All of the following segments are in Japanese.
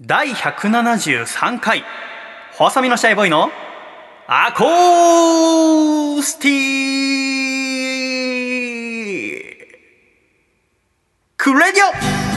第173回細身のシャイボーイのアコースティックレディオ。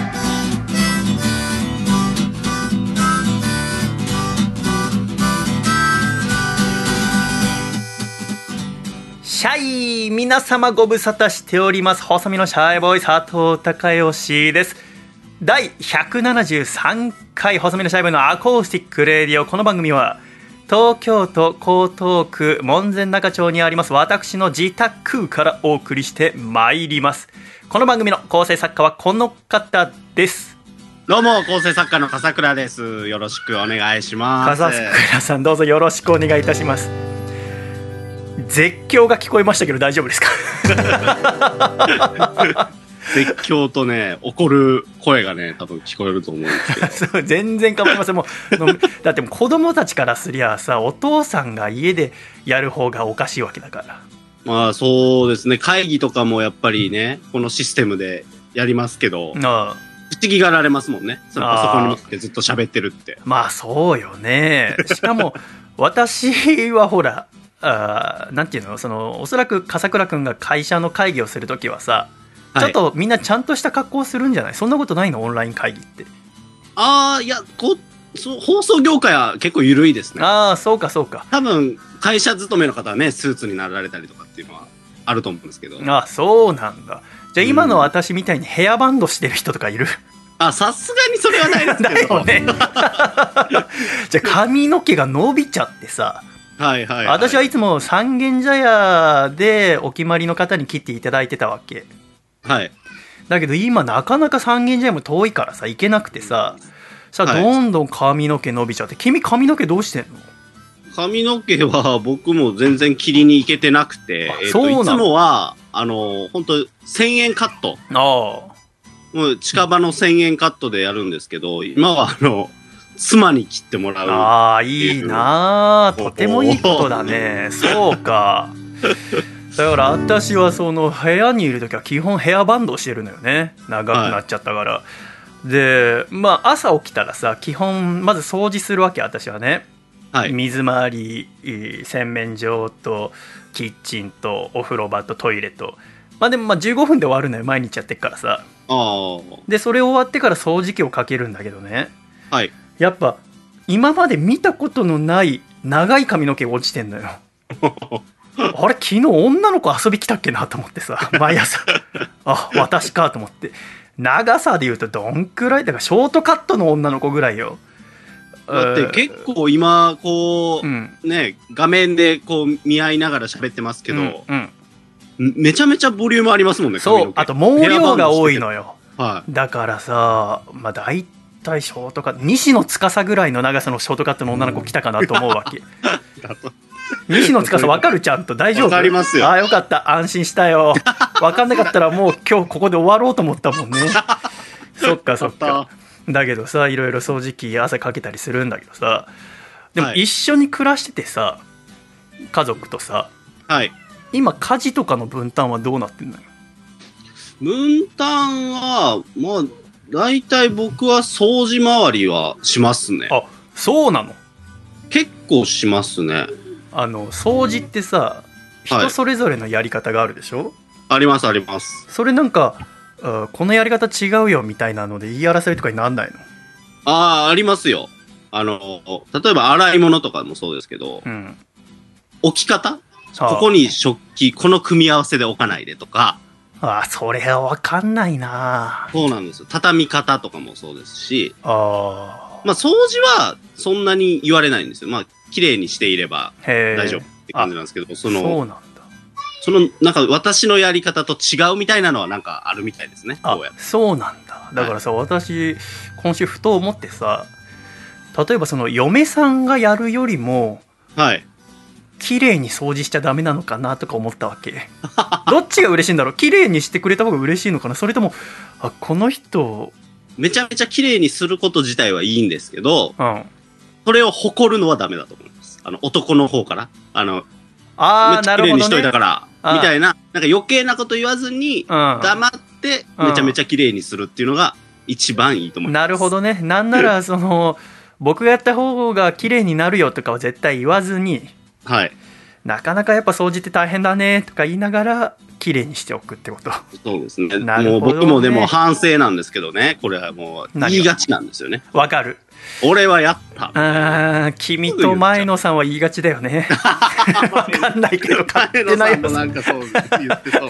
シャイ皆様ご無沙汰しております。細身のシャイボーイ佐藤孝義です。第173回細身のシャイボーイのアコースティックレディオ。この番組は東京都江東区門前仲町にあります私の自宅からお送りしてまいります。この番組の構成作家はこの方です。 どうも構成作家の笠倉です。よろしくお願いします。 笠倉さんどうぞよろしくお願いいたします。絶叫が聞こえましたけど大丈夫ですか？ 絶叫とね怒る声がね多分聞こえると思うんですけどそう全然構いません。もうだってもう子供たちからすりゃさ、お父さんが家でやる方がおかしいわけだから。 まあそうですね、会議とかもやっぱりねこのシステムでやりますけど、不思議がられますもんね。そのパソコンに向ってずっと喋ってるって。まあそうよね。しかも私はほらなんていうの、おそらく笠倉くんが会社の会議をするときはさ、ちょっとみんなちゃんとした格好をするんじゃない？そんなことないの？オンライン会議って。 いや放送業界は結構緩いですね。 そうかそうか。 多分会社勤めの方はねスーツになられたりとかっていうのはあると思うんですけど。 そうなんだ。じゃあ今の私みたいにヘアバンドしてる人とかいる？ さすがにそれはないですけどだよね。じゃあ髪の毛が伸びちゃってさ、 はいはいはい、 私はいつも三軒茶屋でお決まりの方に切っていただいてたわけ。 はい。 だけど今なかなか三軒茶屋も遠いからさ行けなくてさ、どんどん髪の毛伸びちゃって。君髪の毛どうしてんの？ 髪の毛は僕も全然切りに行けてなくて、いつもは本当1000円カット。もう近場の1000円カットでやるんですけど、今は妻に切ってもらう。 いいな、とてもいいことだね。そうか。だから私はその部屋にいるときは基本ヘアバンドをしてるのよね。長くなっちゃったから、で朝起きたらさ、基本まず掃除するわけ私はね、水回り、洗面所とキッチンとお風呂場とトイレと、でも15分で終わるのよ、毎日やってっからさ。でそれ終わってから掃除機をかけるんだけどね、やっぱ今まで見たことのない長い髪の毛が落ちてんのよ。あれ昨日女の子遊び来たっけなと思ってさ、毎朝私かと思って。長さでいうとどんくらいだから、ショートカットの女の子ぐらいよ。 だって結構今こう、ね画面でこう見合いながら喋ってますけど、めちゃめちゃボリュームありますもんね。 そう、あと毛量が多いのよ。だからさ、だいたいショートカット、西野司ぐらいの長さのショートカットの女の子来たかなと思うわけ。西野司分かる？ちゃんと大丈夫？ 分かりますよ。 よかった、安心したよ。分かんなかったらもう今日ここで終わろうと思ったもんね。そっかそっか。だけどさ、いろいろ掃除機朝かけたりするんだけどさ、でも一緒に暮らしててさ、家族とさ、今家事とかの分担はどうなってんのよ？ 分担はだいたい僕は掃除回りはしますね。 そうなの？結構しますね。 掃除ってさ、人それぞれのやり方があるでしょ？ ありますあります。 それなんかこのやり方違うよみたいなので言い争いとかになんないの？ ありますよ。例えば洗い物とかもそうですけど、置き方、ここに食器この組み合わせで置かないでとか。 それは分かんないな。 そうなんですよ。畳み方とかもそうですし、掃除はそんなに言われないんですよ。綺麗にしていれば大丈夫って感じなんですけど、そうなんだ。なんか私のやり方と違うみたいなのはなんかあるみたいですね。 そうなんだ。だからさ、私今週ふと思ってさ、例えばその嫁さんがやるよりも綺麗に掃除しちゃダメなのかなとか思ったわけ。どっちが嬉しいんだろう？綺麗にしてくれた方が嬉しいのかな、それともこの人めちゃめちゃ綺麗にすること自体はいいんですけど、それを誇るのはダメだと思います。男の方からめっちゃ綺麗にしといたからみたいな、なんか余計なこと言わずに黙ってめちゃめちゃ綺麗にするっていうのが一番いいと思います。 なるほどね。なんなら僕がやった方が綺麗になるよとかは絶対言わずに、 はい。 なかなかやっぱ掃除って大変だねとか言いながら綺麗にしておくってこと。 そうですね。 なるほどね。 もう僕もでも反省なんですけどね、これはもう言いがちなんですよね。 わかる。 俺はやった。 君と前野さんは言いがちだよね。わかんないけど買ってないよ。 なんかそう言ってそう。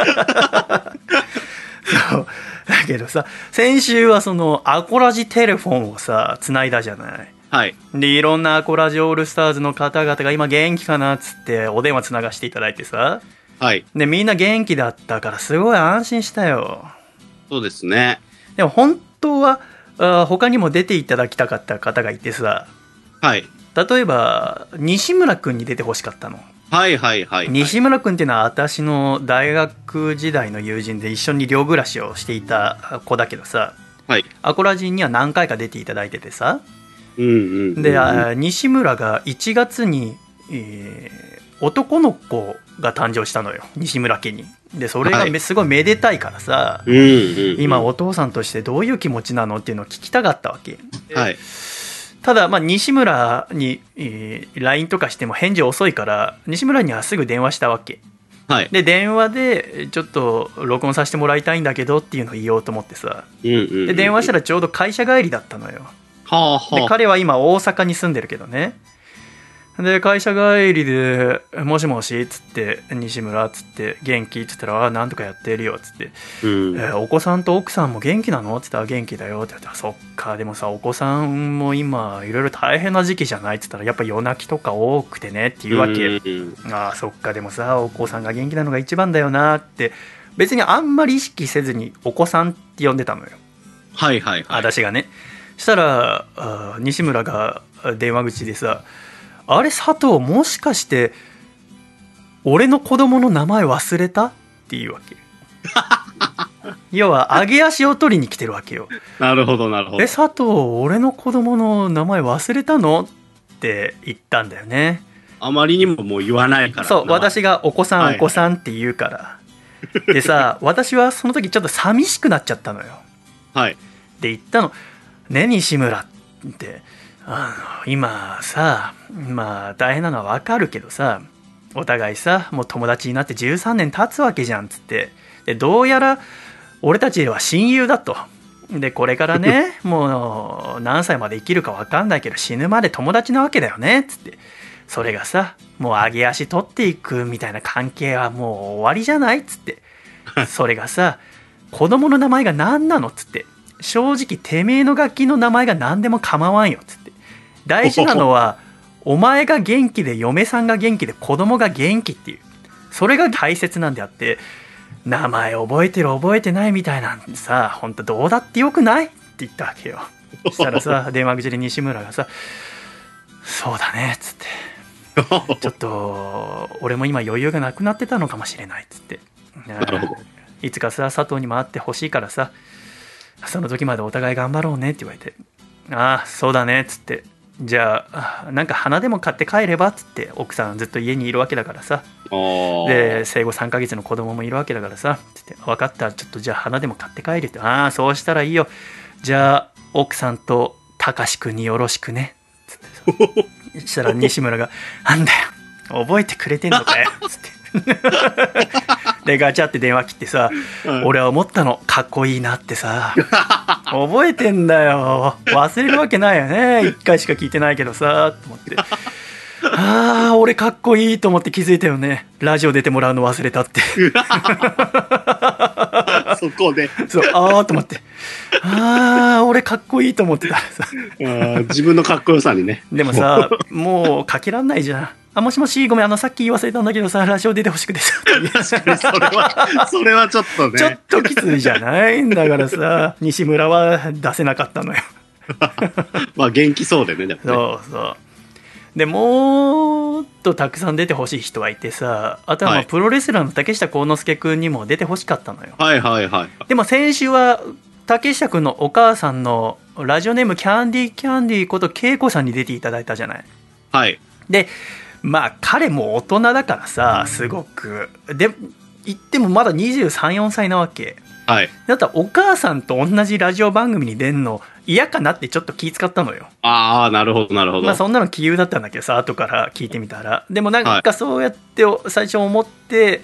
そうだけどさ、先週はアコラジテレフォンをさ繋いだじゃない。 はい。 でいろんなアコラジオールスターズの方々が今元気かなっつってお電話つながしていただいてさ。 はい。 でみんな元気だったからすごい安心したよ。 そうですね。 でも本当は他にも出ていただきたかった方がいてさ。 はい。 例えば西村くんに出てほしかったの。 はいはいはい、はい。 西村くんっていうのは私の大学時代の友人で一緒に寮暮らしをしていた子だけどさ、 はい、 アコラジンには何回か出ていただいててさ、 うんうんうんうん、 で西村が1月に、男の子が誕生したのよ、西村家に。でそれがすごいめでたいからさ、 うんうんうん、 今お父さんとしてどういう気持ちなのっていうのを聞きたかったわけ。 はい、 ただ西村に、LINE とかしても返事遅いから西村にはすぐ電話したわけ、 はい、 で電話でちょっと録音させてもらいたいんだけどっていうのを言おうと思ってさ、 うんうんうん、 で電話したらちょうど会社帰りだったのよ。 はあはあ、 で彼は今大阪に住んでるけどね。で会社帰りで「もしもし」っつって「西村」っつって「元気?」っつったら「なんとかやってるよ」っつって「お子さんと奥さんも元気なの?」っつったら「元気だよ」って言ったら「そっか、でもさお子さんも今いろいろ大変な時期じゃない?」っつったら「やっぱ夜泣きとか多くてね」っていうわけ。ああそっか、でもさお子さんが元気なのが一番だよなって別にあんまり意識せずにお子さんって呼んでたのよ。 はいはいはい。 私がね。したら西村が電話口でさ、あれ佐藤もしかして俺の子供の名前忘れたっていうわけ。要は揚げ足を取りに来てるわけよ。 なるほどなるほど。 佐藤俺の子供の名前忘れたのって言ったんだよね。 あまりにももう言わないからな。 そう、私がお子さん、はい、お子さんって言うからでさ私はその時ちょっと寂しくなっちゃったのよ。 はい。 で言ったのね、西村って今さまあ大変なのは分かるけどさ、お互いさもう友達になって13年経つわけじゃんっつって、でどうやら俺たちは親友だと。でこれからねもう何歳まで生きるか分かんないけど死ぬまで友達なわけだよねっつって、それがさもう上げ足取っていくみたいな関係はもう終わりじゃないっつって、それがさ子供の名前が何なのっつって、正直てめえの楽器の名前が何でも構わんよっつって、大事なのはお前が元気で嫁さんが元気で子供が元気っていう、それが大切なんであって、名前覚えてる覚えてないみたいなんてさ本当どうだってよくないって言ったわけよ。そしたらさ電話口で西村がさそうだねっつってちょっと俺も今余裕がなくなってたのかもしれないっつって、いつかさ佐藤にも会ってほしいからさその時までお互い頑張ろうねって言われて、ああそうだねっつって、じゃあなんか花でも買って帰ればっつって、奥さんずっと家にいるわけだからさ、で生後3ヶ月の子供もいるわけだからさつって、分かったちょっとじゃあ花でも買って帰るって、ああそうしたらいいよ、じゃあ奥さんとたかしくんによろしくねつってそしたら西村がなんだよ覚えてくれてんのかよつってでガチャって電話切ってさ、俺は思ったのかっこいいなってさ覚えてんだよ、忘れるわけないよね、1回しか聞いてないけどさと思って、ああ俺かっこいいと思って気づいたよね、ラジオ出てもらうの忘れたってそこでそうああと思って、ああ俺かっこいいと思ってたらさ自分のかっこよさにね。 でもさもうかけらんないじゃん。あもしもしごめんさっき言い忘れたんだけどさラジオ出てほしくてさそれはちょっとねちょっときついじゃないんだからさ西村は出せなかったのよまあ元気そうでね。でもねそうそうでもっとたくさん出てほしい人はいてさ、あとはまあプロレスラーの竹下幸之助君にも出てほしかったのよ。 はいはいはい。 でも先週は竹下君のお母さんのラジオネームキャンディキャンディこと恵子さんに出ていただいたじゃない。 はい。 でまあ彼も大人だからさすごくで言ってもまだ23、4歳なわけ。 はい。 だったらお母さんと同じラジオ番組に出んの嫌かなってちょっと気遣ったのよ。 ああ、なるほど、なるほど。 まあそんなの杞憂だったんだけどさ、後から聞いてみたら。でもなんかそうやって最初思って、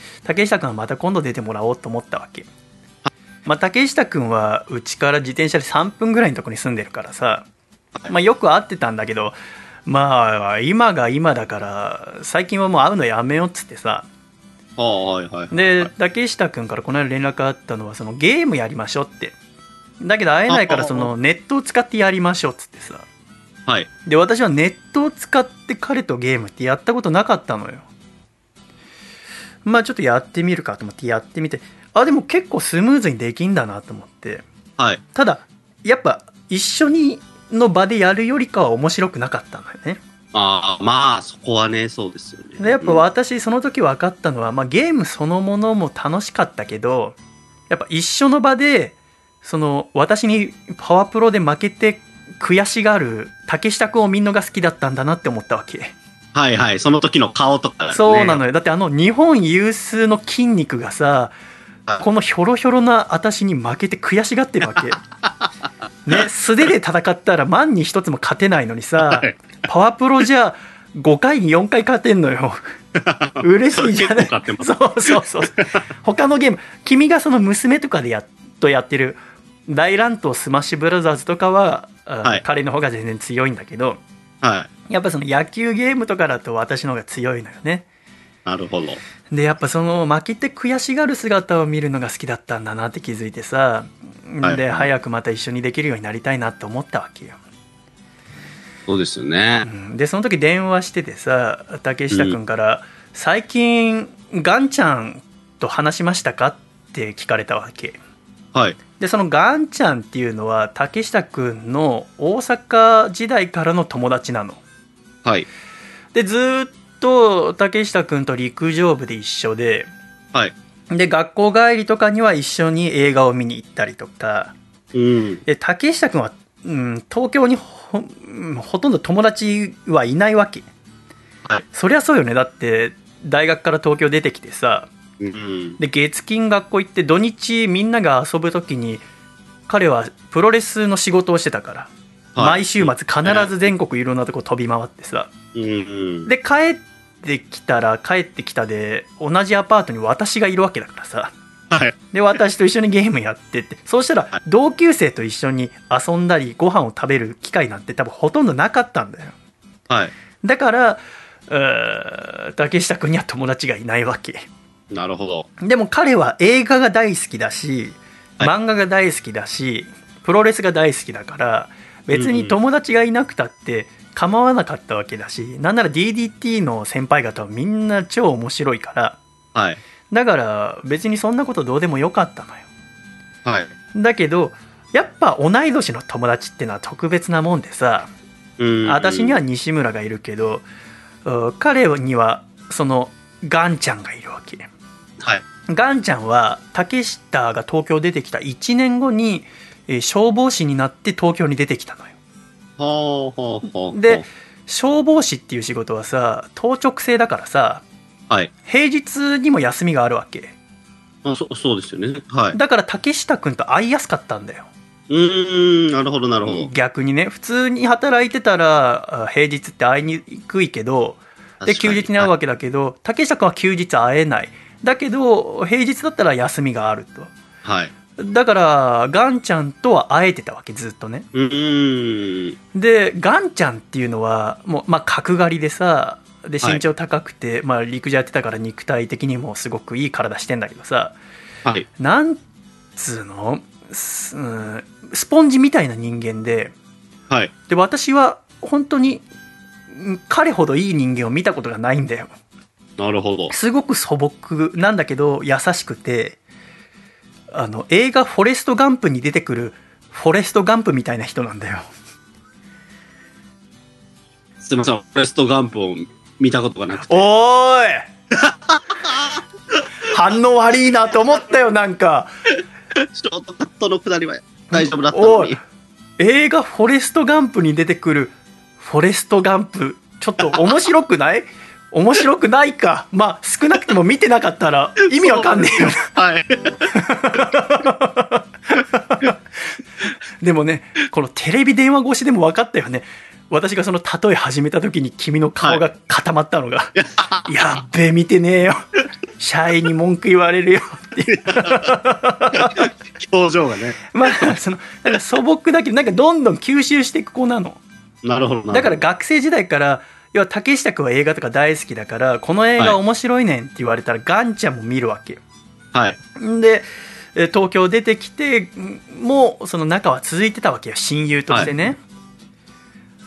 竹下くんはまた今度出てもらおうと思ったわけ。まあ竹下くんはうちから自転車で3分ぐらいのとこに住んでるからさ、まあよく会ってたんだけど、まあ今が今だから最近はもう会うのやめようっつってさ。 はいはい。 で竹下くんからこの間連絡あったのは、そのゲームやりましょうって。だけど会えないからそのネットを使ってやりましょうっつってさ。 はい。 で私はネットを使って彼とゲームってやったことなかったのよ。まあちょっとやってみるかと思ってやってみて、あでも結構スムーズにできんだなと思って。 はい。 ただやっぱ一緒にの場でやるよりかは面白くなかったのよね。 ああ、まあそこはね、そうですよね。 でやっぱ私その時分かったのは、まあ、ゲームそのものも楽しかったけど、やっぱ一緒の場でその私にパワプロで負けて悔しがる竹下くんを見るのが好きだったんだなって思ったわけ。 はいはい、その時の顔とか、ね、 そうなのよ。だって日本有数の筋肉がさ、このひょろひょろな私に負けて悔しがってるわけね。素手で戦ったら万に一つも勝てないのにさ、パワプロじゃ5回に4回勝てんのよ嬉しいじゃない。そうそうそう。他のゲーム、君がその娘とかでやってる大乱闘スマッシュブラザーズとかは、はい、彼の方が全然強いんだけど、 はい、 やっぱその野球ゲームとかだと私の方が強いのよね。 なるほど。 でやっぱその負けて悔しがる姿を見るのが好きだったんだなって気づいてさ、はい、で早くまた一緒にできるようになりたいなって思ったわけよ。 そうですよね、 でその時電話しててさ、竹下くんから、最近ガンちゃんと話しましたかって聞かれたわけ。 はい。 でそのガンちゃんっていうのは竹下くんの大阪時代からの友達なの。 はい。 でずっと竹下くんと陸上部で一緒で、 はい。 で学校帰りとかには一緒に映画を見に行ったりとか、で竹下くんは、東京にほとんど友達はいないわけ、はい、そりゃそうよね。だって大学から東京出てきてさ、で月金学校行って土日みんなが遊ぶ時に彼はプロレスの仕事をしてたから、はい、毎週末必ず全国いろんなとこ飛び回ってさ、で帰ってきたで同じアパートに私がいるわけだからさ、はい、で私と一緒にゲームやってって、そうしたら同級生と一緒に遊んだりご飯を食べる機会なんて多分ほとんどなかったんだよ、はい、だから竹下くんには友達がいないわけ。 なるほど。 でも彼は映画が大好きだし、漫画が大好きだし、プロレスが大好きだから別に友達がいなくたって構わなかったわけだし、なんなら DDT の先輩方はみんな超面白いから、はい、だから別にそんなことどうでもよかったのよ、はい、だけどやっぱ同い年の友達ってのは特別なもんでさ、私には西村がいるけど彼にはそのガンちゃんがいるわけ、はい、ガンちゃんは竹下が東京出てきた1年後に消防士になって東京に出てきたのよ。で消防士っていう仕事はさ当直制だからさ、はい、平日にも休みがあるわけ。 そうですよね、はい、 だから竹下くんと会いやすかったんだよ。 なるほどなるほど。 逆にね、普通に働いてたら平日って会いにくいけど、で休日に会うわけだけど、はい、竹下くんは休日会えない。だけど平日だったら休みがあると、はい、だからガンちゃんとは会えてたわけずっとね。でガンちゃんっていうのはもう、まあ、角刈りでさ、で身長高くて、はい、まあ、陸上やってたから肉体的にもすごくいい体してんだけどさ、はい、なんつうの、スポンジみたいな人間で、はい、で私は本当に彼ほどいい人間を見たことがないんだよ。 なるほど。 すごく素朴なんだけど優しくて、映画フォレストガンプに出てくるフォレストガンプみたいな人なんだよ。 すみません、フォレストガンプを見たことがなくて。 おーい反応悪いなと思ったよ。なんかショートカットのくだりは大丈夫だったのに。 映画フォレストガンプに出てくるフォレストガンプちょっと面白くない？ 面白くないか。まあ少なくとも見てなかったら意味わかんねえよな。 はい。 でもね、このテレビ電話越しでも分かったよね。私がその例え始めた時に君の顔が固まったのが、はい、やっべえ見てねえよ、社員に文句言われるよっていう表情がね、 まあなんか素朴だけどなんかどんどん吸収していく子なの。 なるほど。 だから学生時代から要は竹下君は映画とか大好きだから、この映画面白いねんって言われたら、ガンちゃんも見るわけよ。 はい。 で東京出てきてもその仲は続いてたわけよ、親友としてね、はい、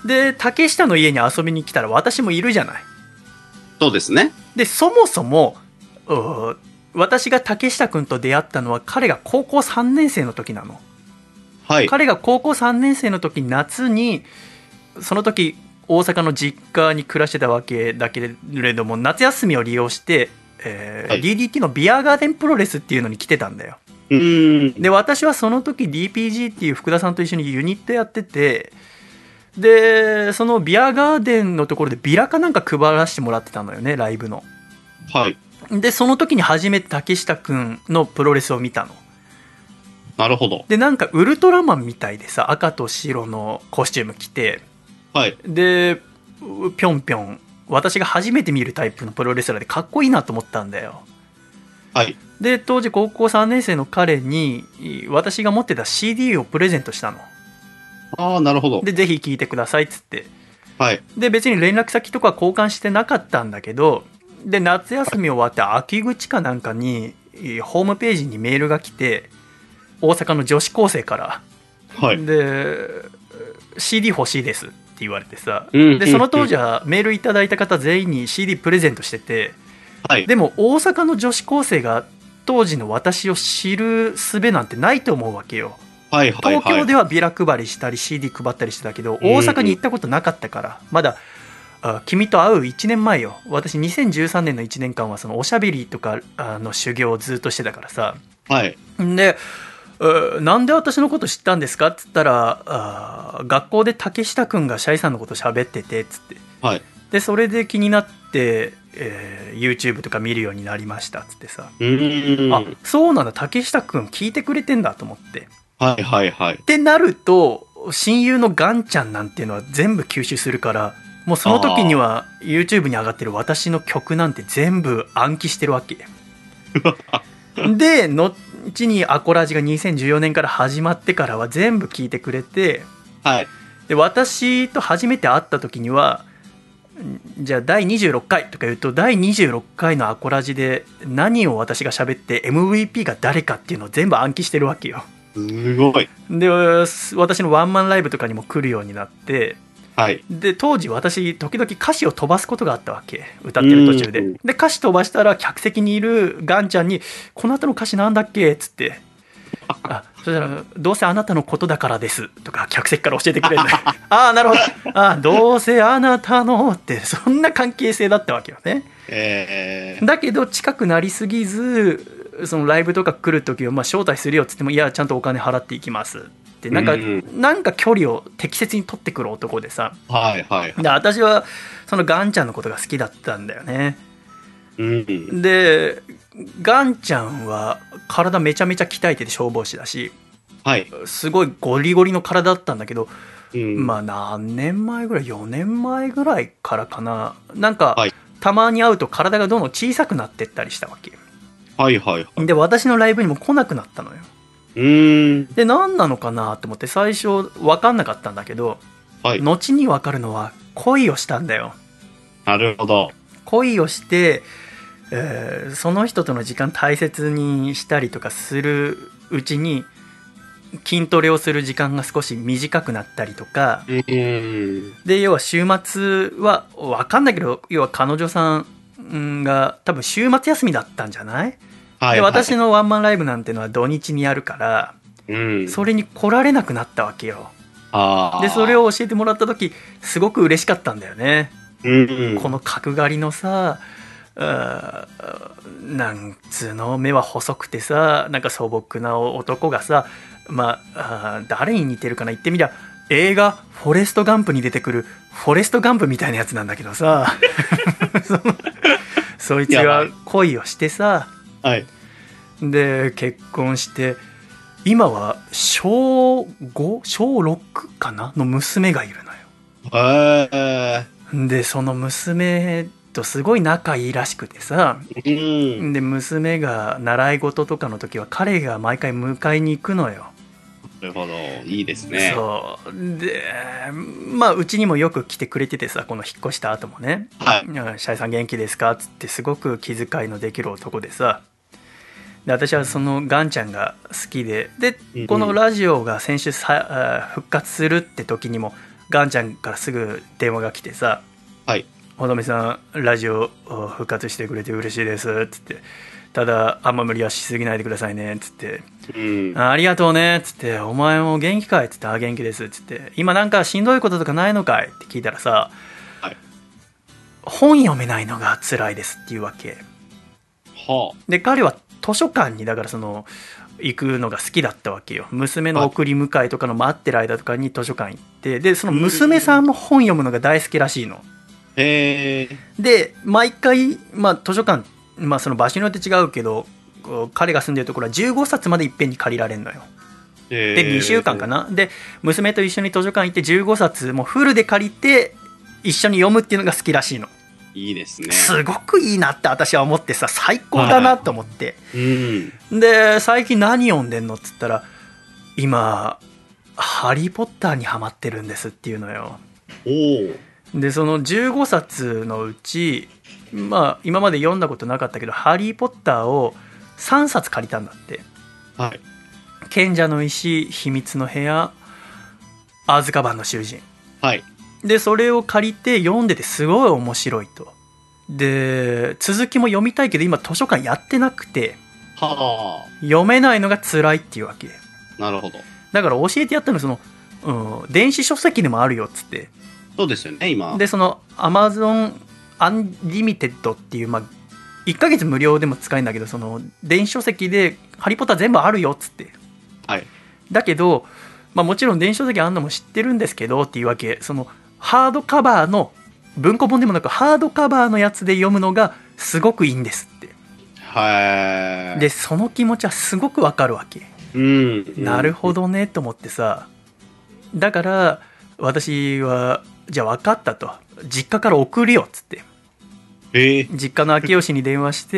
で竹下の家に遊びに来たら私もいるじゃない。 そうですね。 でそもそも私が竹下君と出会ったのは彼が高校3年生の時なの。はい。彼が高校3年生の時夏にその時大阪の実家に暮らしてたわけだけれども、夏休みを利用して、はい、DDT のビアガーデンプロレスっていうのに来てたんだよ。で私はその時 DPG っていう福田さんと一緒にユニットやってて、でそのビアガーデンのところでビラかなんか配らせてもらってたのよね、ライブの。 はい。 でその時に初めて竹下くんのプロレスを見たの。 なるほど。 でなんかウルトラマンみたいでさ、赤と白のコスチューム着て、 はい、 でぴょんぴょん、私が初めて見るタイプのプロレスラーでかっこいいなと思ったんだよ。 はい。 で当時高校3年生の彼に私が持ってた CD をプレゼントしたの。 ああ、なるほど。 でぜひ聴いてくださいっつって、 はい、 で別に連絡先とか交換してなかったんだけど、で夏休み終わって秋口かなんかにホームページにメールが来て、大阪の女子高生から、 はい、 で CD 欲しいですって言われてさ、でその当時はメールいただいた方全員に CD プレゼントしてて、はい、でも大阪の女子高生が当時の私を知る術なんてないと思うわけよ。はいはいはい、東京ではビラ配りしたり CD 配ったりしてたけど、大阪に行ったことなかったから、まだ君と会う1年前よ。私2013年の1年間はそのおしゃべりとかの修行をずっとしてたからさ、はい、でなんで私のこと知ったんですかっつったら、学校で竹下くんがシャイさんのこと喋っててっつって、はい、でそれで気になって、YouTube とか見るようになりましたっつってさ、あ、そうなんだ、竹下くん聞いてくれてんだと思って、はいはいはい、ってなると親友のガンちゃんなんていうのは全部吸収するから、もうその時には YouTube に上がってる私の曲なんて全部暗記してるわけで後にアコラジが2014年から始まってからは全部聞いてくれて、はい、で私と初めて会った時にはじゃあ第26回とか言うと、第26回のアコラジで何を私が喋って MVP が誰かっていうのを全部暗記してるわけよ。すごい。で私のワンマンライブとかにも来るようになって、はい、で当時私時々歌詞を飛ばすことがあったわけ、歌ってる途中で。で歌詞飛ばしたら客席にいるガンちゃんに「この後の歌詞なんだっけ?」っつって「あ、そしたらどうせあなたのことだからです」とか客席から教えてくれるんだああなるほど、あ、どうせあなたのって、そんな関係性だったわけよね。だけど近くなりすぎず、そのライブとか来るときはまあ招待するよっつっても、いやちゃんとお金払っていきますってなんか距離を適切に取ってくる男でさ、はいはい、で私はそのガンちゃんのことが好きだったんだよね。でガンちゃんは体めちゃめちゃ鍛えてて消防士だし、はい、すごいゴリゴリの体だったんだけど、まあ何年前ぐらい、4年前ぐらいからかな、なんか、はい、たまに会うと体がどんどん小さくなってったりしたわけ。はいはいはい。で私のライブにも来なくなったのよ。で何なのかなと思って最初分かんなかったんだけど、はい、後に分かるのは恋をしたんだよ。なるほど。恋をして、その人との時間大切にしたりとかするうちに筋トレをする時間が少し短くなったりとか、で要は週末は分かんないけど、要は彼女さんが多分週末休みだったんじゃない？はい、で私のワンマンライブなんてのは土日にやるから、それに来られなくなったわけよ。でそれを教えてもらった時すごく嬉しかったんだよね。この角刈りのさ、なんつうの、目は細くてさ、なんか素朴な男がさ、まあ誰に似てるかな、言ってみりゃ映画フォレストガンプに出てくるフォレストガンプみたいなやつなんだけどさそいつが恋をしてさ、 はい、 で結婚して今は小5小6かなの娘がいるのよ。でその娘とすごい仲いいらしくてさ、で娘が習い事とかの時は彼が毎回迎えに行くのよ。 なるほど、いいですね。 そうで、まあうちにもよく来てくれててさ、この引っ越した後もね、 はい、 シャイさん元気ですかっつってすごく気遣いのできる男でさ、で私はそのガンちゃんが好きで、このラジオが先週復活するって時にもガンちゃんからすぐ電話が来てさ、 はい、 ほのみさんラジオ復活してくれて嬉しいですっつって、ただあんま無理はしすぎないでくださいねっつって、ありがとうねっつって、お前も元気かいっつって、元気ですっつって、今なんかしんどいこととかないのかいって聞いたらさ、 はい、 本読めないのが辛いですっていうわけ、 はあ、 で彼は図書館にだからその行くのが好きだったわけよ。娘の送り迎えとかの待ってる間とかに図書館行って、でその娘さんも本読むのが大好きらしいの。 へえ。 で毎回、まあ、図書館、まあ、その場所によって違うけど彼が住んでるところは15冊までいっぺんに借りられるのよ。で2週間かな。で娘と一緒に図書館行って15冊もうフルで借りて一緒に読むっていうのが好きらしいの。 いいですね。 すごくいいなって私は思ってさ、最高だなと思って、 はい、 で最近何読んでんのっつったら、今ハリーポッターにハマってるんですっていうのよ。でその15冊のうち、まあ今まで読んだことなかったけどハリーポッターを3冊借りたんだって。 はい、 賢者の石、秘密の部屋、アズカバンの囚人。 はい。 でそれを借りて読んでてすごい面白いと。で続きも読みたいけど今図書館やってなくて、 はあ、 読めないのが辛いっていうわけ。 なるほど。 だから教えてやったのその、電子書籍でもあるよっつって。 そうですよね今。 でその Amazon Unlimited っていう、まあ、1ヶ月無料でも使えるんだけど、その電子書籍でハリーポッター全部あるよっつって。 はい。 だけど、まあ、もちろん電子書籍あんのも知ってるんですけどっていうわけ。そのハードカバーの文庫本でもなくハードカバーのやつで読むのがすごくいいんですって。 はい。 でその気持ちはすごくわかるわけ。なるほどねと思ってさ。だから私はじゃあ分かったと、実家から送るよっつって、実家の明吉に電話して、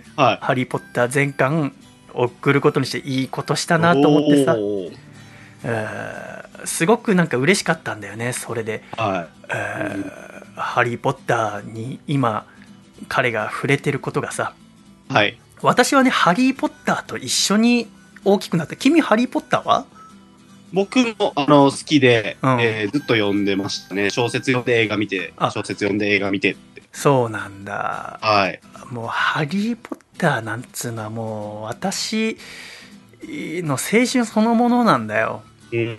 はい、ハリーポッター全巻送ることにしていいことしたなと思ってさ、すごくなんか嬉しかったんだよねそれで、はい、ハリー・ポッターに今彼が触れてることがさ、はい、私はねハリー・ポッターと一緒に大きくなった。君ハリー・ポッターは？ 僕も好きで、ずっと読んでましたね。小説読んで映画見て、小説読んで映画見てって。 そうなんだ。 はい。 もうハリー・ポッターなんつうのはもう私の青春そのものなんだよ。映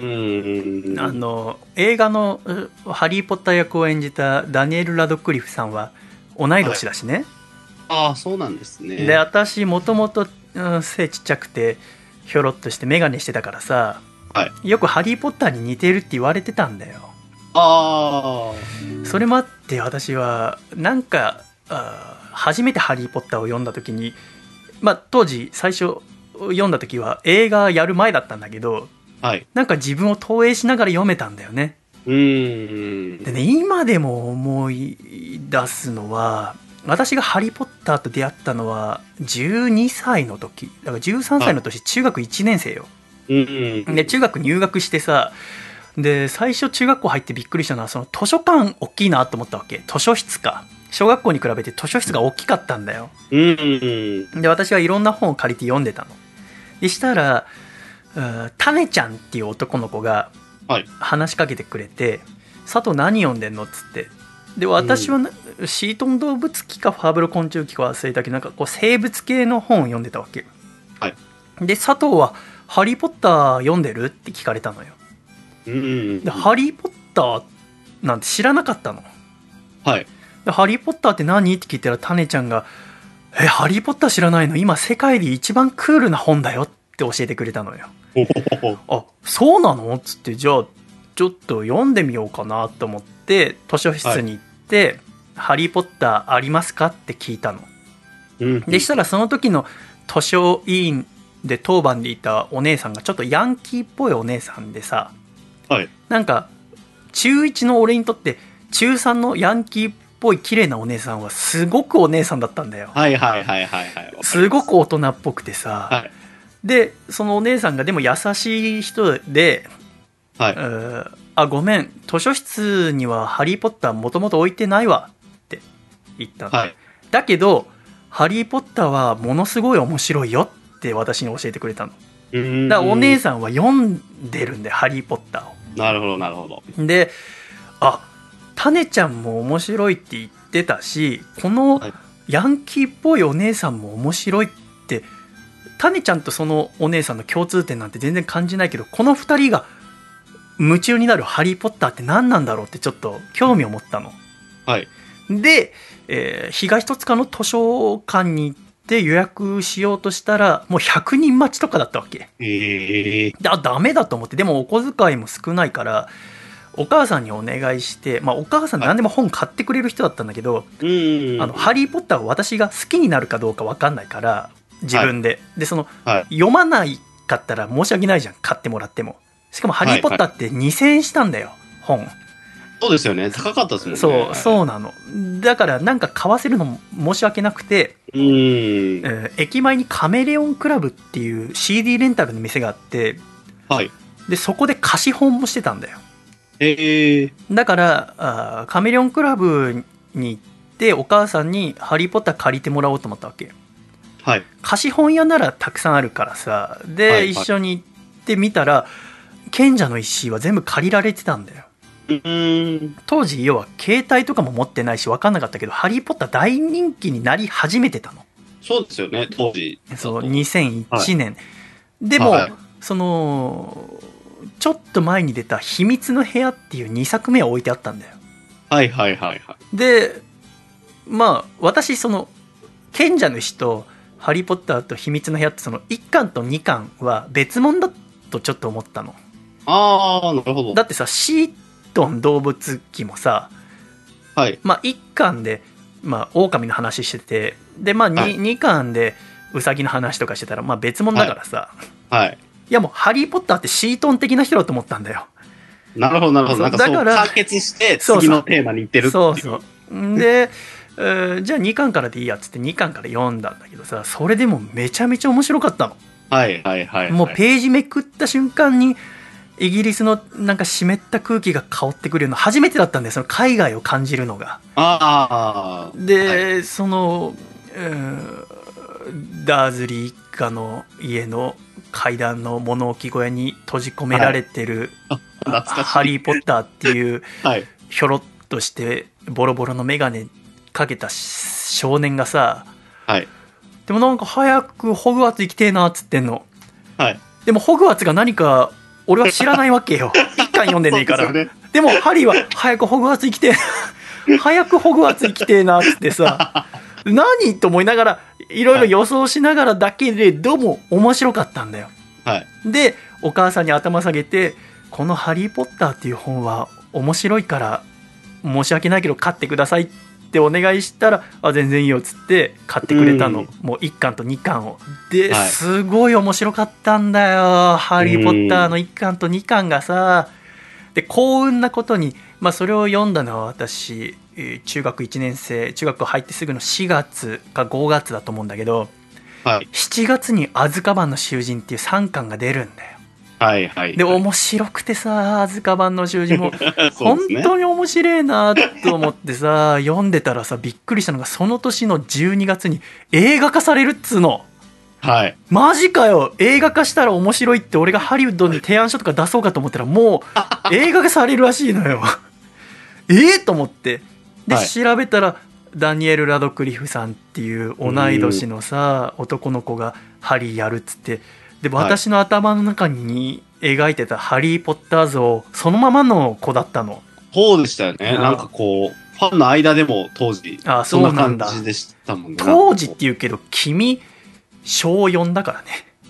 画のハリー・ポッター役を演じたダニエル・ラドクリフさんは同い年だしね、 はい、ああそうなんですね。 で私もともと背ちっちゃくてひょろっとして眼鏡してたからさ、はい、よくハリー・ポッターに似てるって言われてたんだよ。ああ、それもあって私はなんか初めてハリー・ポッターを読んだ時に、まあ当時最初読んだ時は映画やる前だったんだけど、はい、なんか自分を投影しながら読めたんだよね。でね、今でも思い出すのは、私がハリー・ポッターと出会ったのは12歳の時だから13歳の年、中学1年生よ。で中学入学してさ、で最初中学校入ってびっくりしたのはその図書館大きいなと思ったわけ。図書室か、小学校に比べて図書室が大きかったんだよ。で私はいろんな本を借りて読んでたのでしたら、タネちゃんっていう男の子が話しかけてくれて、佐藤何読んでんのっつって。で私は、シートン動物記かファーブル昆虫記か忘れたけど、なんかこう生物系の本を読んでたわけ、はい、で佐藤はハリーポッター読んでるって聞かれたのよ。でハリーポッターなんて知らなかったの。はい。でハリーポッターって何って聞いたらタネちゃんがハリーポッター知らないの？今世界で一番クールな本だよって教えてくれたのよ。あ、そうなのっつって、じゃあちょっと読んでみようかなと思って図書室に行って、ハリーポッターありますかって聞いたの。でしたらその時の図書委員で当番でいたお姉さんがちょっとヤンキーっぽいお姉さんでさ、なんか中1の俺にとって中3のヤンキーっぽい綺麗なお姉さんはすごくお姉さんだったんだよ。すごく大人っぽくてさ、でそのお姉さんがでも優しい人で、あ、ごめん、図書室にはハリーポッターもともと置いてないわって言ったの、だけどハリーポッターはものすごい面白いよって私に教えてくれたの。だからお姉さんは読んでるんでハリーポッターを。 なるほどなるほど。 で、あ、タネちゃんも面白いって言ってたし、このヤンキーっぽいお姉さんも面白いって、タネちゃんとそのお姉さんの共通点なんて全然感じないけど、この2人が夢中になるハリーポッターって何なんだろうってちょっと興味を持ったの。で、東戸塚の図書館に行って予約しようとしたらもう100人待ちとかだったわけ。ダメだと思って、でもお小遣いも少ないからお母さんにお願いして、お母さん何でも本買ってくれる人だったんだけど、ハリーポッターを私が好きになるかどうか分かんないから自分で、でその、読まないかったら申し訳ないじゃん、買ってもらっても。しかもハリーポッターって2000円したんだよ、本。 そうですよね、高かったですもんね。 そうなの。だからなんか買わせるのも申し訳なくて、駅前にカメレオンクラブっていう CD レンタルの店があって、でそこで貸し本もしてたんだよ。だからカメレオンクラブに行ってお母さんにハリーポッター借りてもらおうと思ったわけ。貸本屋ならたくさんあるからさ。で、一緒に行ってみたら賢者の石は全部借りられてたんだよ。当時要は携帯とかも持ってないし分かんなかったけど、ハリーポッター大人気になり始めてたの。 そうですよね、当時。 そう、2001年、でも、そのちょっと前に出た秘密の部屋っていう2作目は置いてあったんだよ。で、私その賢者の石とハリーポッターと秘密の部屋ってその1巻と2巻は別物だとちょっと思ったの。 なるほど。 だってさ、シートン動物記もさ、1巻で狼の話してて、で2巻でウサギの話とかしてたら別物だからさ、いやもうハリーポッターってシートン的な人だと思ったんだよ。 なるほどなるほど。だから完結して次のテーマに行ってるっていう。 そうで、じゃあ2巻からでいいやっつって2巻から読んだんだけどさ、それでもめちゃめちゃ面白かったの。もうページめくった瞬間にイギリスのなんか湿った空気が香ってくるの初めてだったんだよ、その海外を感じるのが。で、その、ダーズリー一家の家の階段の物置小屋に閉じ込められてる、ハリー・ポッターっていう、ひょろっとしてボロボロの眼鏡かけた少年がさ、でもなんか早くホグワーツ行きてえなっつってんの。でもホグワーツが何か俺は知らないわけよ。一巻読んでねえから。でもハリーは早くホグワーツ行きてえ早くホグワーツ行きてえなっつってさ、何と思いながらいろいろ予想しながらだけれども面白かったんだよ。でお母さんに頭下げて、このハリーポッターっていう本は面白いから申し訳ないけど買ってくださいってお願いしたら、全然いいよっつって買ってくれたの。もう1巻と2巻を。で、すごい面白かったんだよ、ハリー・ポッターの1巻と2巻がさ。で、幸運なことに、それを読んだのは私中学1年生、中学入ってすぐの4月か5月だと思うんだけど、7月にアズカバンの囚人っていう3巻が出るんだよ。で面白くてさ、アズカバンの囚人も本当に面白いなと思ってさ読んでたらさ、びっくりしたのがその年の12月に映画化されるっつうの。マジかよ、映画化したら面白いって俺がハリウッドに提案書とか出そうかと思ったらもう映画化されるらしいのよ。と思って、で調べたらダニエル・ラドクリフさんっていう同い年のさ男の子がハリーやるっつって、で私の頭の中に描いてたハリー・ポッター像そのままの子だったの。 そうでしたよね。なんかこうファンの間でも当時そんな感じでしたもんね。 当時っていうけど君小4だからね。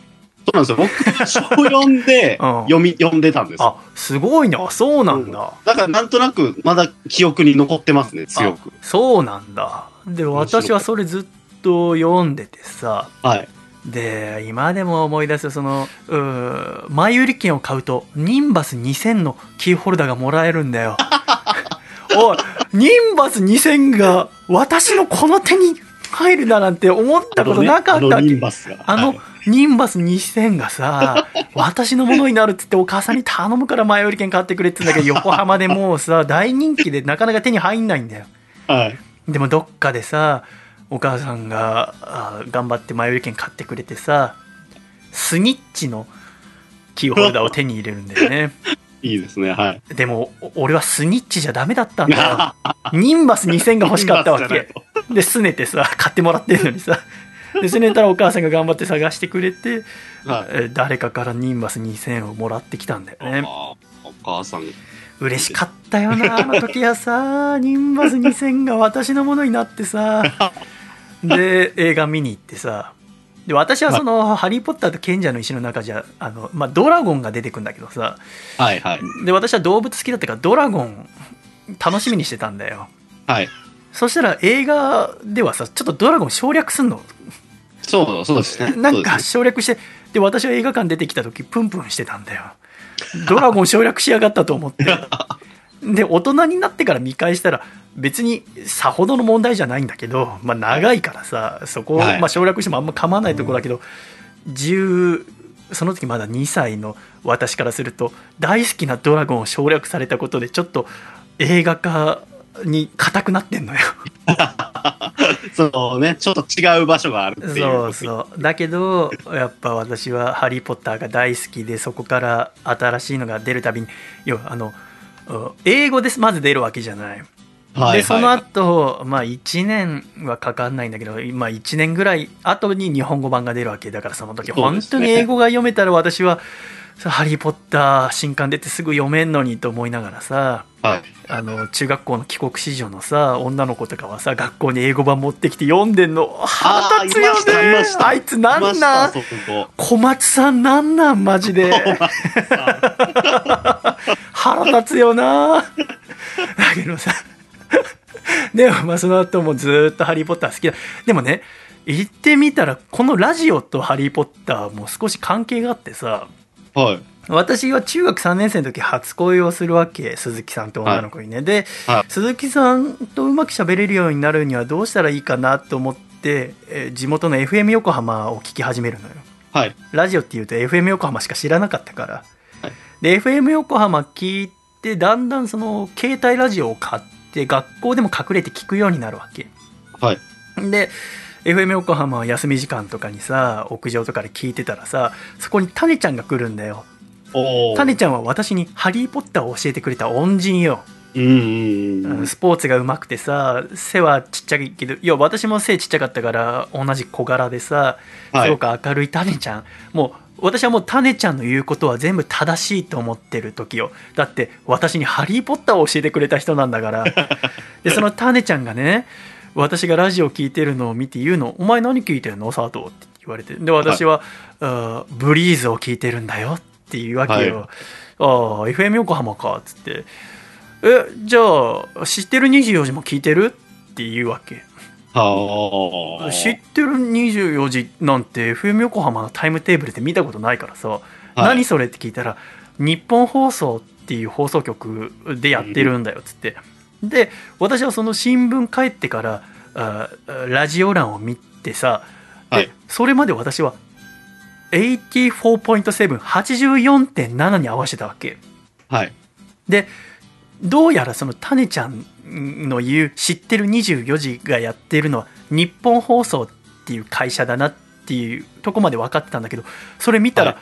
そうなんですよ。僕が小4で読んでたんですよ。 あ、すごいね。あ、そうなんだ。 だからなんとなくまだ記憶に残ってますね、強く。 そうなんだ。で、私はそれずっと読んでてさ。 はい。 で、今でも思い出す、前売り券を買うと、ニンバス2000のキーホルダーがもらえるんだよ。おい、ニンバス2000が私のこの手に入るだなんて思ったことなかったわけ。 ニンバスが。 ニンバス2000がさ、私のものになるっつってお母さんに頼むから前売り券買ってくれって言うんだけど、横浜でもうさ、大人気でなかなか手に入んないんだよ。 はい。 でもどっかでさ、お母さんが頑張って前売り券買ってくれてさ、スニッチのキーホルダーを手に入れるんだよね。 いいですね、はい。 でも俺はスニッチじゃダメだったんだよ。ニンバス2000が欲しかったわけで、すねてさ、買ってもらってるのにさ、でそれたらお母さんが頑張って探してくれて、はい、誰かからニンバス2000をもらってきたんだよね。 お母さん嬉しかったよな、あの時はさ。ニンバス2000が私のものになってさ、で映画見に行ってさ、で私はハリー・ポッターと賢者の石の中じゃドラゴンが出てくるんだけどさ、 はいはい、 で私は動物好きだったからドラゴン楽しみにしてたんだよ。 はい。 そしたら映画ではさ、ちょっとドラゴン省略すんの。 そうですね。 なんか省略して、で私は映画館出てきた時プンプンしてたんだよ。ドラゴン省略しやがったと思って。で大人になってから見返したら別にさほどの問題じゃないんだけど、長いからさ、そこを省略してもあんま構わないところだけど、その時まだ2歳の私からすると大好きなドラゴンを省略されたことでちょっと映画化に硬くなってんのよ。 そうね、ちょっと違う場所があるっていう。 そうだけどやっぱ私はハリー・ポッターが大好きで、そこから新しいのが出るたびに、要は英語でまず出るわけじゃない。でその後、1年はかかんないんだけど、1年ぐらい後に日本語版が出るわけだから、その時本当に英語が読めたら私はハリー・ポッター新刊出てすぐ読めんのにと思いながらさ、 はい、 中学校の帰国子女のさ女の子とかはさ、学校に英語版持ってきて読んでんの腹立つよね。あいつなんなん小松さんなんなんマジで腹立つよな。だけどさでもその後もずっとハリー・ポッター好きだ。でもね、言ってみたらこのラジオとハリー・ポッターも少し関係があってさ、 はい、 私は中学3年生の時初恋をするわけ、鈴木さんと女の子にね。で、鈴木さんとうまく喋れるようになるにはどうしたらいいかなと思って、地元の FM 横浜を聞き始めるのよ。 はい、 ラジオっていうと FM 横浜しか知らなかったから、はい、で FM 横浜聞いてだんだん携帯ラジオを買って学校でも隠れて聞くようになるわけ。 はい、 でFM 横浜は休み時間とかにさ、屋上とかで聞いてたらさ、そこにタネちゃんが来るんだよ。タネちゃんは私にハリー・ポッターを教えてくれた恩人よ。スポーツが上手くてさ、背はちっちゃいけど、いや私も背ちっちゃかったから同じ小柄でさ、すごく明るいタネちゃん、もう私はもうタネちゃんの言うことは全部正しいと思ってる時よ。だって私にハリー・ポッターを教えてくれた人なんだからでそのタネちゃんがね、私がラジオ聞いてるのを見て言うの、お前何聞いてるの佐藤って言われて、で私は、ブリーズを聞いてるんだよっていうわけよ。FM 横浜かっつって、じゃあ知ってる24時も聞いてるっていうわけ。知ってる24時なんて FM 横浜のタイムテーブルで見たことないからさ、何それって聞いたら、日本放送っていう放送局でやってるんだよっつって、で私はその新聞帰ってからラジオ欄を見てさ、それまで私は 84.7 84.7 に合わせたわけ。でどうやらそのタネちゃんの言う知ってる24時がやってるのは日本放送っていう会社だなっていうとこまで分かってたんだけど、それ見たら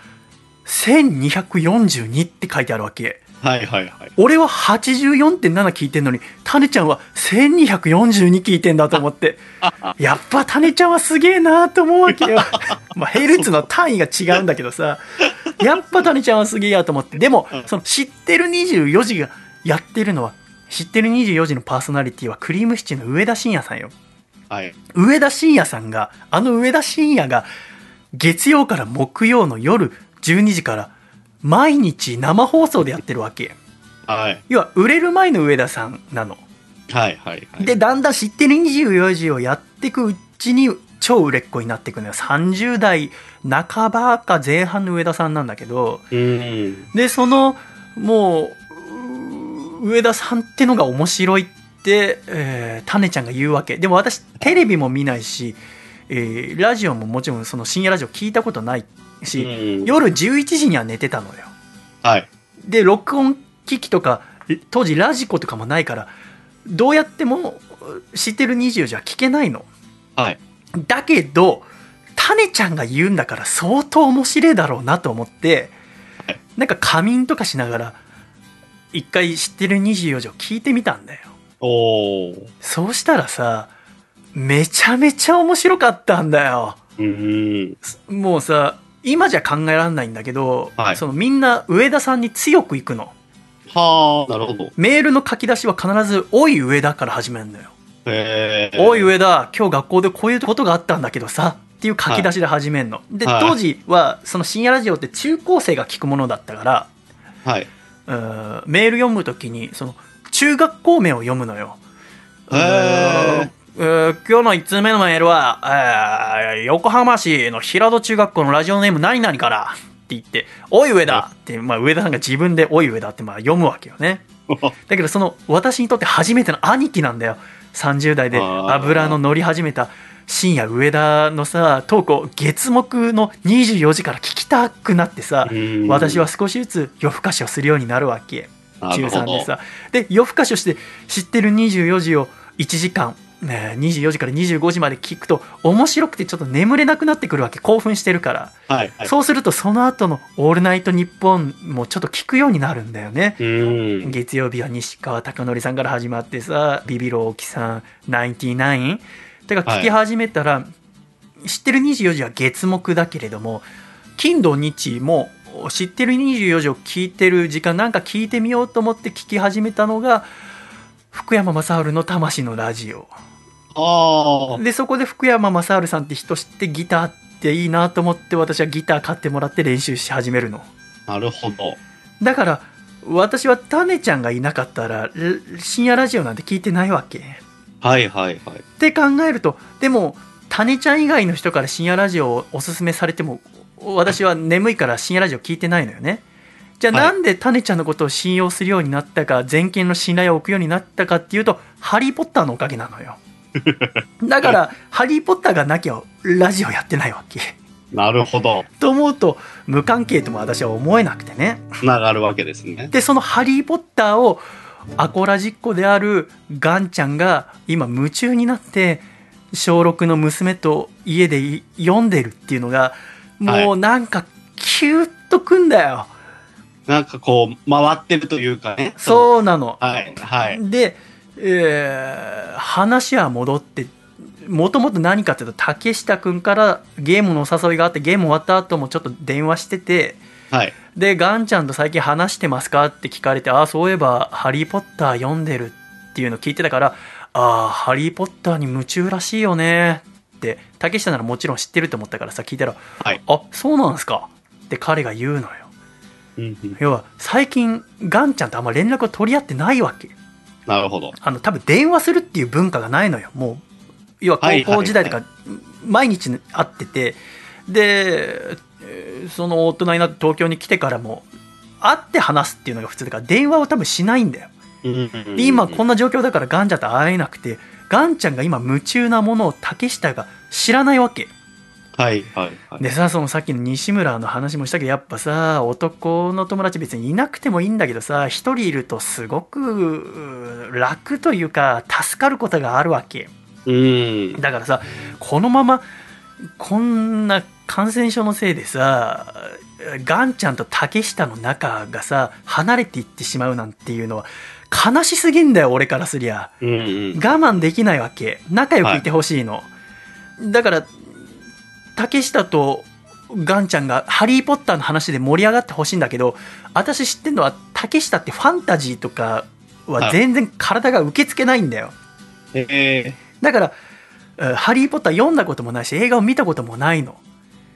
1242って書いてあるわけ。俺は 84.7 聞いてんのにタネちゃんは1242聞いてんだと思ってやっぱタネちゃんはすげえなと思うわけよヘルツの単位が違うんだけどさ、やっぱタネちゃんはすげえやと思って。でもその知ってる24時がやってるのは、知ってる24時のパーソナリティはクリームシチューの上田晋也さんよ。上田晋也さんが、上田晋也が月曜から木曜の夜12時から毎日生放送でやってるわけ。 はい。 要は売れる前の上田さんなの。 はいはいはい。 で、だんだん知ってる24時をやっていくうちに超売れっ子になっていくのよ。30代半ばか前半の上田さんなんだけど、で、その、もう、上田さんってのが面白いって、タネちゃんが言うわけ。でも私、テレビも見ないし、ラジオももちろんその深夜ラジオ聞いたことないし、夜11時には寝てたのよ。 はい。 で、録音機器とか、当時ラジコとかもないから、どうやっても知ってる24時は聞けないの。 はい。 だけど、タネちゃんが言うんだから相当面白いだろうなと思って、 はい、 なんか仮眠とかしながら、一回知ってる24時を聞いてみたんだよ。 おー。 そうしたらさ、めちゃめちゃ面白かったんだよ。もうさ、今じゃ考えられないんだけど、 はい、 そのみんな上田さんに強くいくの。 はあ、なるほど。 メールの書き出しは必ず「おい上田」から始めるんだよ。 へおい上田、今日学校でこういうことがあったんだけどさっていう書き出しで始めるの、はい、で当時はその深夜ラジオって中高生が聞くものだったから、 はい、 メール読むときにその中学校名を読むのよ。今日の1通目のメールは、横浜市の平戸中学校のラジオネーム何々からって言って「おい上田」って、上田さんが自分で「おい上田」って読むわけよね。だけどその私にとって初めての兄貴なんだよ。30代で油の乗り始めた深夜上田のさトークを月木の24時から聞きたくなってさ、私は少しずつ夜更かしをするようになるわけ。中3でさ、で夜更かしをして知ってる24時を1時間24時から25時まで聞くと面白くてちょっと眠れなくなってくるわけ。興奮してるから、はいはい、そうするとその後のオールナイトニッポンもちょっと聞くようになるんだよね。月曜日は西川貴教さんから始まってさ、ビビる大木さん、ナインティナインだから聞き始めたら、はい、知ってる24時は月木だけれども金土日も知ってる24時を聞いてる時間なんか聞いてみようと思って聞き始めたのが福山雅治の魂のラジオで、そこで福山雅治さんって人知ってギターっていいなと思って私はギター買ってもらって練習し始めるの。 なるほど。 だから私はタネちゃんがいなかったら深夜ラジオなんて聞いてないわけ。 はいはいはい。 って考えると、でもタネちゃん以外の人から深夜ラジオをおすすめされても私は眠いから深夜ラジオ聞いてないのよね。じゃあなんでタネちゃんのことを信用するようになったか、全権の信頼を置くようになったかっていうとハリーポッターのおかげなのよ。だからハリーポッターがなきゃラジオやってないわけ。 なるほど。 と思うと無関係とも私は思えなくてね。 つながるわけですね。 でそのハリーポッターをアコラジっ子であるガンちゃんが今夢中になって小6の娘と家で読んでるっていうのがもうなんかキュッとくんだよ。 なんかこう回ってるというかね。 そうなの。 はいはい。 で、話は戻ってもともと何かっていうと竹下くんからゲームのお誘いがあってゲーム終わった後もちょっと電話してて、 はい、 でガンちゃんと最近話してますかって聞かれて、ああそういえばハリーポッター読んでるっていうのを聞いてたから、ああハリーポッターに夢中らしいよねって竹下ならもちろん知ってると思ったからさ聞いたら、 はい、 あそうなんですかって彼が言うのよ。要は最近ガンちゃんとあんま連絡を取り合ってないわけ。 なるほど。 多分電話するっていう文化がないのよ。もう要は高校時代とか毎日会ってて、でその大人になって東京に来てからも会って話すっていうのが普通だから電話を多分しないんだよ。で今こんな状況だからガンちゃんと会えなくて、ガンちゃんが今夢中なものを竹下が知らないわけ。 はいはいはい、 でさ、そのさっきの西村の話もしたけどやっぱさ男の友達別にいなくてもいいんだけどさ一人いるとすごく楽というか助かることがあるわけ。だからさこのままこんな感染症のせいでさガンちゃんと竹下の仲がさ離れていってしまうなんていうのは悲しすぎんだよ俺からすりゃ。我慢できないわけ。仲良くいてほしいの、はい、だから竹下とガンちゃんがハリーポッターの話で盛り上がってほしいんだけど、私知ってるのは竹下ってファンタジーとかは全然体が受け付けないんだよ。だからハリーポッター読んだこともないし映画を見たこともないの。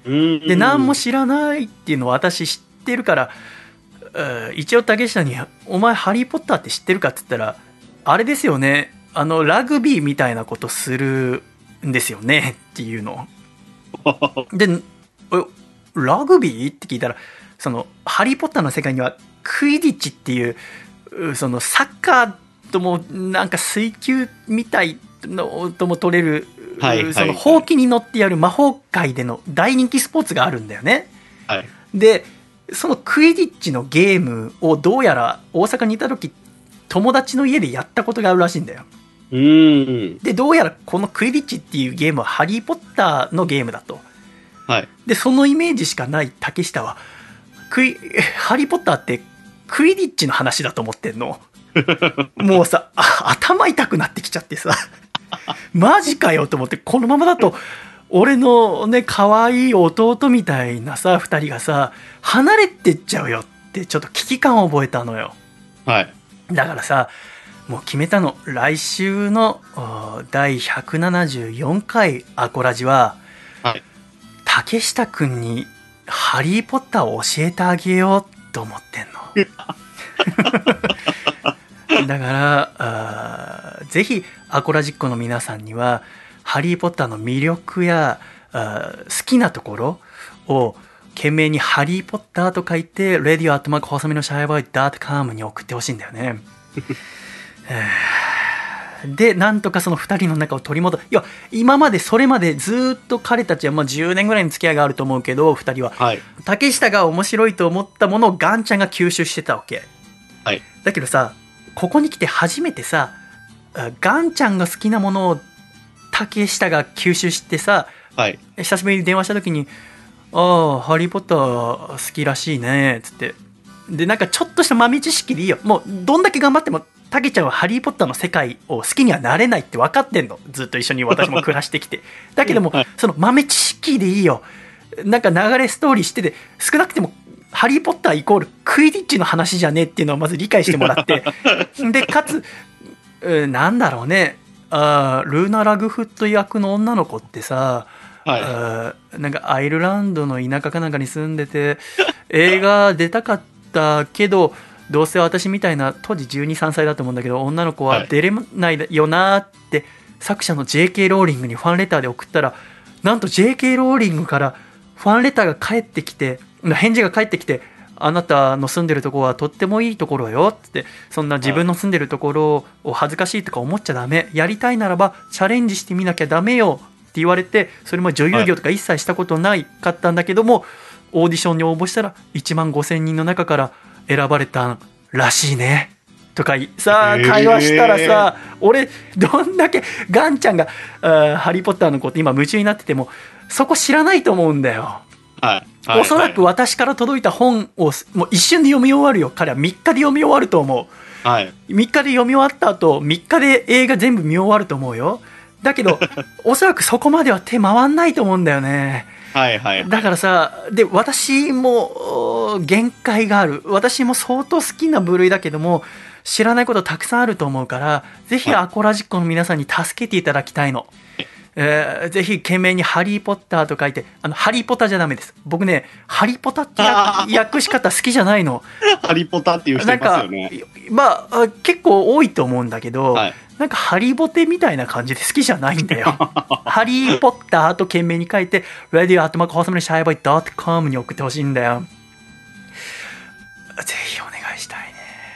で何も知らないっていうのを私知ってるから、一応竹下に「お前ハリー・ポッターって知ってるか?」って言ったら「あれですよね、ラグビーみたいなことするんですよね」っていうので「ラグビー?」って聞いたら、そのハリー・ポッターの世界にはクイディッチっていうそのサッカーともなんか水球みたいのとも取れる、そのほうきに乗ってやる魔法界での大人気スポーツがあるんだよね。 はい、 でそのクイディッチのゲームをどうやら大阪にいた時友達の家でやったことがあるらしいんだよ。でどうやらこのクイディッチっていうゲームはハリー・ポッターのゲームだと。 はい、でそのイメージしかない竹下はハリー・ポッターってクイディッチの話だと思ってんの。もうさ頭痛くなってきちゃってさマジかよと思って、このままだと俺のね可愛い弟みたいなさ2人がさ離れてっちゃうよってちょっと危機感を覚えたのよ。 はい、 だからさもう決めたの。来週の第174回アコラジは、 はい、 竹下くんにハリーポッターを教えてあげようと思ってんの。だからぜひアコラジックの皆さんにはハリーポッターの魅力や好きなところを懸命にハリーポッターと書いて radio@ 細身のシャイボーイ .com に送ってほしいんだよね。でなんとかその2人の中を取り戻す。いや今までそれまでずっと彼たちはまあ10年ぐらいの付き合いがあると思うけど2人は、 はい、 竹下が面白いと思ったものをガンちゃんが吸収してたわけ、 はい、 だけどさここに来て初めてさガンちゃんが好きなものを竹下が吸収してさ、 はい、 久しぶりに電話した時に「ああハリー・ポッター好きらしいね」っつって、でなんかちょっとした豆知識でいいよ、もうどんだけ頑張ってもたけちゃんはハリー・ポッターの世界を好きにはなれないって分かってんの、ずっと一緒に私も暮らしてきて。だけども、はい、その豆知識でいいよ、なんか流れストーリーしてて少なくてもハリー・ポッターイコールクイディッチの話じゃねえっていうのをまず理解してもらってでかつなんだろうね、ルーナ・ラグフット役の女の子ってさ、はい、なんかアイルランドの田舎かなんかに住んでて映画出たかったけどどうせ私みたいな当時12、13歳だと思うんだけど女の子は出れないよなって作者の JK ローリングにファンレターで送ったら、なんと JK ローリングからファンレターが返ってきて、返事が返ってきて、あなたの住んでるところはとってもいいところよって、そんな自分の住んでるところを恥ずかしいとか思っちゃダメ、やりたいならばチャレンジしてみなきゃダメよって言われて、それも女優業とか一切したことないかったんだけども、オーディションに応募したら1万5,000人の中から選ばれたらしいねとかさあ会話したらさ、俺どんだけガンちゃんがハリー・ポッターのこと今夢中になっててもそこ知らないと思うんだよ。おそらく私から届いた本をもう一瞬で読み終わるよ。彼は3日で読み終わると思う、3日で読み終わった後3日で映画全部見終わると思うよ。だけどおそらくそこまでは手回んないと思うんだよね。だからさ、で私も限界がある。私も相当好きな部類だけども知らないことたくさんあると思うから、ぜひアコラジックの皆さんに助けていただきたいの。ぜひ懸命にハリーポッターと書いて、ハリーポタじゃダメです。僕ねハリポタって訳し方好きじゃないの。 ハリポタっていう人いますよね。 まあ結構多いと思うんだけど、なんかハリボテみたいな感じで好きじゃないんだよ。ハリーポッターと懸命に書いて radio@hosomeneshaiboy.com に送ってほしいんだよ。ぜひお願いしたい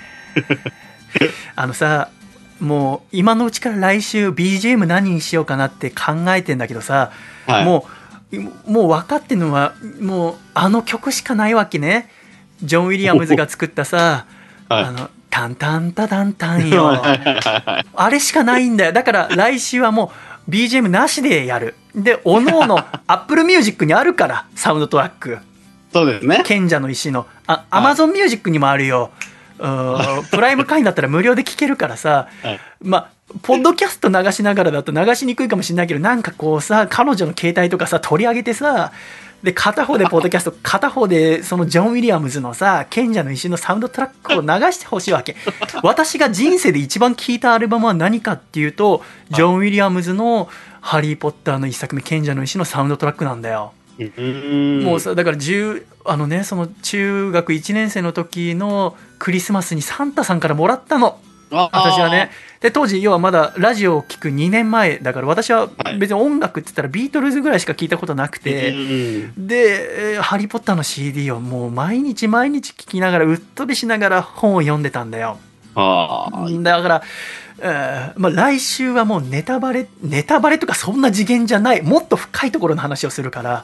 ね。さ、もう今のうちから来週 BGM 何にしようかなって考えてんだけどさ、もう分かってるのはもう曲しかないわけね。ジョン・ウィリアムズが作ったさ、タンタンタタンタンよあれしかないんだよ。だから来週はもう BGM なしでやる。でおのおの Apple Music にあるからサウンドトラック。 そうですね。 賢者の石のAmazon Music にもあるよ。プライム会員だったら無料で聴けるからさ、まあポッドキャスト流しながらだと流しにくいかもしれないけど、なんかこうさ彼女の携帯とかさ取り上げてさ、で片方でポッドキャスト片方でそのジョン・ウィリアムズのさ賢者の石のサウンドトラックを流してほしいわけ。私が人生で一番聴いたアルバムは何かっていうと、ジョン・ウィリアムズのハリー・ポッターの一作目賢者の石のサウンドトラックなんだよ。 もうさ、だからその中学1年生の時のクリスマスにサンタさんからもらったの、私はね。で当時要はまだラジオを聞く2年前だから、私は別に音楽って言ったらビートルズぐらいしか聞いたことなくて、でハリー・ポッターの CD をもう毎日毎日聞きながらうっとりしながら本を読んでたんだよ。だから来週はもうネタバレとかそんな次元じゃない、もっと深いところの話をするから、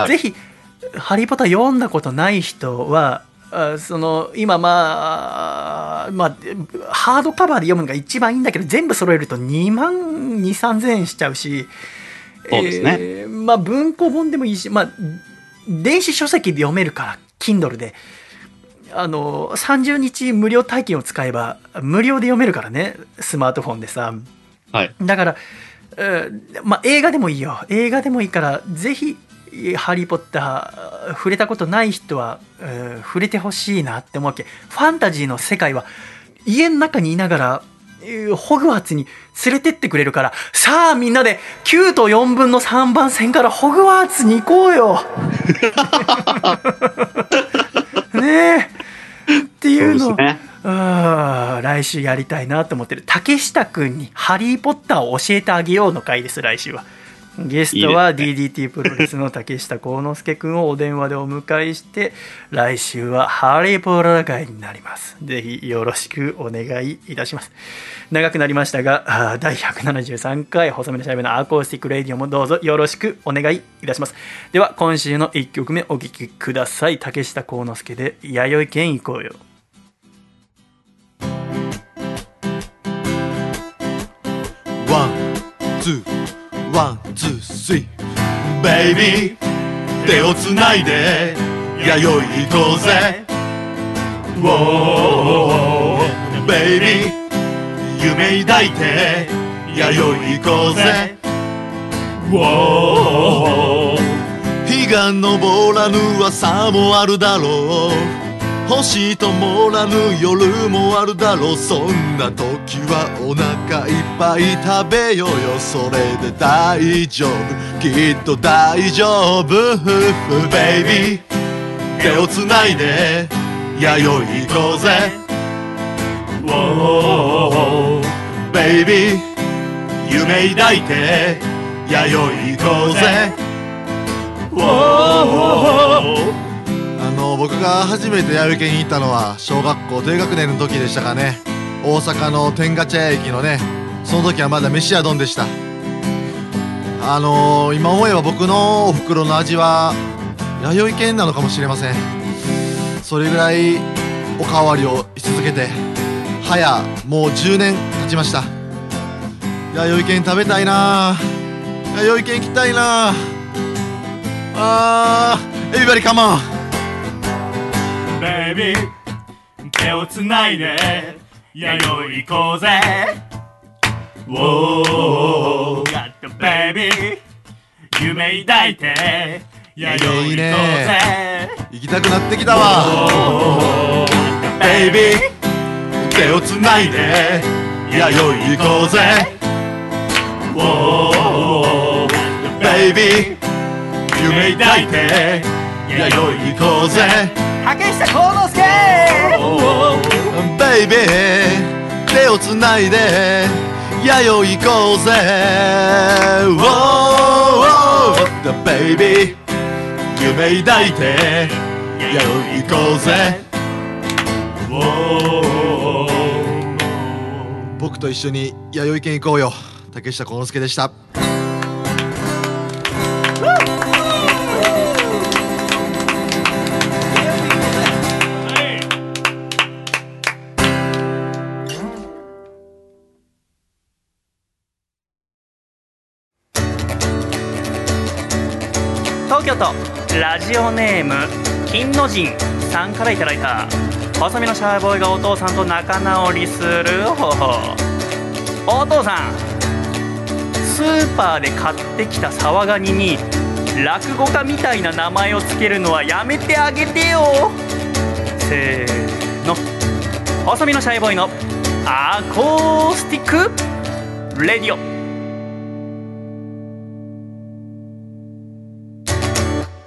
ぜひハリー・ポッター読んだことない人は今ハードカバーで読むのが一番いいんだけど、全部揃えると2万2、3000円しちゃうし、 そうですね。 文庫本でもいいし、電子書籍で読めるから Kindle で30日無料体験を使えば無料で読めるからね、スマートフォンでさ。だから、映画でもいいよ。映画でもいいからぜひハリー・ポッター触れたことない人は、触れてほしいなって思うわけ。ファンタジーの世界は家の中にいながら、ホグワーツに連れてってくれるから、さあみんなで9と4分の3番線からホグワーツに行こうよねえっていうのを来週やりたいなと思ってる。竹下くんにハリー・ポッターを教えてあげようの回です、来週は。ゲストは DDT プロレスの竹下幸之助くんをお電話でお迎えして、来週はハリーポッター会になります。ぜひよろしくお願いいたします。長くなりましたが、第173回細身のシャイブのアコースティックレディオもどうぞよろしくお願いいたします。では今週の1曲目お聴きください。竹下幸之助で弥生県行こうよ。 ワンツーワンツースリーベイビー手をつないで弥生行こうぜ。ウォーベイビー夢抱いて弥生行こうぜ。ウォー日が昇らぬ朝もあるだろう、星ともらぬ夜もあるだろう。そんな時はお腹いっぱい食べようよ。それで大丈夫、きっと大丈夫。ベイビー手をつないで弥生行こうぜ。ベイビー夢抱いて弥生行こうぜ。僕が初めて弥生県に行ったのは小学校低学年の時でしたかね。大阪の天下茶屋駅のね、その時はまだ飯屋丼でした。今思えば僕のお袋の味は弥生県なのかもしれません。それぐらいおかわりをし続けてもう10年経ちました。弥生県食べたいな、弥生県行きたいな。エビバリカモンベイビー手をつないで弥生行こうぜ。ウォーベイビー夢抱いて弥生行こうぜ。行きたくなってきたわ。ベイビー手をつないで弥生行こうぜ。ウォーベイビー夢抱いて弥生行こうぜ。 竹下幸之助ベイビー手をつないで弥生行こうぜ。ベイビー夢抱いて弥生行こうぜ。僕と一緒に弥生県行こうよ。竹下幸之助でした。 東京都ラジオネーム金の神さんからいただいた、細身のシャーボーイがお父さんと仲直りする方法。お父さん、スーパーで買ってきたサワガニに落語家みたいな名前をつけるのはやめてあげてよ。せーの、細身のシャイボーイのアコースティックレディオ。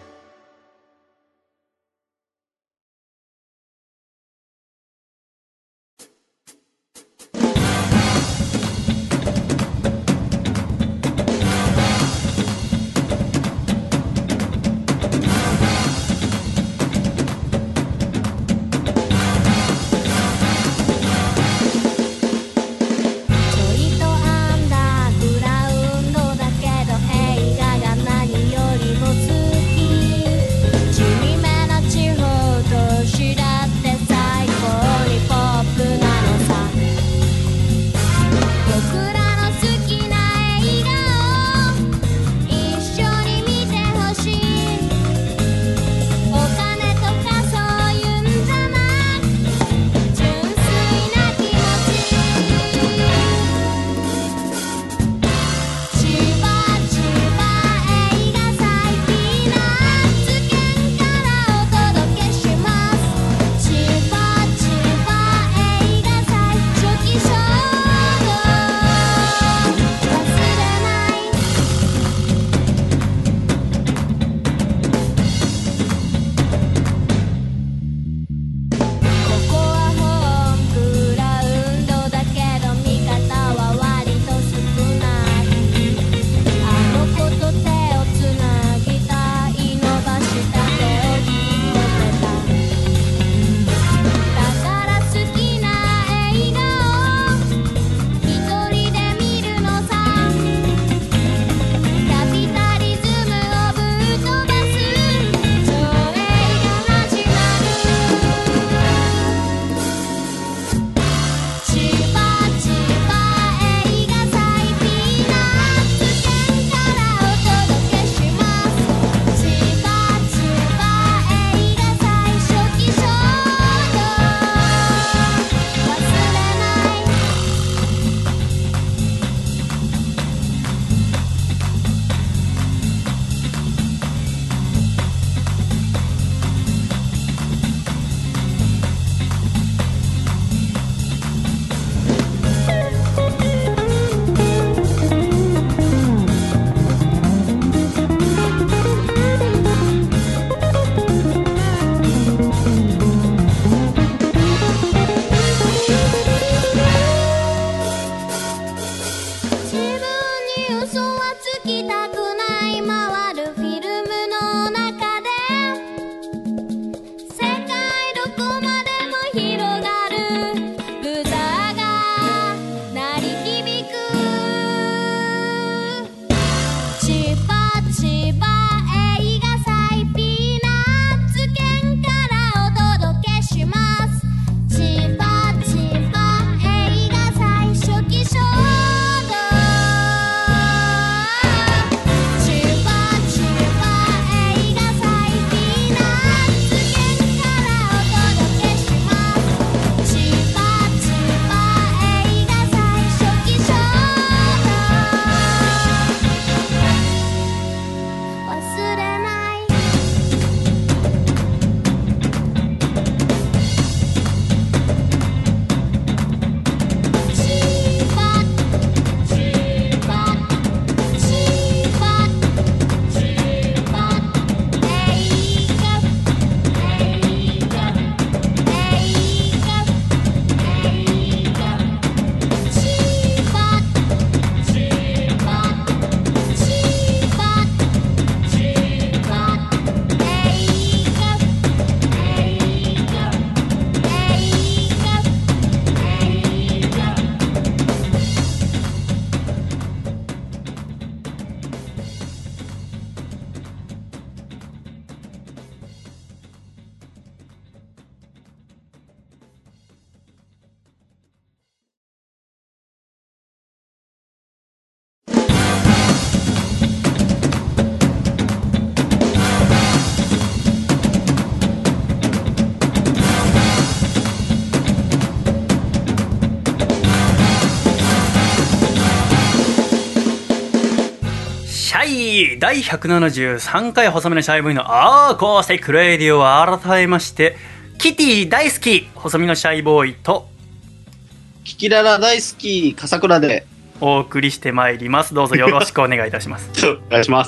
はい第173回細身のシャイボーイのアーコースティックレディオを改めましてキティ大好き細身のシャイボーイとキキララ大好き笠倉でお送りしてまいります。どうぞよろしくお願いいたしますお願いします。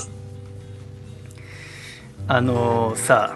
さ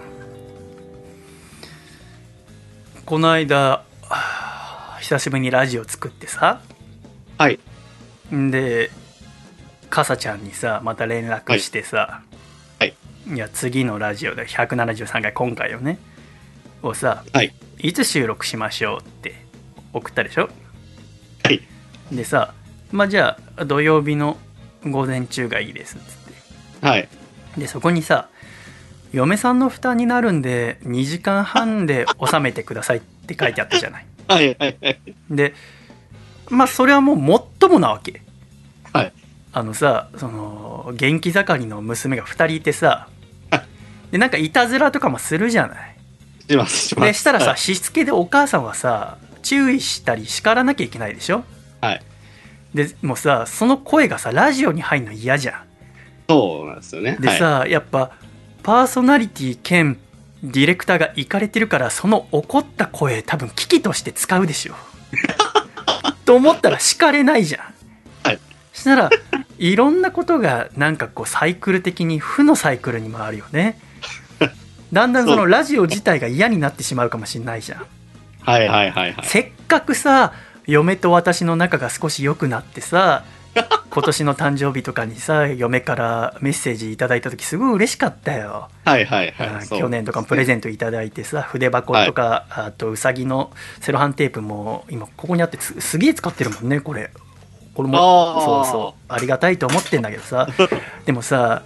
この間久しぶりにラジオ作ってさ、 はいでかさちゃんにさまた連絡してさ、 はい、 いや次のラジオで173回今回をねをさ、 はい、 いつ収録しましょうって送ったでしょ。 はいでさまあじゃあ土曜日の午前中がいいですっつってはいでそこにさ嫁さんの負担になるんで2時間半で収めてくださいって書いてあったじゃないはいはいはいでまあそれはもうもっともなわけ。 はいさその元気盛りの娘が2人いてさでなんかいたずらとかもするじゃない。 しますでしたらさ、 はい、 しつけでお母さんはさ注意したり叱らなきゃいけないでしょ。 はいでもうさその声がさラジオに入るの嫌じゃん。 そうなんですよね。 でさ、 はい、 やっぱパーソナリティ兼ディレクターがイカれてるからその怒った声多分機器として使うでしょと思ったら叱れないじゃん。 はい、 そしたらいろんなことがなんかこうサイクル的に負のサイクルに回るよね。だんだんそのラジオ自体が嫌になってしまうかもしれないじゃん。 はいはいはいはい。 せっかくさ嫁と私の仲が少し良くなってさ今年の誕生日とかにさ嫁からメッセージいただいた時すごい嬉しかったよ。 はいはいはい。 去年とかもプレゼントいただいてさ筆箱とか、はい、あとうさぎのセロハンテープも今ここにあってすげえ使ってるもんねこれもそうそうありがたいと思ってんだけどさでもさ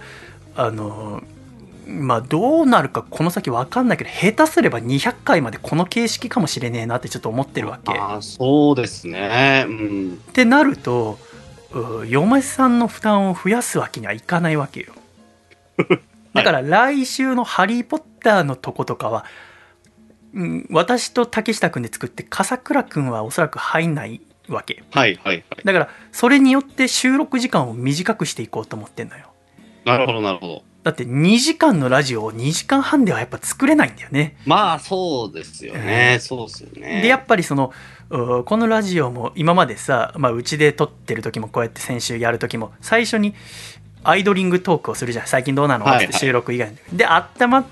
まあどうなるかこの先分かんないけど下手すれば200回までこの形式かもしれねえなってちょっと思ってるわけ。 あそうですね、うん、 ってなると嫁さんの負担を増やすわけにはいかないわけよだから来週の「ハリー・ポッター」のとことかは、私と竹下くんで作って笠倉くんはおそらく入んないわけ。 はいはいはい。 だからそれによって収録時間を短くしていこうと思ってんのよ。なるほどなるほど。 だって2時間のラジオを2時間半ではやっぱ作れないんだよね。 まあそうですよね、そうですよね。 でやっぱりそのこのラジオも今までさ、まあ、うちで撮ってる時もこうやって先週やる時も最初にアイドリングトークをするじゃん。最近どうなのって収録以外で温まって、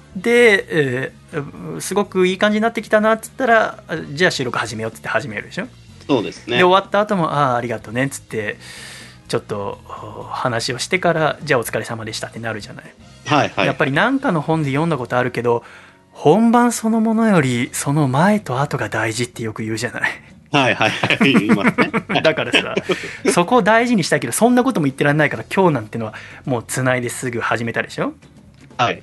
すごくいい感じになってきたなっつったらじゃあ収録始めようっつって始めるでしょ。 そうですね。 で終わった後もありがとうねっつってちょっと話をしてからじゃあお疲れ様でしたってなるじゃない。 はいはい。 やっぱり何かの本で読んだことあるけど本番そのものよりその前と後が大事ってよく言うじゃない。 はいはいはい言いますねだからさそこを大事にしたいけどそんなことも言ってらんないから今日なんてのはもうつないですぐ始めたでしょ。 はい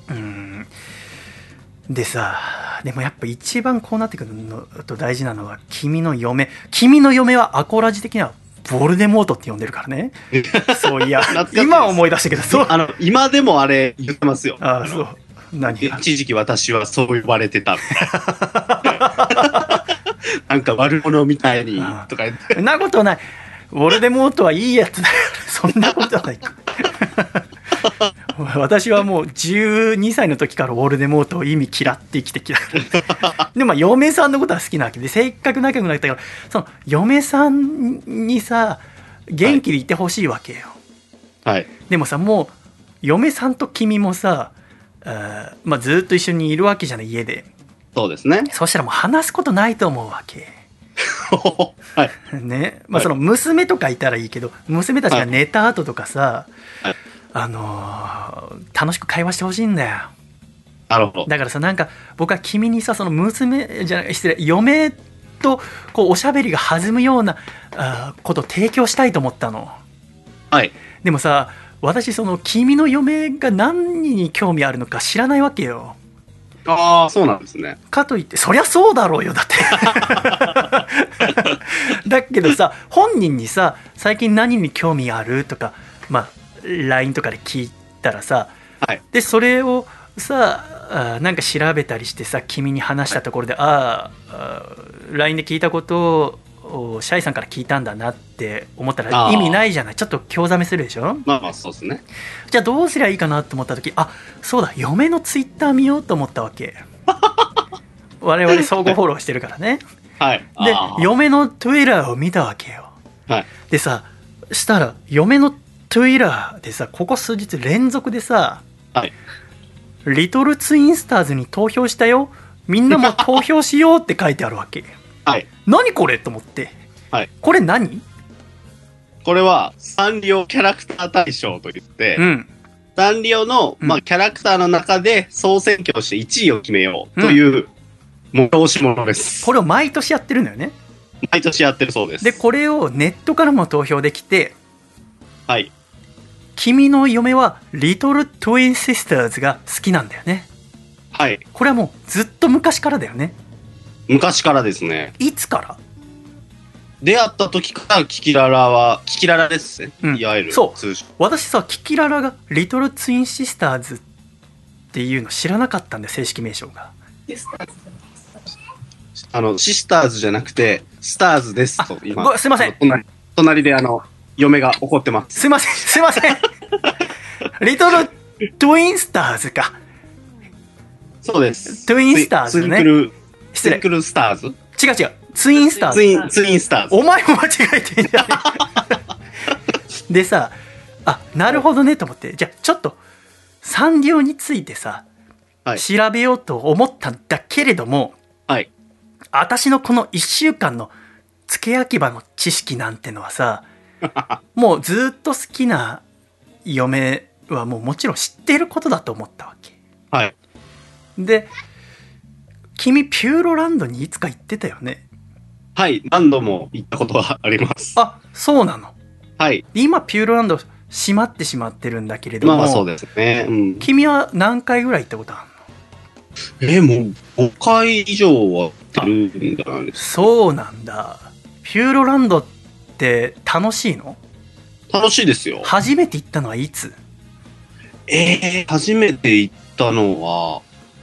でさでもやっぱ一番こうなってくるのと大事なのは君の嫁はアコラジ的にはボルデモートって呼んでるからねそういや今思い出したけどそう今でもあれ言ってますよ。 あそう何が一時期私はそう呼ばれてたなんか悪者みたいにとか言ってそんなことない。ボルデモートはいいやつだよそんなことはない私はもう12歳の時からウォルデモートを意味嫌って生きてきたからでも嫁さんのことは好きなわけでせっかく仲良くなったからその嫁さんにさ元気でいてほしいわけよ、 はい、 でもさもう嫁さんと君もさまあ、ずっと一緒にいるわけじゃない家で。 そうですね。 そしたらもう話すことないと思うわけはいね。まあその娘とかいたらいいけど娘たちが寝た後とかさ、はい、楽しく会話してほしいんだよ。 なるほど。 だからさなんか僕は君にさその嫁とこうおしゃべりが弾むようなことを提供したいと思ったの。 はい。 でもさ私その君の嫁が何に興味あるのか知らないわけよ。 ああそうなんですね。 かといってそりゃそうだろうよだってだけどさ本人にさ最近何に興味あるとかまあ LINE とかで聞いたらさ、 はい、 でそれをさなんか調べたりしてさ君に話したところで、はい、LINE で聞いたことシャイさんから聞いたんだなって思ったら意味ないじゃない。ちょっと興ざめするでしょ。 まあまあそうですね。 じゃあどうすりゃいいかなと思った時、あ、そうだ、嫁のツイッター見ようと思ったわけ。我々相互フォローしてるからね。 はい。 で、嫁のトゥイラーを見たわけよ。 はい。 でさ、したら嫁のトゥイラーでさ、ここ数日連続でさ、 はい。 リトルツインスターズに投票したよ、みんなも投票しようって書いてあるわけ。 はい。 何これと思って。 はい。 これ何？ これはサンリオキャラクター大賞といって、 うん、 サンリオの、まあ、キャラクターの中で総選挙をして1位を決めようという催し物です。 これを毎年やってるのよね。 毎年やってるそうです。 で、これをネットからも投票できて、 はい。 君の嫁はリトルトゥインシスターズが好きなんだよね。 はい。 これはもうずっと昔からだよね。 昔からですね。 いつから？ 出会った時からキキララですね。いわゆるそう。 通称。 私さ、キキララがリトルツインシスターズっていうの知らなかったんだよ、正式名称が。 シスターズじゃなくて、スターズですと、今。 すいません。 隣で嫁が怒ってます。 すいません、すいません。リトルトゥインスターズか。 そうです。 トゥインスターズね。 ツインクルスターズ？ 違う違う。ツインスターズ。 ツインスターズ。 お前も間違えてんじゃねえ。でさ、あ、なるほどねと思って、じゃあちょっとサンリオについてさ、はい、調べようと思ったんだけれども、 はい。 私のこの1週間の付け焼き場の知識なんてのはさ、もうずっと好きな嫁はもちろん知っていることだと思ったわけ。 はい。 で、君ピューロランドにいつか行ってたよね。 はい、何度も行ったことがあります。 あ、そうなの。 はい。 今ピューロランド閉まってしまってるんだけれども、 まあそうですね。うん、 君は何回ぐらい行ったことあるの？もう5回以上は行ってるんじゃないですか。そうなんだ。ピューロランドって楽しいの？ 楽しいですよ。 初めて行ったのはいつ？ 初めて行ったのは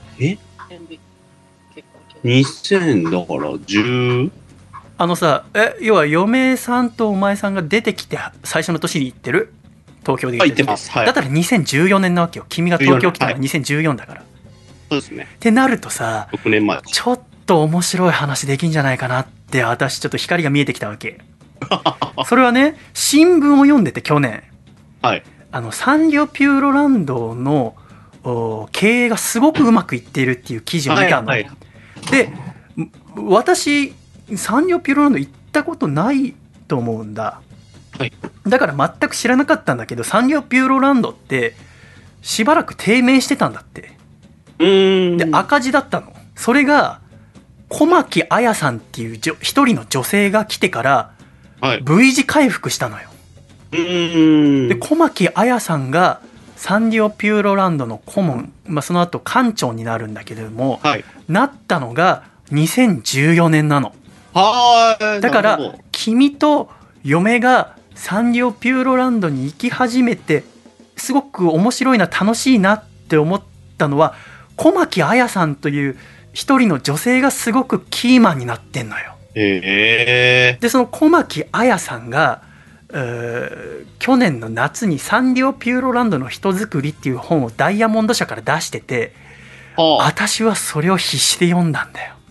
2000だから10？ さ、要は嫁さんとお前さんが出てきて最初の年に行ってる？東京で行ってます。はい。 だったら2014年なわけよ。君が東京来たのが2014だから。 そうですね。 ってなるとさ、 6年前。 ちょっと面白い話できんじゃないかなって私ちょっと光が見えてきたわけ。それはね、新聞を読んでて去年、 はい。 サンリオピューロランドの経営がすごくうまくいっているっていう記事を見たの。はいはい、で、私サンリオピューロランド行ったことないと思うんだ。 はい。 だから全く知らなかったんだけど、サンリオピューロランドってしばらく低迷してたんだって。で、赤字だったの。それが小牧彩さんっていう一人の女性が来てから V 字回復したのよ。で、小牧彩さんがサンリオピューロランドの顧問、その後館長になるんだけれども、 はい、 なったのが2014年なの。だから君と嫁がサンリオピューロランドに行き始めてすごく面白いな、楽しいなって思ったのは、小牧彩さんという一人の女性がすごくキーマンになってんのよ。で、その小牧彩さんが去年の夏にサンリオピューロランドの人づくりっていう本をダイヤモンド社から出してて、私はそれを必死で読んだんだよ。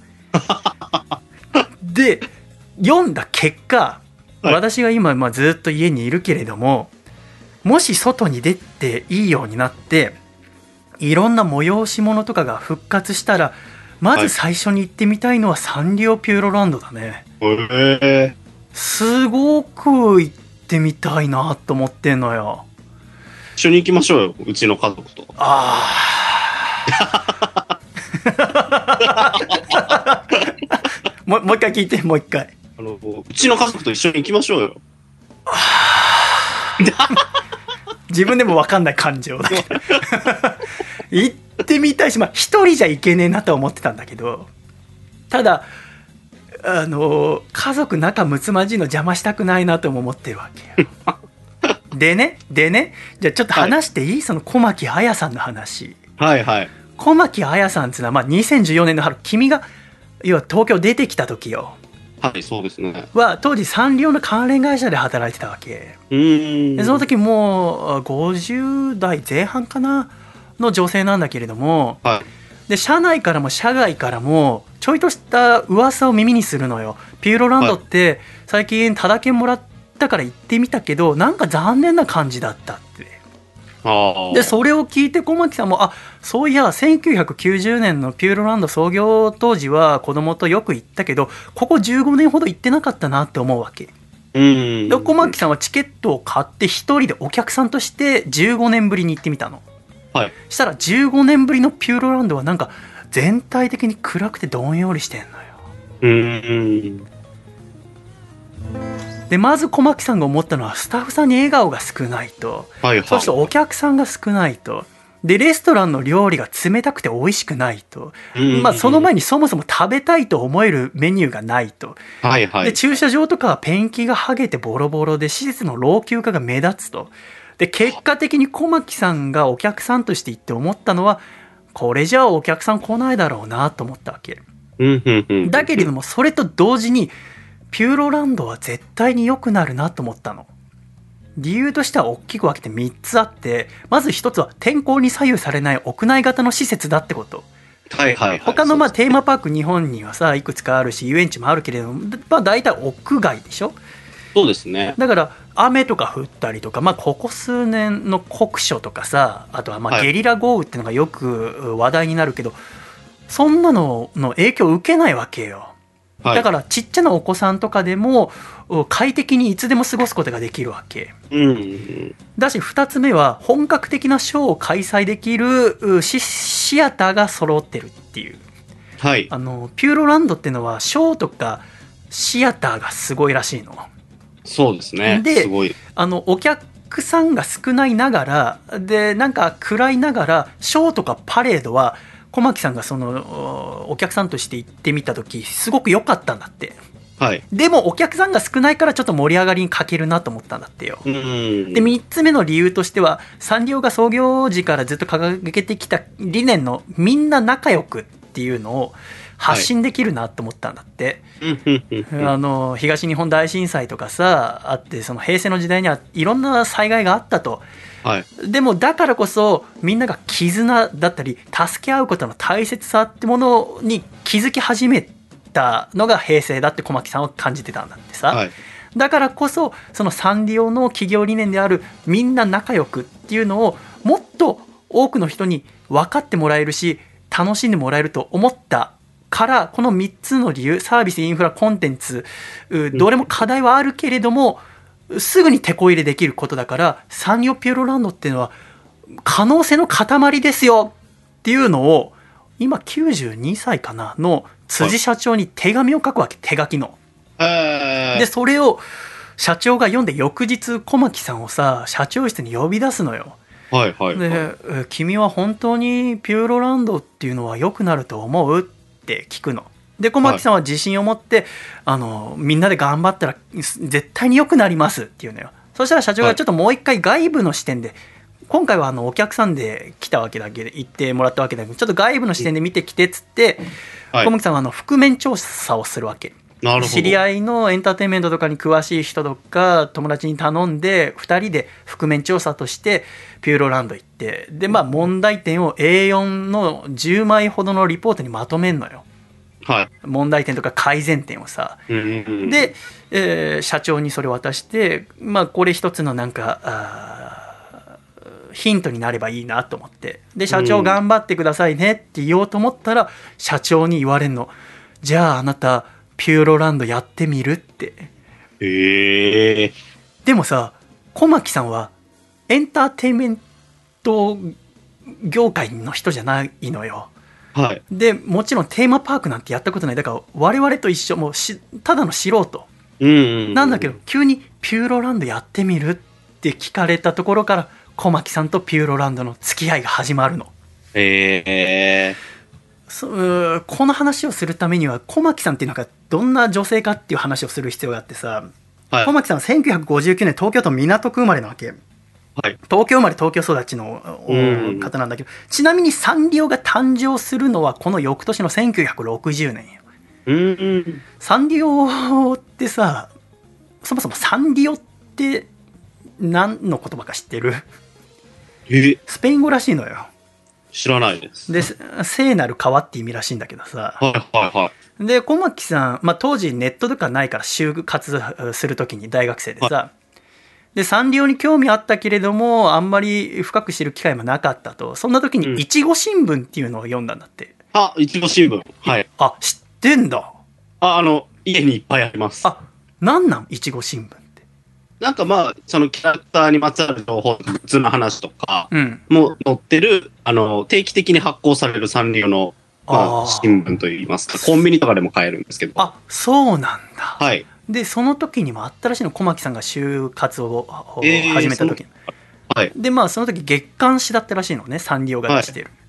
で、読んだ結果、私が今ずっと家にいるけれども、もし外に出ていいようになっていろんな催し物とかが復活したら、まず最初に行ってみたいのはサンリオピューロランドだね。すごく行ってみたいなと思ってんのよ。 一緒に行きましょうよ、うちの家族と。 もう一回聞いて、もう一回。 うちの家族と一緒に行きましょうよ。 自分でも分かんない感情だけど行ってみたいし、一人じゃ行けねえなとは思ってたんだけど、ただ家族仲睦まじいの邪魔したくないなとも思ってるわけよ。でね、じゃあちょっと話していい？その小牧彩さんの話。 はいはい。 小牧彩さんっていうのは、2014年の春、君が要は東京出てきた時よ。 はい、そうですね。 は当時サンリオの関連会社で働いてたわけ。でその時もう50代前半かなの女性なんだけれども、 はい、 で社内からも社外からもちょいとした噂を耳にするのよ。ピューロランドって最近タダ券もらったから行ってみたけど、なんか残念な感じだったって。でそれを聞いて小牧さんも、あ、そういや1990年のピューロランド創業当時は子供とよく行ったけど、ここ15年ほど行ってなかったなって思うわけ。で小牧さんはチケットを買って一人でお客さんとして15年ぶりに行ってみたの。 はい、 したら15年ぶりのピューロランドはなんか全体的に暗くてどんよりしてんのよ。でまず小牧さんが思ったのは、スタッフさんに笑顔が少ないと、そしてお客さんが少ないと、でレストランの料理が冷たくて美味しくないと、その前にそもそも食べたいと思えるメニューがないと、で駐車場とかはペンキが剥げてボロボロで施設の老朽化が目立つと。で結果的に小牧さんがお客さんとして行って思ったのは、これじゃあお客さん来ないだろうなと思ったわけ。だけれどもそれと同時にピューロランドは絶対に良くなるなと思ったの。理由としては大きく分けて3つあって、まず1つは天候に左右されない屋内型の施設だってこと。他のテーマパーク日本にはさいくつかあるし遊園地もあるけれども、大体屋外でしょ。 そうですね。 だから雨とか降ったりとか、ここ数年の酷暑とかさ、あとはゲリラ豪雨っていうのがよく話題になるけど、そんなのの影響を受けないわけよ。だからちっちゃなお子さんとかでも快適にいつでも過ごすことができるわけ。だし2つ目は本格的なショーを開催できるシアターが揃ってるっていう。ピューロランドっていうのはショーとかシアターがすごいらしいの。 そうですね。 ですごい。お客さんが少ないながらでなんか暗いながらショーとかパレードは小牧さんがそのお客さんとして行ってみた時すごく良かったんだって。でもお客さんが少ないからちょっと盛り上がりに欠けるなと思ったんだってよ。で3つ目の理由としては、サンリオが創業時からずっと掲げてきた理念のみんな仲良くっていうのを発信できるなと思ったんだって。東日本大震災とかさあって、その平成の時代にはいろんな災害があったと。でもだからこそみんなが絆だったり助け合うことの大切さってものに気づき始めたのが平成だって小牧さんは感じてたんだってさ。だからこそそのサンリオの企業理念であるみんな仲良くっていうのをもっと多くの人に分かってもらえるし楽しんでもらえると思ったから、この3つの理由、サービス、インフラ、コンテンツ、どれも課題はあるけれどもすぐにテこ入れできることだから、サンリオピューロランドっていうのは可能性の塊ですよっていうのを今92歳かなの辻社長に手紙を書くわけ。手書きの。でそれを社長が読んで翌日小牧さんをさ社長室に呼び出すのよ。で君は本当にピューロランドっていうのは良くなると思うって聞くの。で小牧さんは自信を持って、みんなで頑張ったら絶対に良くなりますっていうのよ。そしたら社長がちょっともう一回外部の視点で、今回はお客さんで来たわけだけで行ってもらったわけだけど、ちょっと外部の視点で見てきてっつって、小牧さんは覆面調査をするわけ。知り合いのエンターテインメントとかに詳しい人とか友達に頼んで2人で覆面調査としてピューロランド行って、で問題点を A4 の10枚ほどのリポートにまとめんのよ。問題点とか改善点をさ。で、社長にそれを渡して、これ一つのなんかヒントになればいいなと思って、で社長頑張ってくださいねって言おうと思ったら社長に言われんの。じゃああなたピューロランドやってみるって。でもさ小牧さんはエンターテインメント業界の人じゃないのよ。でもちろんテーマパークなんてやったことない。だから我々と一緒、もうただの素人なんだけど、急にピューロランドやってみるって聞かれたところから小牧さんとピューロランドの付き合いが始まるの。この話をするためには小牧さんっていうのがどんな女性かっていう話をする必要があってさ、小牧さんは1959年東京都港区生まれなわけ。東京生まれ東京育ちの方なんだけど、ちなみにサンリオが誕生するのはこの翌年の1960年よ。 サンリオってさ、そもそもサンリオって何の言葉か知ってる？スペイン語らしいのよ。 知らないです。 で、聖なる川って意味らしいんだけどさ。 はいはいはい。 で、小牧さん、当時ネットとかないから就活するときに大学生でさ、はい、で、サンリオに興味あったけれども、あんまり深く知る機会もなかったと。そんな時に、いちご新聞っていうのを読んだんだって。 いちご新聞。はい。 あ、知ってんだ。 家にいっぱいあります。 なんなんいちご新聞って。 なんかそのキャラクターにまつわる情報、普通の話とかも載ってる、定期的に発行されるサンリオの、新聞といいますか、コンビニとかでも買えるんですけど。 そうなんだ。 はい。 で、その時にもあったらしいの、小牧さんが就活を始めた時に。 はい。 で、その時月刊誌だったらしいのね、サンリオが出してる。はい、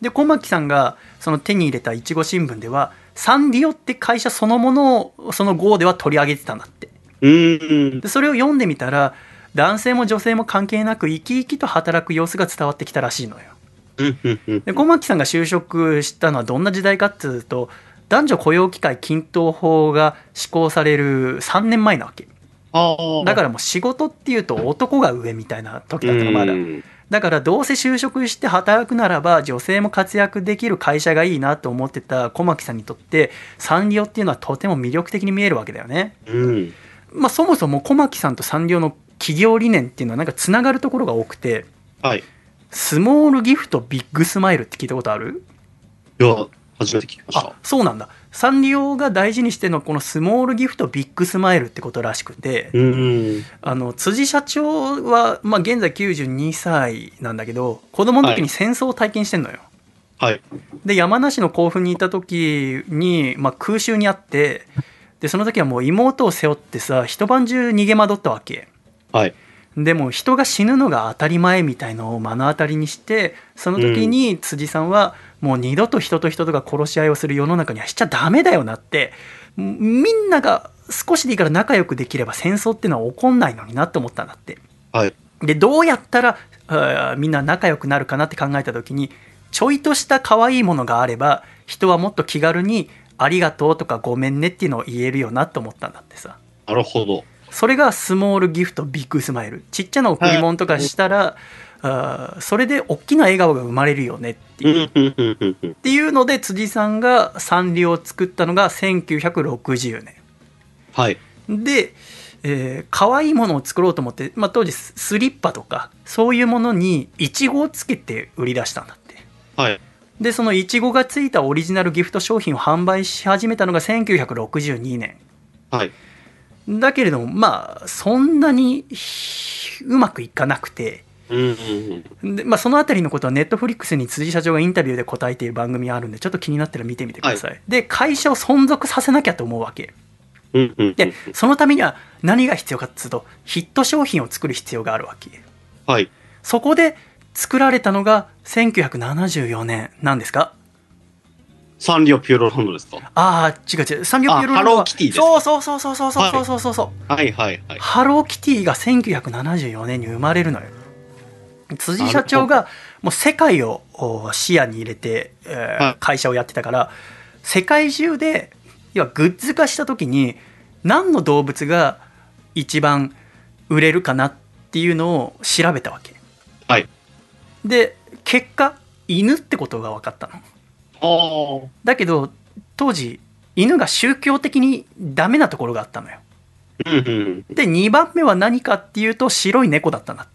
で、小牧さんがその手に入れたいちご新聞では、サンリオって会社そのものをその号では取り上げてたんだって。でそれを読んでみたら、男性も女性も関係なく生き生きと働く様子が伝わってきたらしいのよ。で小牧さんが就職したのはどんな時代かっていうと、男女雇用機会均等法が施行される3年前なわけ。だからもう仕事っていうと男が上みたいな時だったのまだ。だからどうせ就職して働くならば女性も活躍できる会社がいいなと思ってた小牧さんにとってサンリオっていうのはとても魅力的に見えるわけだよね。そもそも小牧さんとサンリオの企業理念っていうのはなんかつながるところが多くて、 はい、 スモールギフトビッグスマイルって聞いたことある？ いや初めて聞きました。 そうなんだ。サンリオが大事にしてるのはこのスモールギフトビッグスマイルってことらしくて、辻社長は、現在92歳なんだけど、子供の時に戦争を体験してんのよ。 はい、 で山梨の甲府にいた時に、空襲にあって、でその時はもう妹を背負ってさ一晩中逃げ惑ったわけ。 はい、 でも人が死ぬのが当たり前みたいのを目の当たりにして、その時に辻さんはもう二度と人と人とが殺し合いをする世の中にはしちゃダメだよなって、みんなが少しでいいから仲良くできれば戦争っていうのは起こんないのになって思ったんだって。 はい、 でどうやったらみんな仲良くなるかなって考えた時に、ちょいとした可愛いものがあれば人はもっと気軽にありがとうとかごめんねっていうのを言えるよなと思ったんだってさ。 なるほど。 それがスモールギフトビッグスマイル。ちっちゃな贈り物とかしたら、それで大きな笑顔が生まれるよねっていうので辻さんがサンリオを作ったのが1960年。 はい。 で、可愛いものを作ろうと思って、当時スリッパとかそういうものにイチゴをつけて売り出したんだって。 はい。 でそのイチゴがついたオリジナルギフト商品を販売し始めたのが1962年。 はい。 だけれどもそんなにうまくいかなくて、でそのあたりのことはネットフリックスに辻社長がインタビューで答えている番組があるんで、ちょっと気になったら見てみてください。はい、で会社を存続させなきゃと思うわけ。でそのためには何が必要かっていうとヒット商品を作る必要があるわけ。 はい。 そこで作られたのが1974年なんですか？ サンリオピューロランドですか？ 違うサンリオピューロランドはハローキティですか？ そうはいはいはい。 ハローキティが1974年に生まれるのよ。辻社長がもう世界を視野に入れて、会社をやってたから、世界中で要はグッズ化した時に何の動物が一番売れるかなっていうのを調べたわけ。 はい。 で結果犬ってことが分かったの。だけど当時犬が宗教的にダメなところがあったのよ。で2番目は何かっていうと白い猫だったんだって。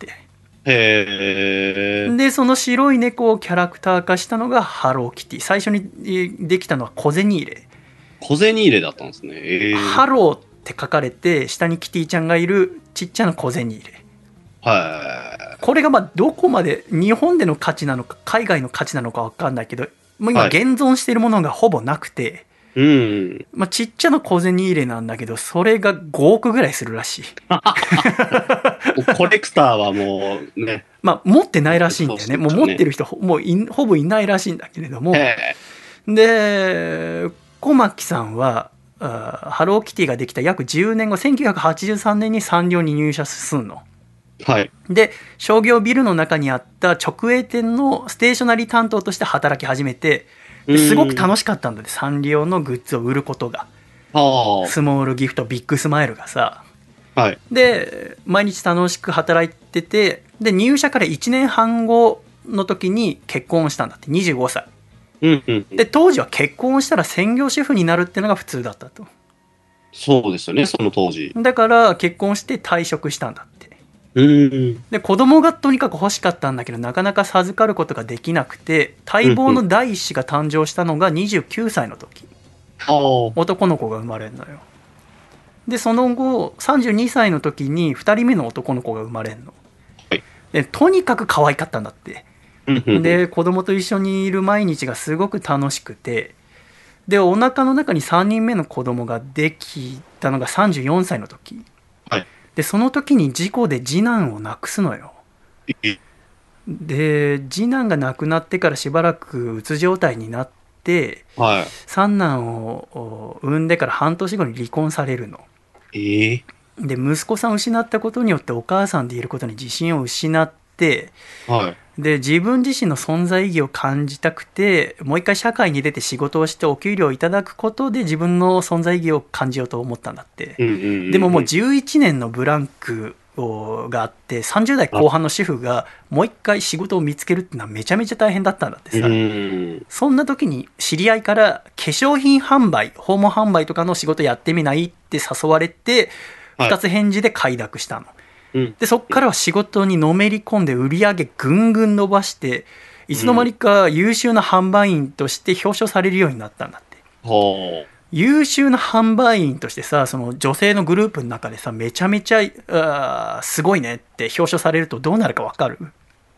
でその白い猫をキャラクター化したのがハローキティ。最初にできたのは小銭入れ。 小銭入れだったんですね。 ハローって書かれて下にキティちゃんがいるちっちゃな小銭入れ。これがどこまで日本での価値なのか海外の価値なのか分かんないけど、もう今現存しているものがほぼなくて、ちっちゃな小銭入れなんだけどそれが5億ぐらいするらしい。 コレクターはもうね、 持ってないらしいんだよね。もう持ってる人もうほぼいないらしいんだけれども、で小牧さんはハローキティができた約10年後1983年にサンリオに入社するの。 はい、 で商業ビルの中にあった直営店のステーショナリー担当として働き始めて、 ですごく楽しかったんだって、サンリオのグッズを売ることが。スモールギフトビッグスマイルがさ、 はい、で毎日楽しく働いてて、で入社から1年半後の時に結婚したんだって、25歳、で当時は結婚したら専業主婦になるっていうのが普通だったと。 そうですよね、その当時。 だから結婚して退職したんだって。で子供がとにかく欲しかったんだけど、なかなか授かることができなくて、待望の第一子が誕生したのが29歳の時、男の子が生まれるのよ。でその後32歳の時に2人目の男の子が生まれるの、はい、でとにかく可愛かったんだって。で子供と一緒にいる毎日がすごく楽しくて、でお腹の中に3人目の子供ができたのが34歳の時、はい、でその時に事故で次男を亡くすのよ。で次男が亡くなってからしばらくうつ状態になって、はい、三男を産んでから半年後に離婚されるの。で息子さんを失ったことによってお母さんでいることに自信を失って、はい、で自分自身の存在意義を感じたくて、もう一回社会に出て仕事をしてお給料をいただくことで自分の存在意義を感じようと思ったんだって。でももう11年のブランクがあって、30代後半の主婦がもう一回仕事を見つけるっていうのはめちゃめちゃ大変だったんだってさ。そんな時に知り合いから化粧品販売、訪問販売とかの仕事やってみないって誘われて、2つ返事で快諾したの。でそっからは仕事にのめり込んで売り上げぐんぐん伸ばして、いつの間にか優秀な販売員として表彰されるようになったんだって。優秀な販売員としてさ、その女性のグループの中でさ、めちゃめちゃすごいねって表彰されるとどうなるか分かる？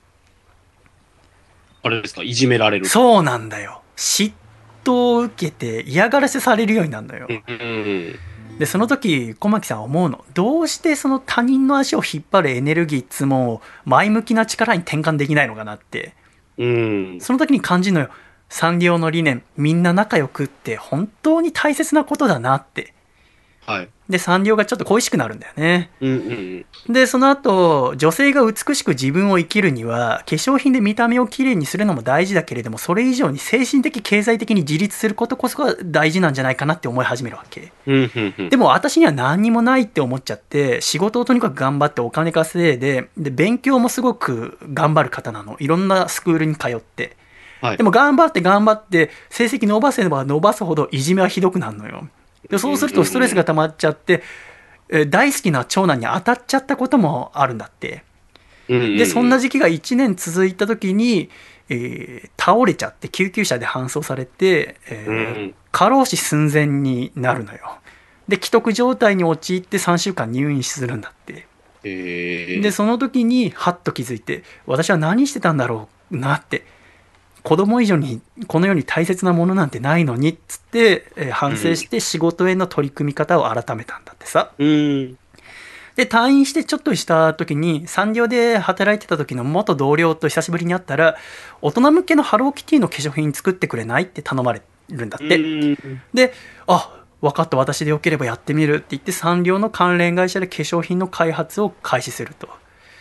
あれですか、いじめられる？ そうなんだよ。嫉妬を受けて嫌がらせされるようになるのよ。でその時小牧さんは思うの、どうしてその他人の足を引っ張るエネルギーっつも前向きな力に転換できないのかなって。その時に感じるのよ。サンリオの理念、みんな仲良くって本当に大切なことだなって。はい、でサンリオがちょっと恋しくなるんだよね。でその後、女性が美しく自分を生きるには化粧品で見た目をきれいにするのも大事だけれども、それ以上に精神的経済的に自立することこそが大事なんじゃないかなって思い始めるわけ。でも私には何にもないって思っちゃって、仕事をとにかく頑張ってお金稼いで、勉強もすごく頑張る方なの。いろんなスクールに通って、はい、でも頑張って成績伸ばせば伸ばすほどいじめはひどくなるのよ。でそうするとストレスが溜まっちゃって、大好きな長男に当たっちゃったこともあるんだって。でそんな時期が1年続いた時に、倒れちゃって救急車で搬送されて、過労死寸前になるのよ。で危篤状態に陥って3週間入院するんだって。でその時にハッと気づいて、私は何してたんだろうなって、子供以上にこの世に大切なものなんてないのにっつって、反省して仕事への取り組み方を改めたんだってさ。で退院してちょっとした時にサンリオで働いてた時の元同僚と久しぶりに会ったら、大人向けのハローキティの化粧品作ってくれないって頼まれるんだって。で分かった、私でよければやってみるって言ってサンリオの関連会社で化粧品の開発を開始すると。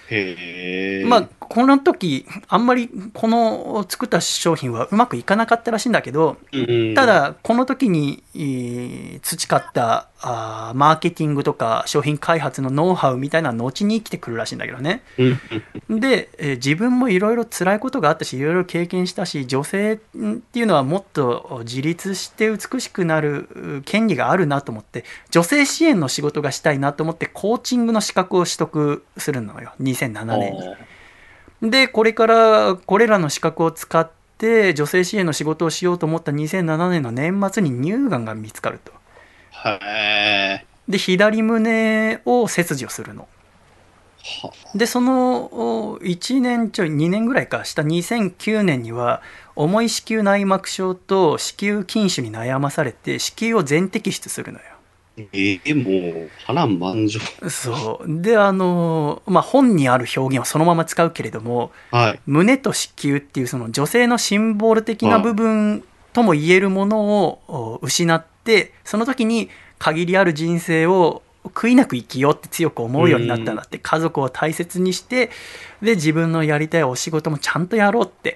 この時あんまりこの作った商品はうまくいかなかったらしいんだけど、ただこの時に培ったマーケティングとか商品開発のノウハウみたいなのは後に生きてくるらしいんだけどね。で自分もいろいろ辛いことがあったし、いろいろ経験したし、女性っていうのはもっと自立して美しくなる権利があるなと思って、女性支援の仕事がしたいなと思ってコーチングの資格を取得するのよ、2007年に。でこれからこれらの資格を使って女性支援の仕事をしようと思った2007年の年末に乳がんが見つかると。で左胸を切除するの。でその1年ちょい2年ぐらいかした2009年には重い子宮内膜症と子宮筋腫に悩まされて子宮を全摘出するのよ。 もう波乱万丈。 そうで本にある表現はそのまま使うけれども、胸と子宮っていうその女性のシンボル的な部分とも言えるものを失って、その時に限りある人生を悔いなく生きようって強く思うようになったんだって。家族を大切にして、で自分のやりたいお仕事もちゃんとやろうって。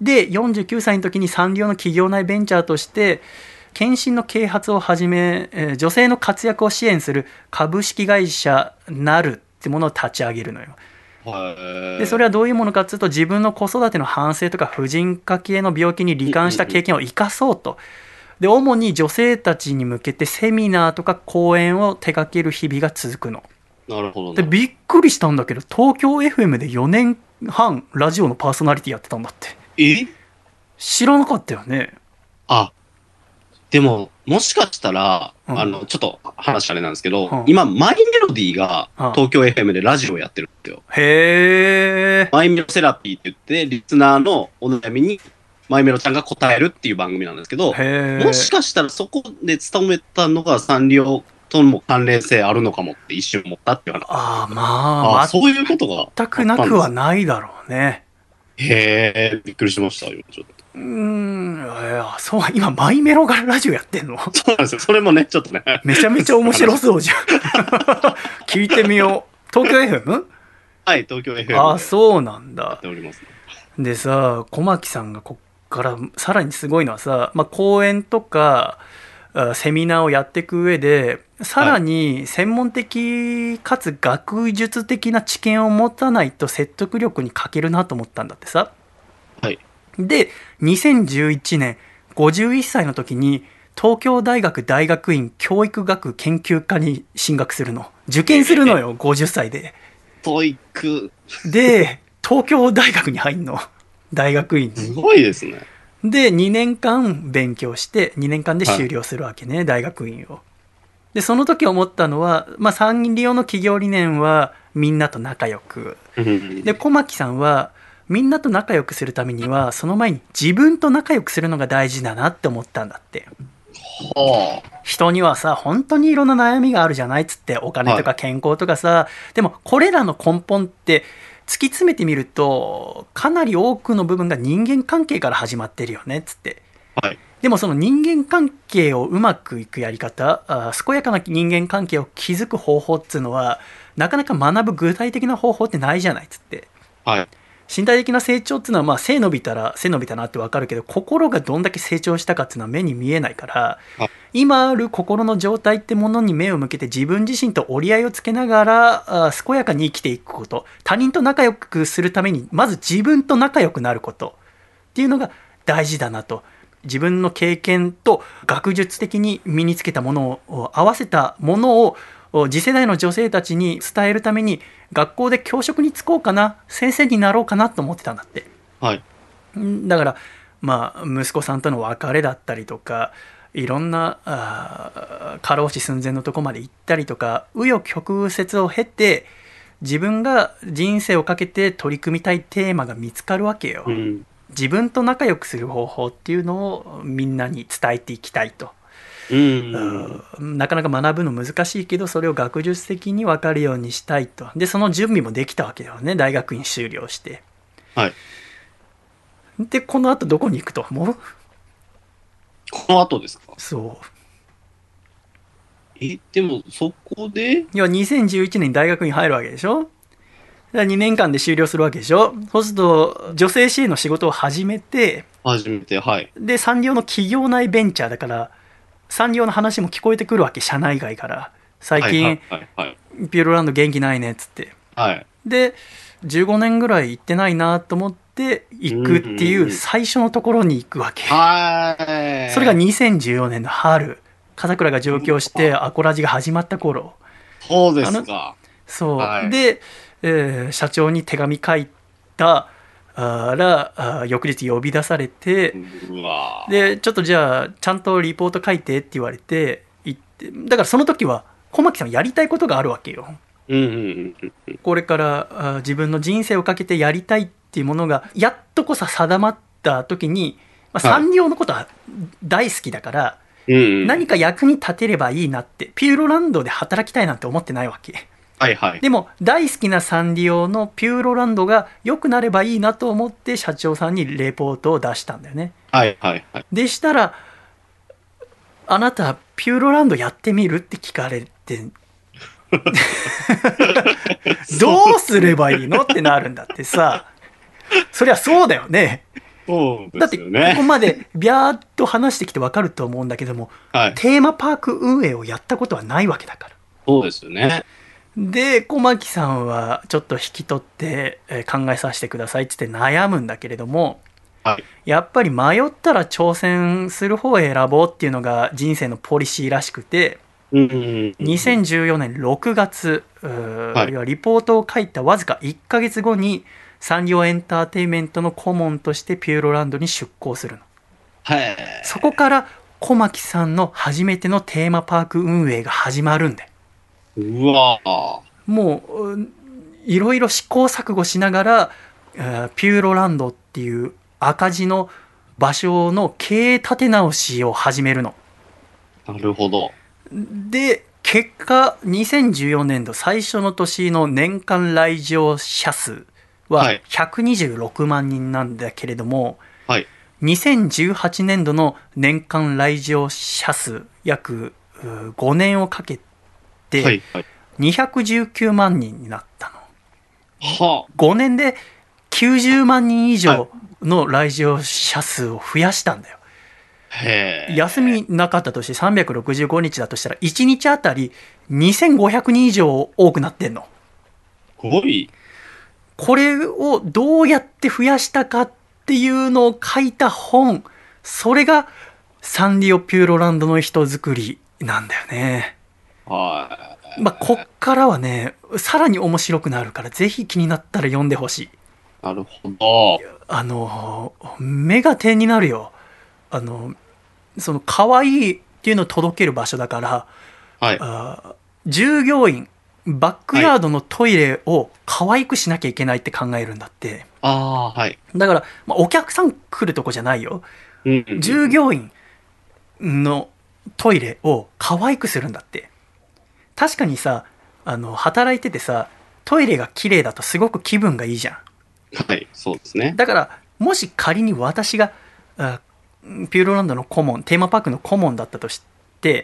で49歳の時にサンリオの企業内ベンチャーとして検診の啓発をはじめ、女性の活躍を支援する株式会社なるってものを立ち上げるのよ。でそれはどういうものかっていうと、自分の子育ての反省とか婦人科系の病気に罹患した経験を生かそうと。で主に女性たちに向けてセミナーとか講演を手掛ける日々が続くの。 なるほど。 でびっくりしたんだけど、東京 FM で4年半ラジオのパーソナリティやってたんだって。知らなかったよね。 あ、でももしかしたら、ちょっと話あれなんですけど、今マイメロディーが東京 FM でラジオやってるんですよ。 へー。 マイメロセラピーって言ってリスナーのお悩みにマイメロちゃんが答えるっていう番組なんですけど、もしかしたらそこで勤めたのがサンリオとも関連性あるのかもって一瞬思ったっていう話。そういうことが全くなくはないだろうね。 へー、びっくりしました今ちょっと。 そう、今マイメロがラジオやってんの？ そうなんですよ。それもねちょっとねめちゃめちゃ面白そうじゃん聞いてみよう。東京 FM？ はい、東京 FM。 そうなんだ。 やっておりますね。 でさ、小牧さんがこっからさらにすごいのはさ、講演とかセミナーをやっていく上でさらに専門的かつ学術的な知見を持たないと説得力に欠けるなと思ったんだってさ。で2011年51歳の時に東京大学大学院教育学研究科に進学するの。受験するのよ、50歳で。 トイックで東京大学に入んの、大学院に。 すごいですね。 で2年間勉強して2年間で修了するわけね、大学院を。でその時思ったのは、サンリオの企業理念はみんなと仲良くで、小牧さんはみんなと仲良くするためにはその前に自分と仲良くするのが大事だなって思ったんだって。人にはさ本当にいろんな悩みがあるじゃないっつって、お金とか健康とかさ、でもこれらの根本って突き詰めてみるとかなり多くの部分が人間関係から始まってるよねっつって。でもその人間関係をうまくいくやり方、健やかな人間関係を築く方法っつうのはなかなか学ぶ具体的な方法ってないじゃないっつって。身体的な成長っていうのは背伸びたら背伸びたなって分かるけど、心がどんだけ成長したかっていうのは目に見えないから、今ある心の状態ってものに目を向けて自分自身と折り合いをつけながら健やかに生きていくこと、他人と仲良くするためにまず自分と仲良くなることっていうのが大事だなと。自分の経験と学術的に身につけたものを合わせたものを次世代の女性たちに伝えるために学校で教職に就こうかな、先生になろうかなと思ってたんだって。だから息子さんとの別れだったりとか、いろんな過労死寸前のとこまで行ったりとか、紆余曲折を経て自分が人生をかけて取り組みたいテーマが見つかるわけよ。自分と仲良くする方法っていうのをみんなに伝えていきたいと。なかなか学ぶの難しいけどそれを学術的に分かるようにしたいと。でその準備もできたわけだよね、大学院修了して。でこの後どこに行くと思う？ この後ですか？ そうでもそこで 2011年に大学に入るわけでしょ。2年間で修了するわけでしょ。そうすると女性支援の仕事を始めて、でサンリオの企業内ベンチャーだからサンリオの話も聞こえてくるわけ、社内外から。最近、ピューロランド元気ないねっつって、で15年ぐらい行ってないなと思って行くっていう最初のところに行くわけ。それが2014年の春、風倉が上京してアコラジが始まった頃。 そうですか。 で社長に手紙書いたら翌日呼び出されて、でちょっとじゃあちゃんとリポート書いてって言われて行って、だからその時は小牧さんやりたいことがあるわけよ。これから自分の人生をかけてやりたいっていうものがやっとこそ定まった時に、サンリオのことは大好きだから、何か役に立てればいいなって、ピューロランドで働きたいなんて思ってないわけ。でも大好きなサンリオのピューロランドが良くなればいいなと思って社長さんにレポートを出したんだよね。でしたらあなたピューロランドやってみるって聞かれてどうすればいいのってなるんだってさ。そりゃそうだよね。 そうだってこですよね。 こまでビャーっと話してきて分かると思うんだけども、 はい。 テーマパーク運営をやったことはないわけだから。 そうですよね。 で、小牧さんはちょっと引き取って考えさせてくださいって言って悩むんだけれども、 はい。 やっぱり迷ったら挑戦する方を選ぼうっていうのが人生のポリシーらしくて、 うんうんうんうん。 2014年6月、 はい。 要はリポートを書いたわずか1ヶ月後にサンリオエンターテインメントの顧問としてピューロランドに出向するの。 はい。 そこから小牧さんの初めてのテーマパーク運営が始まるんで、 うわー。 もういろいろ試行錯誤しながらピューロランドっていう赤字の場所の経営立て直しを始めるの。 なるほど。 で、結果、2014年度最初の年の年間来場者数ははい。 126万人なんだけれども、 はい。 2018年度の年間来場者数約5年をかけはてい。はい。 219万人になったの。 は 5年で90万人以あ。はい。 上の来場者数を増やしたんだよ。 へ休え。 みなかったとして365日だとしたら1日あたり2500人以上多くなってんの。 すごい。 これをどうやって増やしたかっていうのを書いた本、それがサンリオピューロランドの人作りなんだよね。 はまあ、こっからはね、さらに面白くなるから、ぜひ気になったら読んでほしい。 い。なるほど。 目が点になるよ。その可愛いっていうのを届ける場所だから、 はい。 従業員、バックはい。 ヤードのトイレを可愛くしなきゃいけないって考えるんだって。 ああ、はい。 だから、まあ、お客さん来るとこじゃないよ。 うんうんうんうん。 従業員のトイレを可愛くするんだって。確かにさ、働いててさ、トイレが綺麗だとすごく気分がいいじゃん。 はい。そうですね。 だから、もし仮に私が、ピューロランドの顧問、テーマパークの顧問だったとして、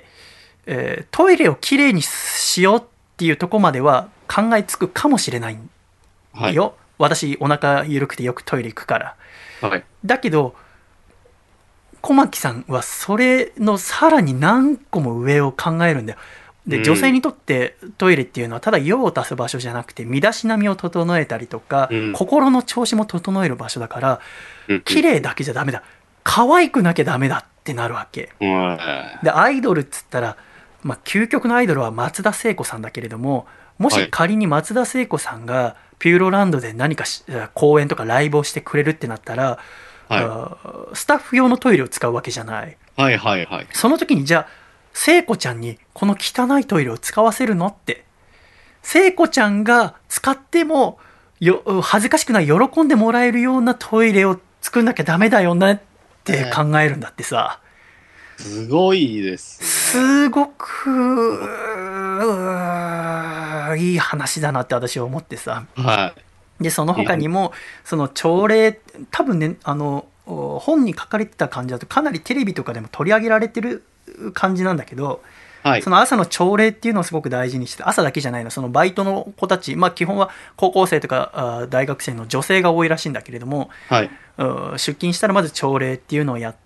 トイレをきれいにしようっていうとこまでは考えつくかもしれないはい。 よ。私、お腹緩くてよくトイレ行くから。 はい。 だけど、小牧さんはそれのさらに何個も上を考えるんだよ。で、女性うん。 にとってトイレっていうのはただ用を足す場所じゃなくて、身だしなみを整えたりとか、 うん。 心の調子も整える場所だから、 うん。うん。 綺麗だけじゃダメだ。可愛くなきゃダメだってなるわけ。 うん。 で、アイドルっつったら、まあ、究極のアイドルは松田聖子さんだけれども、もしはい。 仮に松田聖子さんがピューロランドで何か公演とかライブをしてくれるってなったら、 はい。 スタッフ用のトイレを使うわけじゃない。 はい。はい。はい。 その時にじゃあ、聖子ちゃんにこの汚いトイレを使わせるのって。聖子ちゃんが使っても恥ずかしくない、喜んでもらえるようなトイレを作んなきゃダメだよねって考えるんだってさ。 すごいですね。 すごくいい話だなって私は思ってさ。 はで、そのい。いや、 他にも、その朝礼、多分ね、本に書かれてた感じだとかなりテレビとかでも取り上げられてる感じなんだけど、 はい。 その朝の朝礼っていうのをすごく大事にして、朝だけじゃないの、そのバイトの子たち、まあ基本は高校生とか大学生の女性が多いらしいんだけれども、 はい。 出勤したらまず朝礼っていうのをやって、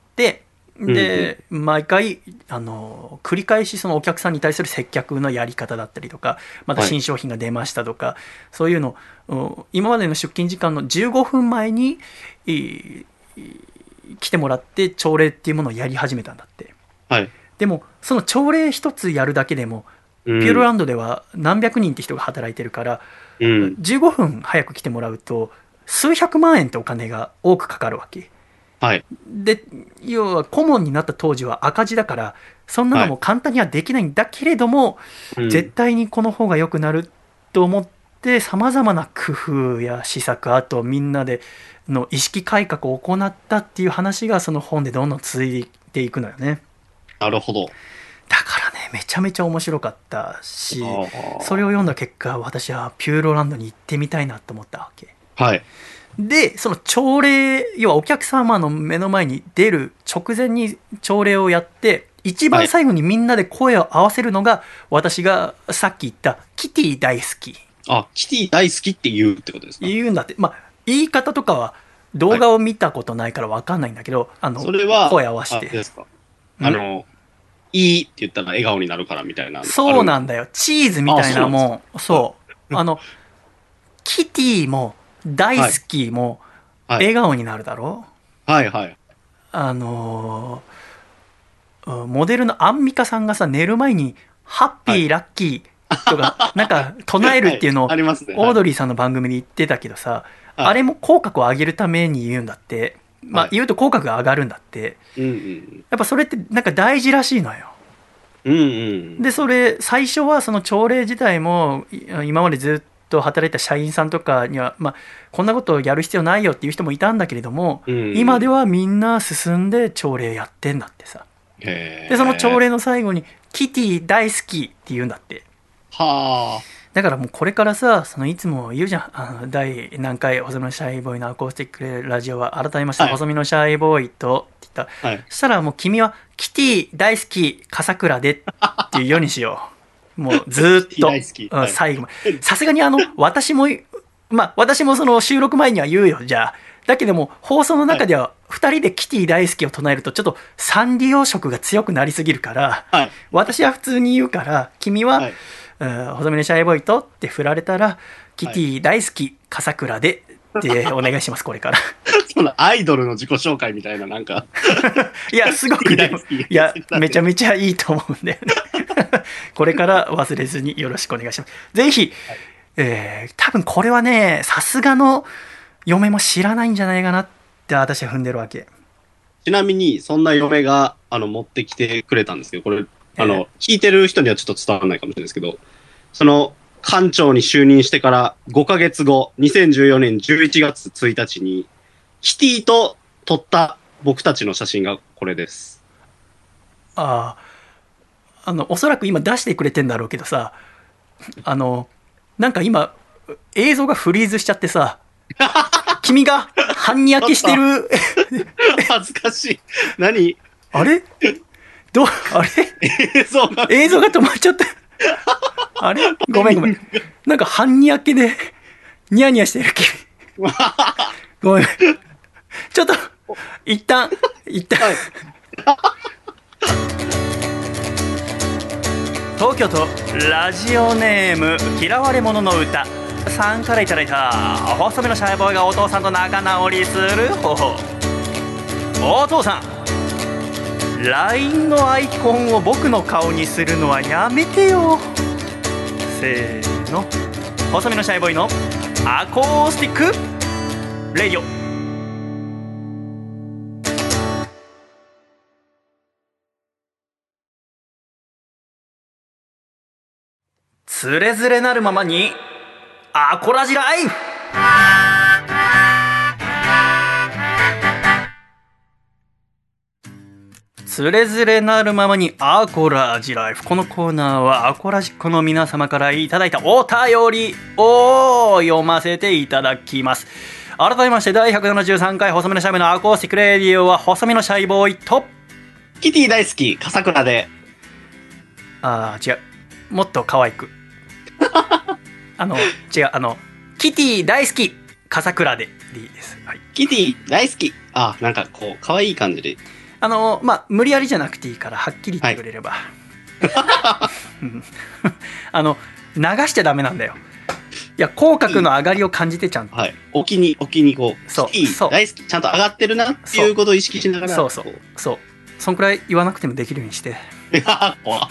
うんうん。 で、毎回、繰り返しそのお客さんに対する接客のやり方だったりとか、またはい。 新商品が出ましたとか、そういうの、今までの出勤時間の15分前に、来てもらって朝礼っていうものをやり始めたんだって。 はい。 でも、その朝礼一つやるだけでも、ピューロうん。 ランドでは何百人って人が働いてるから、 うん。 15分早く来てもらうと、数百万円ってお金が多くかかるわけ。 はい。 で、要は顧問になった当時は赤字だから、そんなのはい。 も簡単にはできないんだけれども、絶うん。 対にこの方が良くなると思って、様々な工夫や施策、あとみんなでの意識改革を行ったっていう話がその本でどんどん続いていくのよね。 なるほど。 だからね、めちゃめちゃ面白かったし、それをあ読んだ結果、私はピューロランドに行ってみたいなと思ったわけ。 あ。はい。 で、その朝礼、要はお客様の目の前に出る直前に朝礼をやって、一はい。 番最後にみんなで声を合わせるのが、私がさっき言ったキティ大好き。 あ、キティ大好きって言うってことですか？ 言うんだって。まあ、言い方とかは、 動画を見たことないから分かんないんだけど、 それは声合わせて。 ですか。いいって言ったら笑顔になるからみたいな。 そうなんだよ。チーズみたいなもん。そう。キティも大好きも笑顔になるだろ。 はいはい。 モデルのアンミカさんがさ、寝る前にハッピー、ラッキーとかなんか唱えるっていうのをオードリーさんの番組で言ってたけどさ、あれも口角を上げるために言うんだって。まあ言うと口角が上がるんだって。やっぱそれってなんか大事らしいのよ。でそれ最初はその朝礼自体も今までずっと働いた社員さんとかには、まあ、こんなことをやる必要ないよっていう人もいたんだけれども、今ではみんな進んで朝礼やってんだってさ。でその朝礼の最後にキティ大好きって言うんだって。 はあ。 だからもうこれからさ、いつも言うじゃん、第何回細身のシャイボーイのアコースティックラジオは改めまして、細身のシャイボーイとって言った、そしたらもう君はキティ大好き笠倉でっていうようにしよう。もうずっと最後まで。さすがに私もその収録前には言うよ、じゃあ。だけども放送の中では2人でキティ大好きを唱えるとちょっとサンリオ色が強くなりすぎるから、私は普通に言うから君は、細身のシャイボーイとって振られたらキティ大好き笠倉でってお願いしますこれからそのアイドルの自己紹介みたいななんかいやすごくね、いやめちゃめちゃいいと思うんだよねこれから忘れずによろしくお願いします。ぜひ、多分これはねさすがの嫁も知らないんじゃないかなって私は踏んでるわけ。 ちなみにそんな嫁が持ってきてくれたんですけど、これ聞いてる人にはちょっと伝わらないかもしれないですけど、その館長に就任してから5ヶ月後、2014年11月1日に、キティと撮った僕たちの写真がこれです。 おそらく今出してくれてんだろうけどさ、なんか今、映像がフリーズしちゃってさ、君が半に焼きしてる。 恥ずかしい。何？ あれ？あれ？映像が止まっちゃった。あれごめん。なんか半に焼けでニヤニヤしてる君。ごめん。ちょっと一旦、東京都ラジオネーム嫌われ者の歌さんからいただいた細身のシャイボーイがお父さんと仲直りする方法。お父さん、LINE のアイコンを僕の顔にするのはやめてよ。せーの、細身のシャイボーイのアコースティックレディオ。つれづれなるままにアコラジライフ。つれづれなるままにアコラジライフ。このコーナーはアコラジックの皆様からいただいたお便りを読ませていただきます。改めまして第173回細身のシャイボーイのアコースティックレディオは細身のシャイボーイとキティ大好き笠倉で。 違う、もっと可愛く違う、キティ大好き笠倉でいいです、はい、 キティ大好き、なんかこう可愛い感じで、 無理やりじゃなくていいからはっきり言ってくれれば、はい、流しちゃダメなんだよ。いや口角の上がりを感じてちゃんと、はい、 お気にこうキティ大好きちゃんと上がってるなっていうことを意識しながら、 そうそんくらい言わなくてもできるようにして。怖い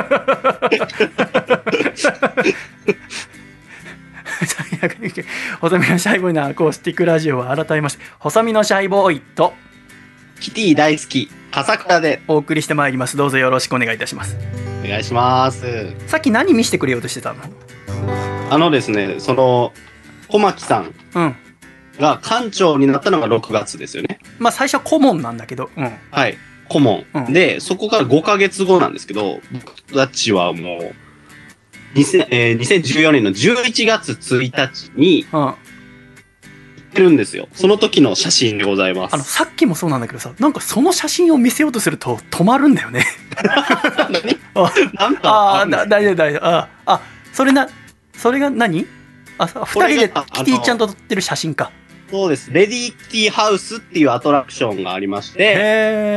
細身のシャイボーイのアコースティックラジオは改めまして細身のシャイボーイとキティ大好き笠倉でお送りしてまいります。どうぞよろしくお願いいたします。 お願いします。 さっき何見せてくれようとしてたの？ ですね、その小牧さんが館長になったのが6月ですよね。 最初は顧問なんだけど、 はい、顧問、でそこから5ヶ月後なんですけど、僕たちはもう2014年の11月1日に行ってるんですよ。その時の写真でございます。 さっきもそうなんだけどさ、なんかその写真を見せようとすると止まるんだよね。 なんか大丈夫。それが何？2人でキティちゃんと撮ってる写真か。 そうです。レディーキティハウスっていうアトラクションがありまして、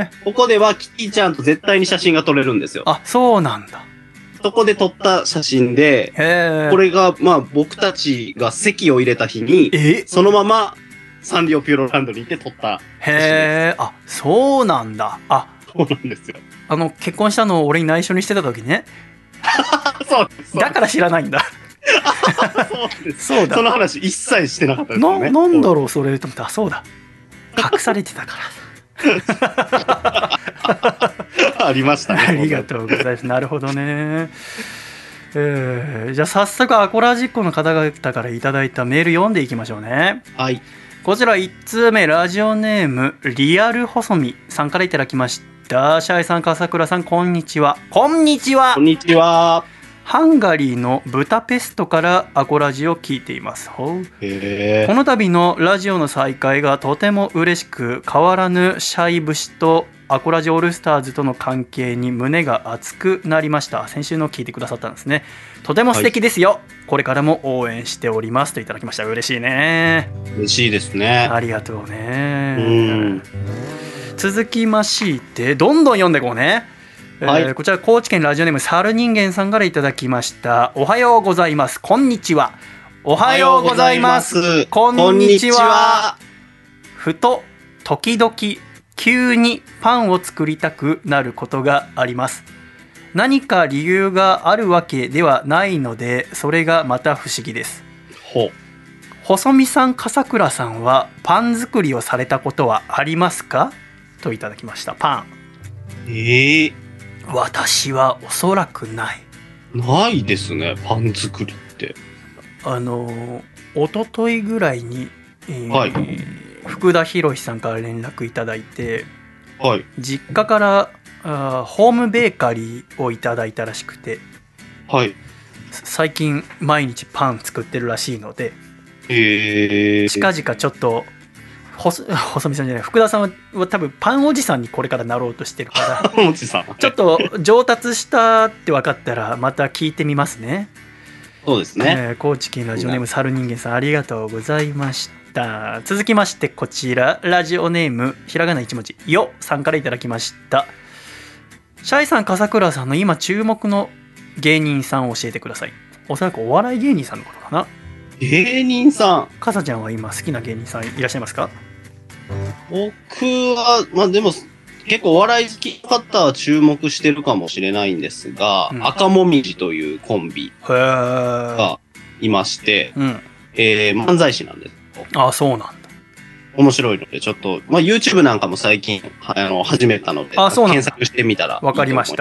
ここではキティちゃんと絶対に写真が撮れるんですよ。 あ、そうなんだ。 そこで撮った写真で、これが、まあ僕たちが席を入れた日に、そのままサンリオピューロランドに行って撮った写真です。 へー、あ、そうなんだ。あ、 そうなんですよ。 結婚したのを俺に内緒にしてた時ね。 そうです。 だから知らないんだ。 そうです。そうだ。その話一切してなかったですね。 なんだろうそれと思った。そうだ。隠されてたから。 ありましたね。 ありがとうございます。なるほどね。じゃあ早速アコラジックの方々からいただいたメール読んでいきましょうね。 はい。 こちら1通目、ラジオネームリアル細身さんからいただきました。シャイさん、笠倉さん、こんにちは。こんにちは。 こんにちは。 ハンガリーのブダペストからアコラジを聞いています。この度のラジオの再開がとても嬉しく、変わらぬシャイ節とアコラジオールスターズとの関係に胸が熱くなりました。先週の聞いてくださったんですね。とても素敵ですよ、はい、これからも応援しておりますといただきました。嬉しいね。 嬉しいですね。 ありがとうね。続きましてどんどん読んでいこうね。はい、こちら高知県ラジオネームサル人間さんからいただきました。おはようございます。こんにちは。おはようございます。こんにちは。ふと時々急にパンを作りたくなることがあります。何か理由があるわけではないので、それがまた不思議です。細見さん、笠倉さんはパン作りをされたことはありますかといただきました。パン。私はおそらくないですね、パン作りって。 一昨日ぐらいに、はい、福田博さんから連絡いただいて、はい、実家からホームベーカリーをいただいたらしくて、はい、最近毎日パン作ってるらしいので、近々ちょっと細見さんじゃない、福田さんは多分パンおじさんにこれからなろうとしてるからちょっと上達したって分かったらまた聞いてみますね。 そうですね。 高知県ラジオネームサル人間さん、ありがとうございました。続きましてこちらラジオネームひらがな1文字よさんからいただきました。シャイさん、笠倉さんの今注目の芸人さんを教えてください。おそらくお笑い芸人さんのことかな。 芸人さん。 かさちゃんは今好きな芸人さんいらっしゃいますか？ 僕は、まあでも、結構お笑い好きの方は注目してるかもしれないんですが、赤もみじというコンビがいまして、漫才師なんです。 あ、そうなんだ。 面白いので、ちょっと、まあ、YouTube なんかも最近、始めたので、検索してみたらいいと思います。 わかりました。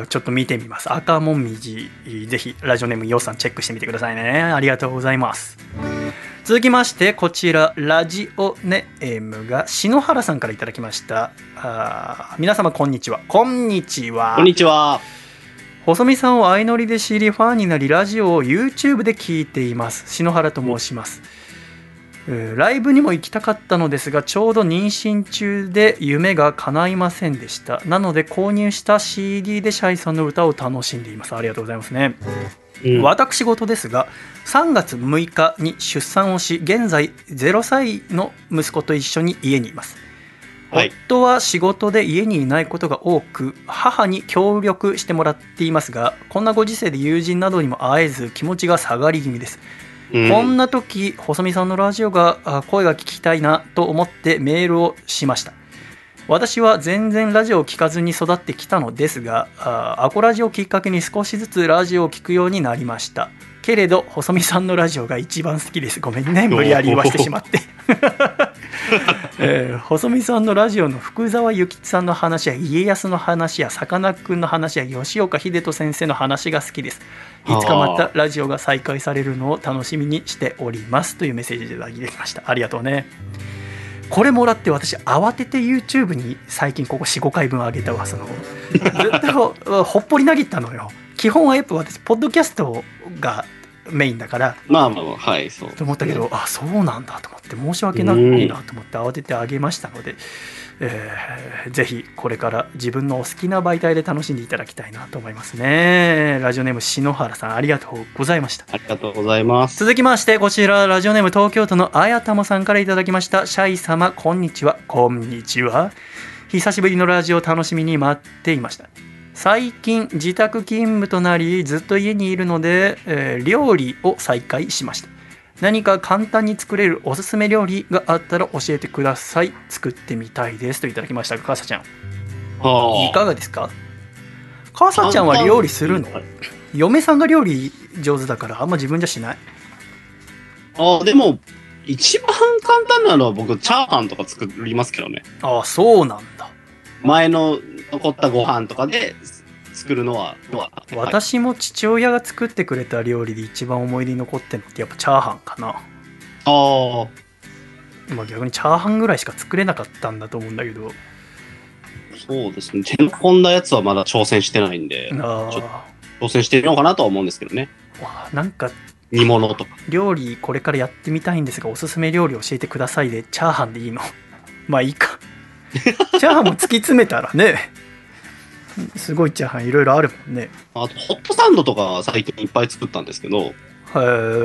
ちょっと見てみます。赤もみじ、ぜひ、ラジオネームよさんチェックしてみてくださいね。ありがとうございます。続きまして、こちら、ラジオネームが篠原さんからいただきました。皆様、こんにちは。こんにちは。 こんにちは。 細見さんを相乗りで知り、ファンになり、ラジオを YouTube で聞いています。篠原と申します。ライブにも行きたかったのですが、ちょうど妊娠中で夢が叶いませんでした。なので購入した CD でシャイさんの歌を楽しんでいます。ありがとうございますね。私事ですが、3月6日に出産をし、現在0歳の息子と一緒に家にいます。夫は仕事で家にいないことが多く、母に協力してもらっていますが、こんなご時世で友人などにも会えず気持ちが下がり気味です。こんな時、細見さんのラジオが声が聞きたいなと思ってメールをしました。私は全然ラジオを聞かずに育ってきたのですが、アコラジオをきっかけに少しずつラジオを聞くようになりました。けれど細見さんのラジオが一番好きです。ごめんね、無理やり言わせてしまって、細見さんのラジオの福沢諭吉さんの話や家康の話やさかなクンの話や吉岡秀人先生の話が好きです。いつかまたラジオが再開されるのを楽しみにしておりますというメッセージでいただきました。ありがとうね。これもらって私慌てて YouTube に最近ここ 4,5 回分上げたわ。ずっとほっぽり投げたのよ。基本はやっぱ私ポッドキャストがメインだから、 まあまあはいそうと思ったけど、そうなんだと思って申し訳ないなと思って慌ててあげましたので、 ぜひこれから自分のお好きな媒体で楽しんでいただきたいなと思いますね。ラジオネーム篠原さん、ありがとうございました。 ありがとうございます。 続きましてこちらラジオネーム東京都のあやたもさんからいただきました。シャイ様こんにちは。こんにちは。久しぶりのラジオを楽しみに待っていました。最近自宅勤務となりずっと家にいるので、料理を再開しました。何か簡単に作れるおすすめ料理があったら教えてください。作ってみたいですといただきました。かさちゃん、いかがですか？かさちゃんは料理するの？嫁さんが料理上手だからあんま自分じゃしない。 でも一番簡単なのは僕チャーハンとか作りますけどね。 そうなんだ。 前の残ったご飯とかで作るのは、 私も父親が作ってくれた料理で一番思い出に残ってるのってやっぱチャーハンかな。逆にチャーハンぐらいしか作れなかったんだと思うんだけど。 そうですね。手の込んだやつはまだ挑戦してないんで、挑戦してみようかなとは思うんですけどね。 なんか煮物とか料理これからやってみたいんですがおすすめ料理教えてくださいでチャーハンでいいの？まあいいか。チャーハンも突き詰めたらね、すごいチャーハンいろいろあるもんね。 あとホットサンドとか最近いっぱい作ったんですけど、やっぱ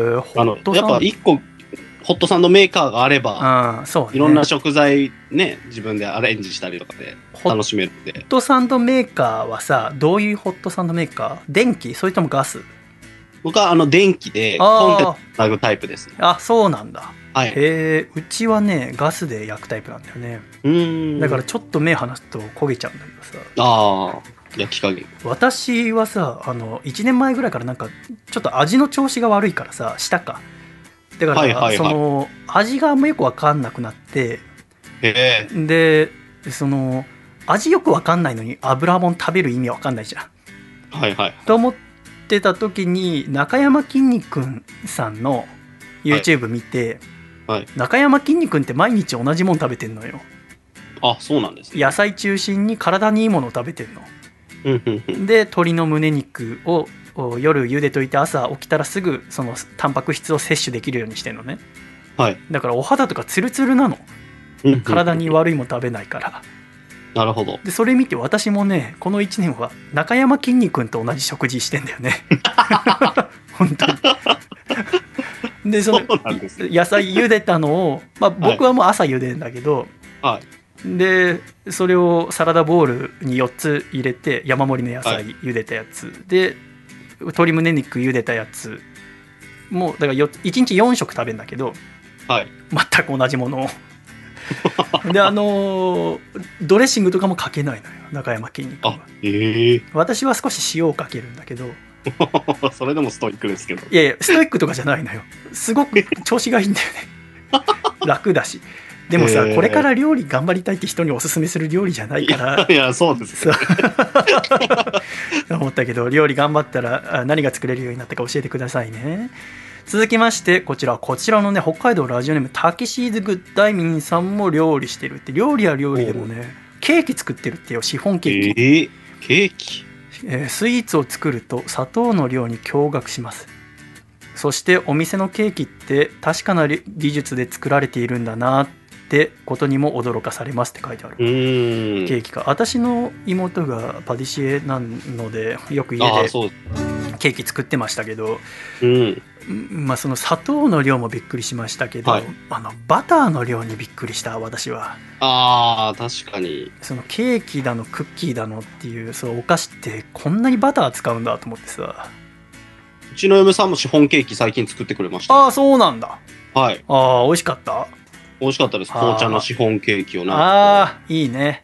1個ホットサンドメーカーがあれば、いろんな食材ね自分でアレンジしたりとかで楽しめるんで。 ホットサンドメーカーはさ、どういうホットサンドメーカー？電気それともガス？僕は電気でコンセントつなぐタイプです。 そうなんだ。 はい。 うちはねガスで焼くタイプなんだよね。だからちょっと目離すと焦げちゃうんだけどさ。 焼き加減。 私はさ1年前ぐらいからなんかちょっと味の調子が悪いからさ、したかだから、その味があんまよく分かんなくなって、でその味よく分かんないのに油もん食べる意味わかんないじゃん。と思ってた時に中山きんに君さんの YouTube 見て、中山きんに君って毎日同じもん食べてんのよ。 そうなんですね。 野菜中心に体にいいものを食べてんの。で鶏の胸肉を夜茹でといて朝起きたらすぐそのタンパク質を摂取できるようにしてんのね。だからお肌とかツルツルなの。体に悪いもん食べないから。 なるほど。 でそれ見て私もねこの1年は中山きんに君と同じ食事してんだよね。本当に。でその野菜茹でたのを、僕はもう朝茹でるんだけど、でそれをサラダボウルに4つ入れて、山盛りの野菜茹でたやつ、で鶏胸肉茹でたやつもうだから1日4食食べるんだけど、全く同じものを。でドレッシングとかもかけないのよ中山きんに君は。私は少し塩をかけるんだけど。 それでもストイックですけど。 いやストイックとかじゃないのよ。すごく調子がいいんだよね。楽だし。でもさ、これから料理頑張りたいって人におすすめする料理じゃないから。 いやそうですね。 思ったけど料理頑張ったら何が作れるようになったか教えてくださいね。続きましてこちらのね北海道ラジオネームタキシーズグッダイミンさんも料理してるって。料理は料理でもねケーキ作ってるってよ。シフォンケーキ。 ケーキ、 スイーツを作ると砂糖の量に驚愕します。そしてお店のケーキって確かな技術で作られているんだなってことにも驚かされますって書いてある。ケーキか。私の妹がパティシエなのでよく家でケーキ作ってましたけど、その砂糖の量もびっくりしましたけど、バターの量にびっくりした私は。 確かにそのケーキだのクッキーだのっていうそのお菓子ってこんなにバター使うんだと思ってさ。 うちの嫁さんもシフォンケーキ最近作ってくれました。 そうなんだ。 美味しかった。 美味しかったです。紅茶のシフォンケーキをいいね。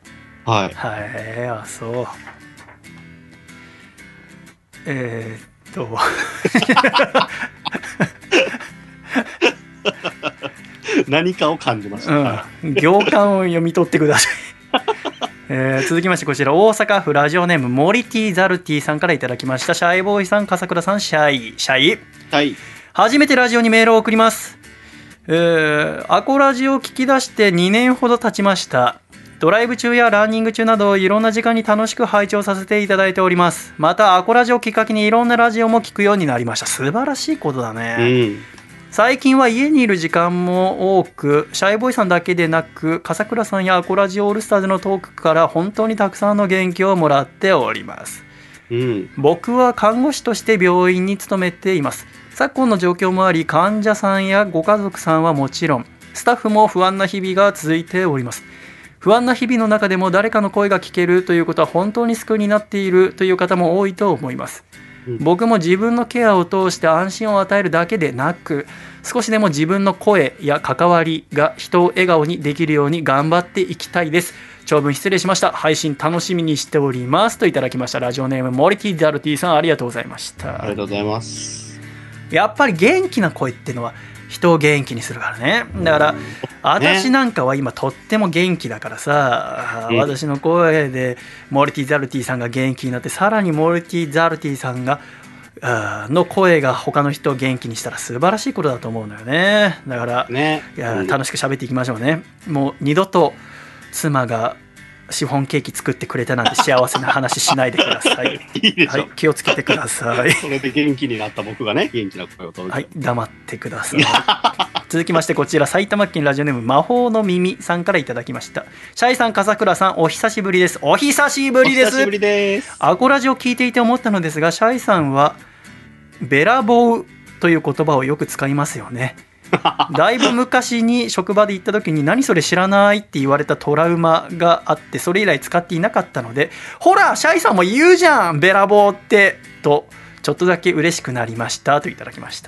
そう何かを感じました、 行間を読み取ってください。続きましてこちら大阪府ラジオネームモリティザルティさんからいただきました。シャイボーイさん、笠倉さん、シャイ、初めてラジオにメールを送ります。アコラジを聞き出して2年ほど経ちました。ドライブ中やランニング中などいろんな時間に楽しく拝聴させていただいております。またアコラジをきっかけにいろんなラジオも聞くようになりました。素晴らしいことだね。 最近は家にいる時間も多く、シャイボーイさんだけでなく笠倉さんやアコラジオールスターズのトークから本当にたくさんの元気をもらっております。僕は看護師として病院に勤めています。昨今の状況もあり、患者さんやご家族さんはもちろん、スタッフも不安な日々が続いております。不安な日々の中でも誰かの声が聞けるということは本当に救いになっているという方も多いと思います。僕も自分のケアを通して安心を与えるだけでなく、少しでも自分の声や関わりが人を笑顔にできるように頑張っていきたいです。長文失礼しました。配信楽しみにしておりますといただきました。ラジオネームモリティ・ダルティさん、ありがとうございました。 ありがとうございます。 やっぱり元気な声っていうのは人を元気にするからね。だから私なんかは今とっても元気だからさ、私の声でモリティ・ザルティさんが元気になって、さらにモリティ・ザルティさんがの声が他の人を元気にしたら素晴らしいことだと思うのよね。だから、いや楽しく喋っていきましょうね。もう二度と妻がシフォンケーキ作ってくれたなんて幸せな話しないでください。 いいでしょ、 はい、気をつけてください。 それで元気になった僕がね、元気な声を届ける。 はい、黙ってください。続きましてこちら埼玉県ラジオネーム魔法の耳さんからいただきました。シャイさん、笠倉さん、お久しぶりです。お久しぶりです。 お久しぶりです。 アコラジを聞いていて思ったのですが、シャイさんはベラボーという言葉をよく使いますよね。だいぶ昔に職場で行った時に何それ知らないって言われたトラウマがあって、それ以来使っていなかったので、ほらシャイさんも言うじゃんベラボーってとちょっとだけ嬉しくなりましたといただきました。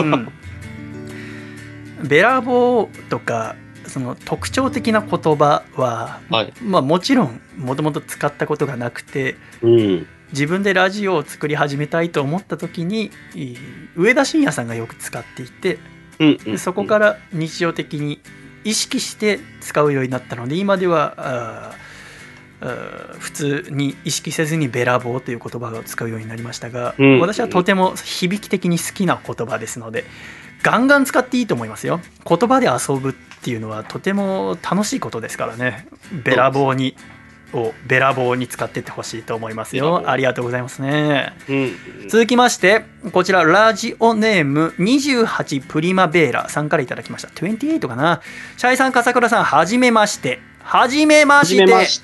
ベラボーとかその特徴的な言葉は、もちろんもともと使ったことがなくて、自分でラジオを作り始めたいと思った時に上田晋也さんがよく使っていて、そこから日常的に意識して使うようになったので、今では普通に意識せずにベラボーという言葉を使うようになりましたが、私はとても響き的に好きな言葉ですのでガンガン使っていいと思いますよ。言葉で遊ぶっていうのはとても楽しいことですからね。ベラボーに使っていってほしいと思いますよ。ありがとうございますね。続きましてこちらラジオネーム28プリマベーラさんからいただきました。28かな。シャイさん、笠倉さん、はじめまして。はじめまして。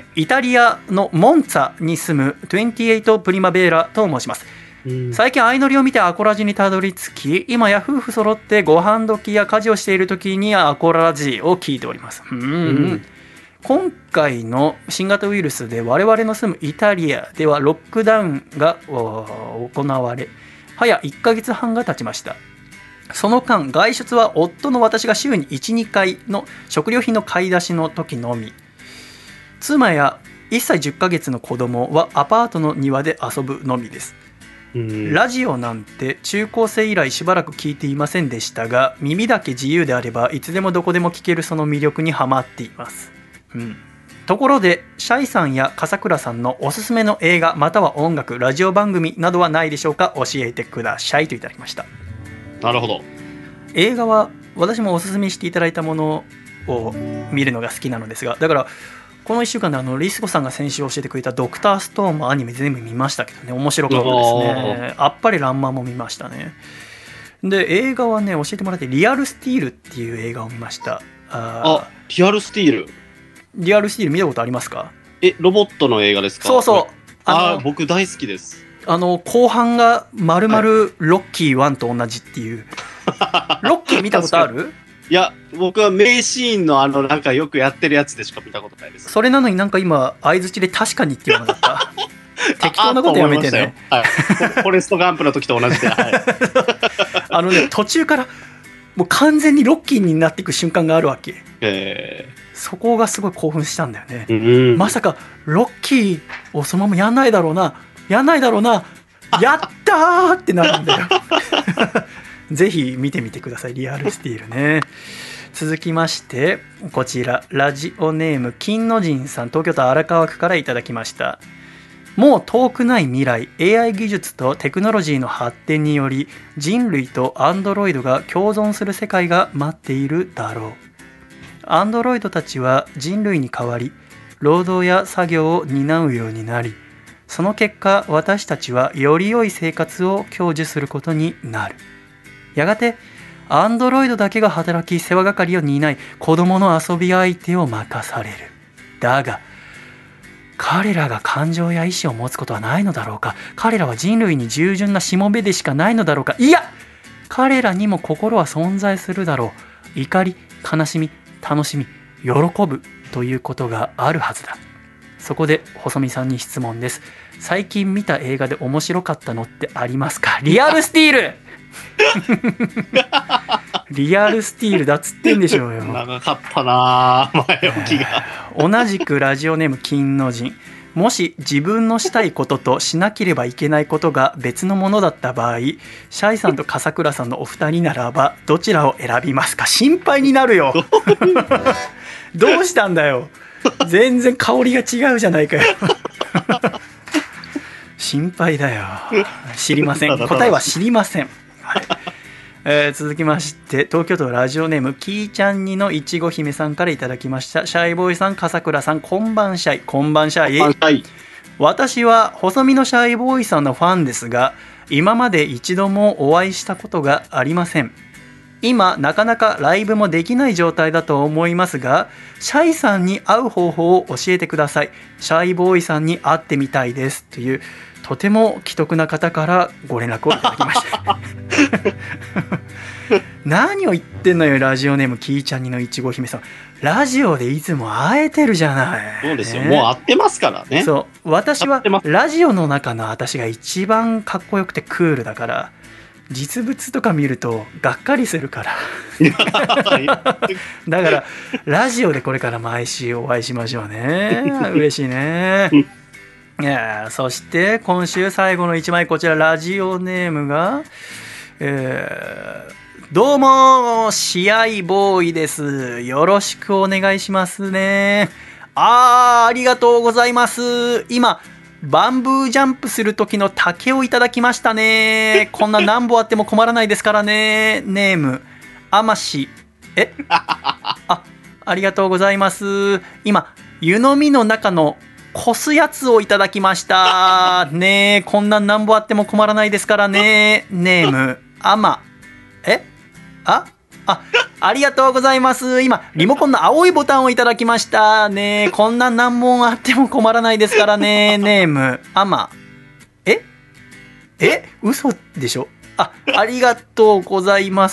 イタリアのモンツァに住む28プリマベーラと申します。最近相乗りを見てアコラジにたどり着き、今や夫婦揃ってご飯時や家事をしている時にアコラジを聞いております。今回の新型ウイルスで我々の住むイタリアではロックダウンが行われ、早1ヶ月半が経ちました。その間外出は夫の私が週に 1,2 回の食料品の買い出しの時のみ。妻や1歳10ヶ月の子供はアパートの庭で遊ぶのみです。ラジオなんて中高生以来しばらく聞いていませんでしたが、耳だけ自由であればいつでもどこでも聞けるその魅力にハマっています。ところでシャイさんや笠倉さんのおすすめの映画または音楽、ラジオ番組などはないでしょうか。教えてくださいといただきました。 なるほど。 映画は私もおすすめしていただいたものを見るのが好きなのですが、だからこの1週間でリスコさんが先週教えてくれたドクターストーンもアニメ全部見ましたけどね、面白かったですね。あっぱれらんまんも見ましたね。で映画はね教えてもらってリアルスティールっていう映画を見ました。 リアルスティール。 リアルスティール見たことありますか？ ロボットの映画ですか？ そうそう。 僕大好きです。 後半がまるまるロッキー1と同じっていう、ロッキー見たことある？ いや僕は名シーンのなんかよくやってるやつでしか見たことないです。 それなのになんか今相づちで確かにっていうのだった適当なことやめてね。 フォレストガンプの時と同じで、 途中からもう完全にロッキーになっていく瞬間があるわけ。そこがすごい興奮したんだよね。まさかロッキーをそのままやんないだろうなやったーってなるんだよぜひ見てみてください、リアルスティールね。続きましてこちらラジオネーム金の神さん、東京都荒川区からいただきました。もう遠くない未来、 AI 技術とテクノロジーの発展により人類とアンドロイドが共存する世界が待っているだろう。アンドロイドたちは人類に代わり労働や作業を担うようになり、その結果私たちはより良い生活を享受することになる。やがてアンドロイドだけが働き世話係を担い子供の遊び相手を任される。だが彼らが感情や意志を持つことはないのだろうか。彼らは人類に従順なしもべでしかないのだろうか。いや、彼らにも心は存在するだろう。怒り、悲しみ、楽しみ、喜ぶということがあるはずだ。そこで細見さんに質問です。最近見た映画で面白かったのってありますか？リアルスティールリアルスティールだっつってんでしょうよ。 長かったな前置きが。 同じくラジオネーム金の人。もし自分のしたいこととしなければいけないことが別のものだった場合、シャイさんと笠倉さんのお二人ならばどちらを選びますか？心配になるよどうしたんだよ、全然香りが違うじゃないかよ心配だよ。知りません。答えは知りません。はい。続きまして東京都ラジオネームキーちゃんにのいちご姫さんからいただきました。シャイボーイさん、笠倉さん、こんばんシャイ。こんばんシャイ。私は細身のシャイボーイさんのファンですが、今まで一度もお会いしたことがありません。今なかなかライブもできない状態だと思いますが、シャイさんに会う方法を教えてください。シャイボーイさんに会ってみたいですというとても既得な方からご連絡をいただきました何を言ってんのよ、ラジオネームキーちゃんにのいちご姫さん。ラジオでいつも会えてるじゃない。 そうですよ、もう会ってますからね。 そう、私はラジオの中の私が一番かっこよくてクールだから、実物とか見るとがっかりするからだからラジオでこれから毎週お会いしましょうね。嬉しいね。いや、そして今週最後の1枚、こちらラジオネームが、どうも試合ボーイです、よろしくお願いしますね。ありがとうございます。今バンブージャンプする時の竹をいただきましたね。こんな何本あっても困らないですからね。ネームあまし。ありがとうございます。今湯飲みの中のこすやつをいただきましたね。こんな何本あっても困らないですからね。ネームあま。ありがとうございます。今リモコンの青いボタンをいただきましたね。こんな何本あっても困らないですからね。ネームあま。嘘でしょ。ありがとうございます。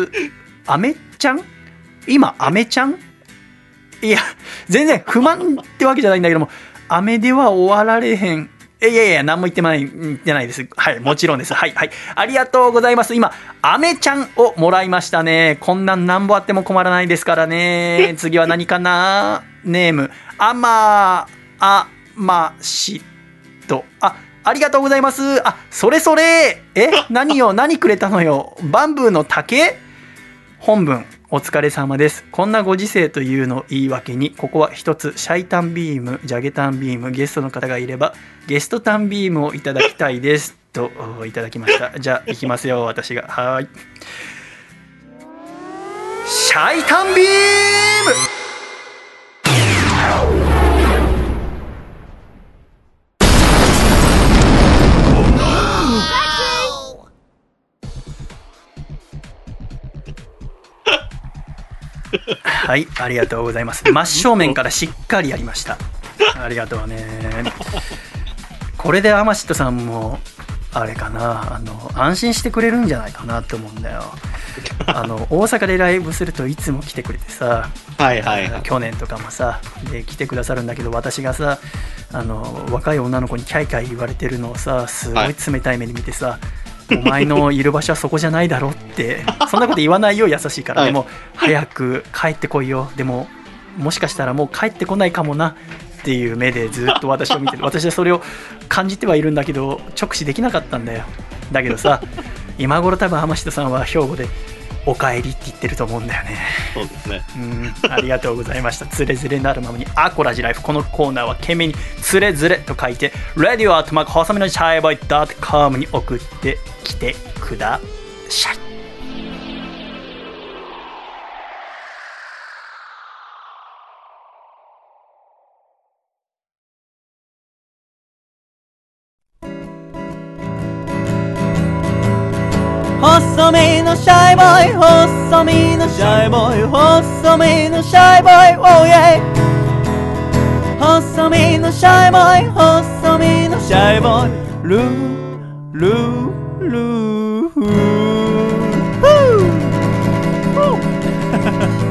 アメちゃん、今アメちゃん、いや全然不満ってわけじゃないんだけども、アメでは終わられへん。いや何も言ってないです。はい、もちろんです。はい、ありがとうございます。今アメちゃんをもらいましたね。こんなん何本あっても困らないですからね。次は何かな。ネームあましと。ありがとうございます。それ何よ、何くれたのよ。バンブーの竹。本文お疲れ様です。こんなご時世というのを言い訳に、ここは一つシャイタンビーム、ジャゲタンビーム、ゲストの方がいればゲストタンビームをいただきたいですといただきました。じゃあいきますよ、私が。はい、シャイタンビーム。はい、ありがとうございます。真正面からしっかりやりました。ありがとうね。これでアマシットさんもあれかな、安心してくれるんじゃないかなと思うんだよ。大阪でライブするといつも来てくれてさ、去年とかもさで来てくださるんだけど、私がさ若い女の子にキャイキャイ言われてるのをさ、すごい冷たい目で見てさ、お前のいる場所はそこじゃないだろってそんなこと言わないよ、優しいから。でも早く帰ってこいよ、でももしかしたらもう帰ってこないかもなっていう目でずっと私を見てる。私はそれを感じてはいるんだけど直視できなかったんだよ。だけどさ、今頃多分浜下さんは兵庫でお帰りって言ってると思うんだよね。 そうですね。 ありがとうございました。つれづれなるままにアコラジライフ。このコーナーは懸命につれづれと書いて radio@ 細身のシャイボーイ .com に送ってきてください。 細身のシャイボーイ、細身のシャイボーイ、細身のシャイボーイ、oh yeah。細身のシャイボーイ、細身のシャイボーイ、ルールールーフー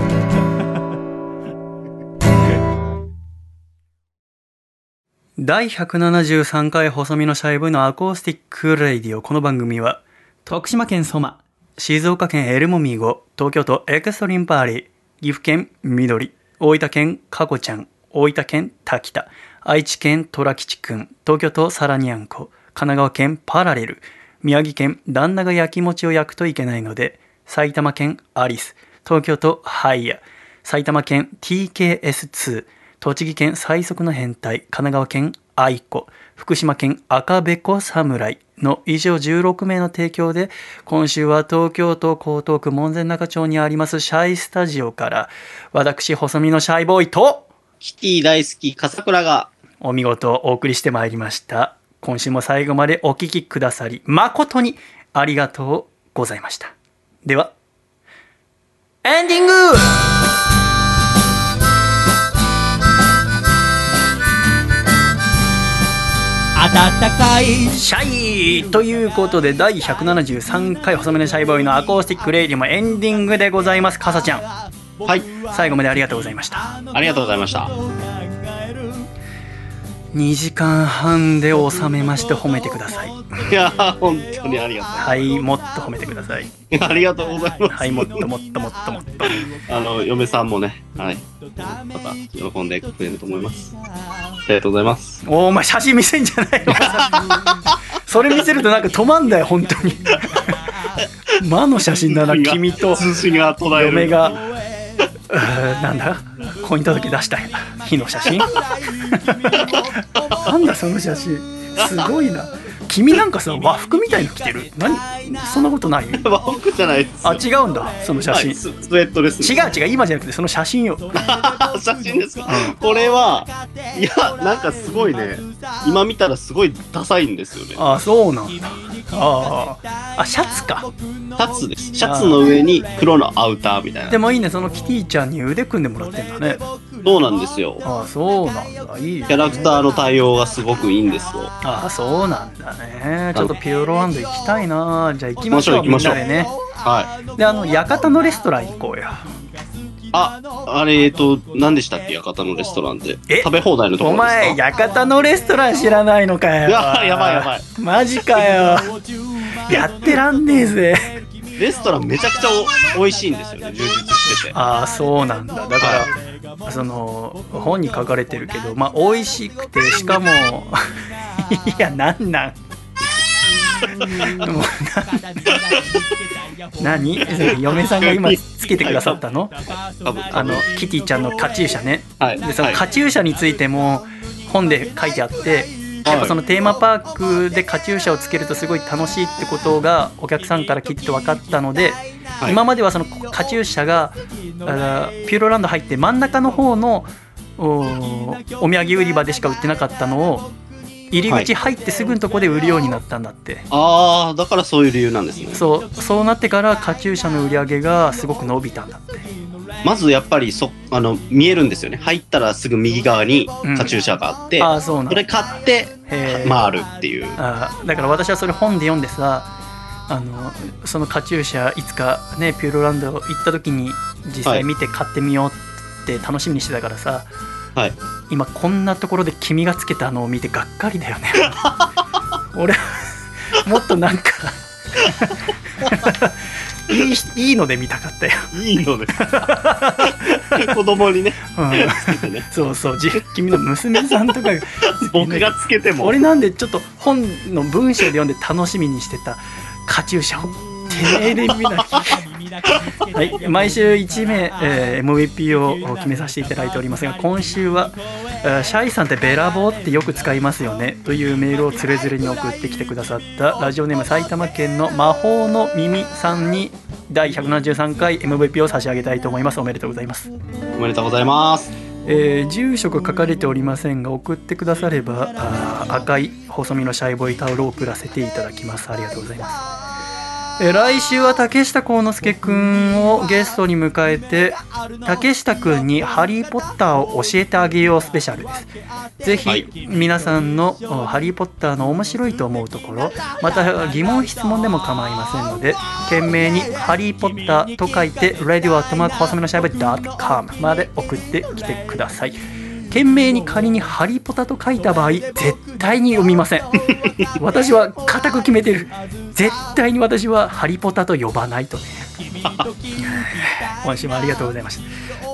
第173回細身のシャイボーイのアコースティックレイディオ。この番組は徳島県ソマ、静岡県エルモミーゴ、東京都エクストリンパーリー、岐阜県緑、大分県かこちゃん、大分県滝田、愛知県虎吉くん、東京都サラニアンコ、神奈川県パラレル、宮城県旦那が焼き餅を焼くといけないので、埼玉県アリス、東京都ハイヤ、埼玉県 TKS2、栃木県最速の変態、神奈川県愛子、福島県赤べこ侍の以上16名の提供で、今週は東京都江東区門前仲町にありますシャイスタジオから、私細身のシャイボーイとキティ大好き笠倉がお見事お送りしてまいりました。今週も最後までお聞きくださり誠にありがとうございました。ではエンディング。暖かいシャイということで、第173回細めのシャイボーイのアコースティックレイディもエンディングでございます。かさちゃん、 はい、 最後までありがとうございました。 ありがとうございました。 2時間半で収めまして褒めてください。 いや本当にありがとう。 はい、もっと褒めてください。 ありがとうございます。 はい、もっともっともっともっと嫁さんもね、はい、また喜んでくれると思います。ありがとうございます。 お前写真見せんじゃないの。それ見せるとなんか止まんだよ本当に。魔の写真だな。君と嫁がなんだ婚姻届出した日の写真。なんだその写真、すごいな。君なんかさ和服みたいの着てる。何そんなことない？ 和服じゃないです。 あ、違うんだその写真、はい、 スウェットですね。 違う今じゃなくてその写真よ。 写真ですか、うん、これはいやなんかすごいね、今見たらすごいダサいんですよね。 あ、そうなんだ。あ、シャツか。 シャツです。シャツの上に黒のアウターみたいな。 でもいいね、そのキティちゃんに腕組んでもらってんだね。 そうなんですよ。 あ、そうなんだ。いいね。 キャラクターの対応がすごくいいんですよ。 あ、そうなんだね。ちょっとピューロランド行きたいな。じゃあ行きましょう。みんなでね。 はい。 で館のレストラン行こうよ。 あれ何でしたっけ、館のレストランで食べ放題のところですか。 お前館のレストラン知らないのかよ。 やばいマジかよ。やってらんねえぜ。 レストランめちゃくちゃ美味しいんですよね。充実してて。 ああ、そうなんだ。だからその本に書かれてるけど、まあ美味しくて、しかもいやなんなん何嫁さんが今つけてくださったの？キティちゃんのカチューシャね、はい、でそのカチューシャについても本で書いてあって、やっぱそのテーマパークでカチューシャをつけるとすごい楽しいってことがお客さんから聞いてて分かったので、はい、今まではそのカチューシャがピューロランド入って真ん中の方の お土産売り場でしか売ってなかったのを入り口入ってすぐのとこで売るようになったんだって、はい、 ああ、だからそういう理由なんですね。 そうなってからカチューシャの売り上げがすごく伸びたんだって。 まずやっぱり見えるんですよね。入ったらすぐ右側にカチューシャがあって、それ買って回るっていう。 だから私はそれ本で読んでさ、そのカチューシャいつかねピューロランド行った時に実際見て買ってみようって楽しみにしてたからさ、はい、今こんなところで君がつけたのを見てがっかりだよね。俺もっとなんかいいので見たかったよ。 いいので子供にね、つけてね。 そう君の娘さんとか僕がつけても、 俺なんでちょっと本の文章で読んで楽しみにしてたカチューシャをてめえで見なきゃ。はい、毎週1名、MVP を決めさせていただいておりますが、今週はシャイさんってべらぼうってよく使いますよねというメールをつれづれに送ってきてくださったラジオネーム埼玉県の魔法の耳さんに第173回 MVP を差し上げたいと思います。おめでとうございます。 おめでとうございます。 住所が書かれておりませんが、送ってくだされば赤い細身のシャイボーイタオルを送らせていただきます。ありがとうございます。 来週は竹下幸之助くんをゲストに迎えて、竹下くんにハリーポッターを教えてあげようスペシャルです。ぜひ皆さんのハリーポッターの面白いと思うところ、また疑問質問でも構いませんので、懸命にハリーポッターと書いて radio@細身のシャイブ.com まで送ってきてください。懸命に仮にハリポタと書いた場合、絶対に読みません。私は固く決めてる。絶対に私はハリポタと呼ばないとね。今週もありがとうございました。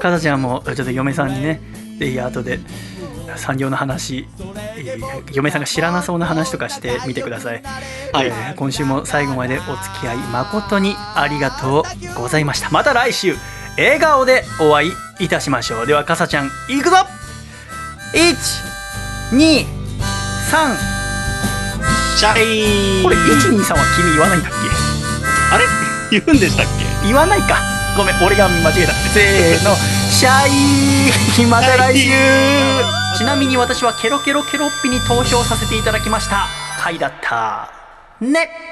かさちゃんもちょっと嫁さんにね、ぜひ後で産業の話、嫁さんが知らなそうな話とかしてみてください。はい、今週も最後までお付き合い誠にありがとうございました。また来週笑顔でお会いいたしましょう。ではかさちゃんいくぞ。1、2、3 シャイ。 これ1、2、3は君言わないんだっけ？ あれ言うんでしたっけ？ 言わないか。ごめん、俺が間違えた。せーの、シャイ。また来週。ちなみに私はケロケロケロッピに投票させていただきました回だったね。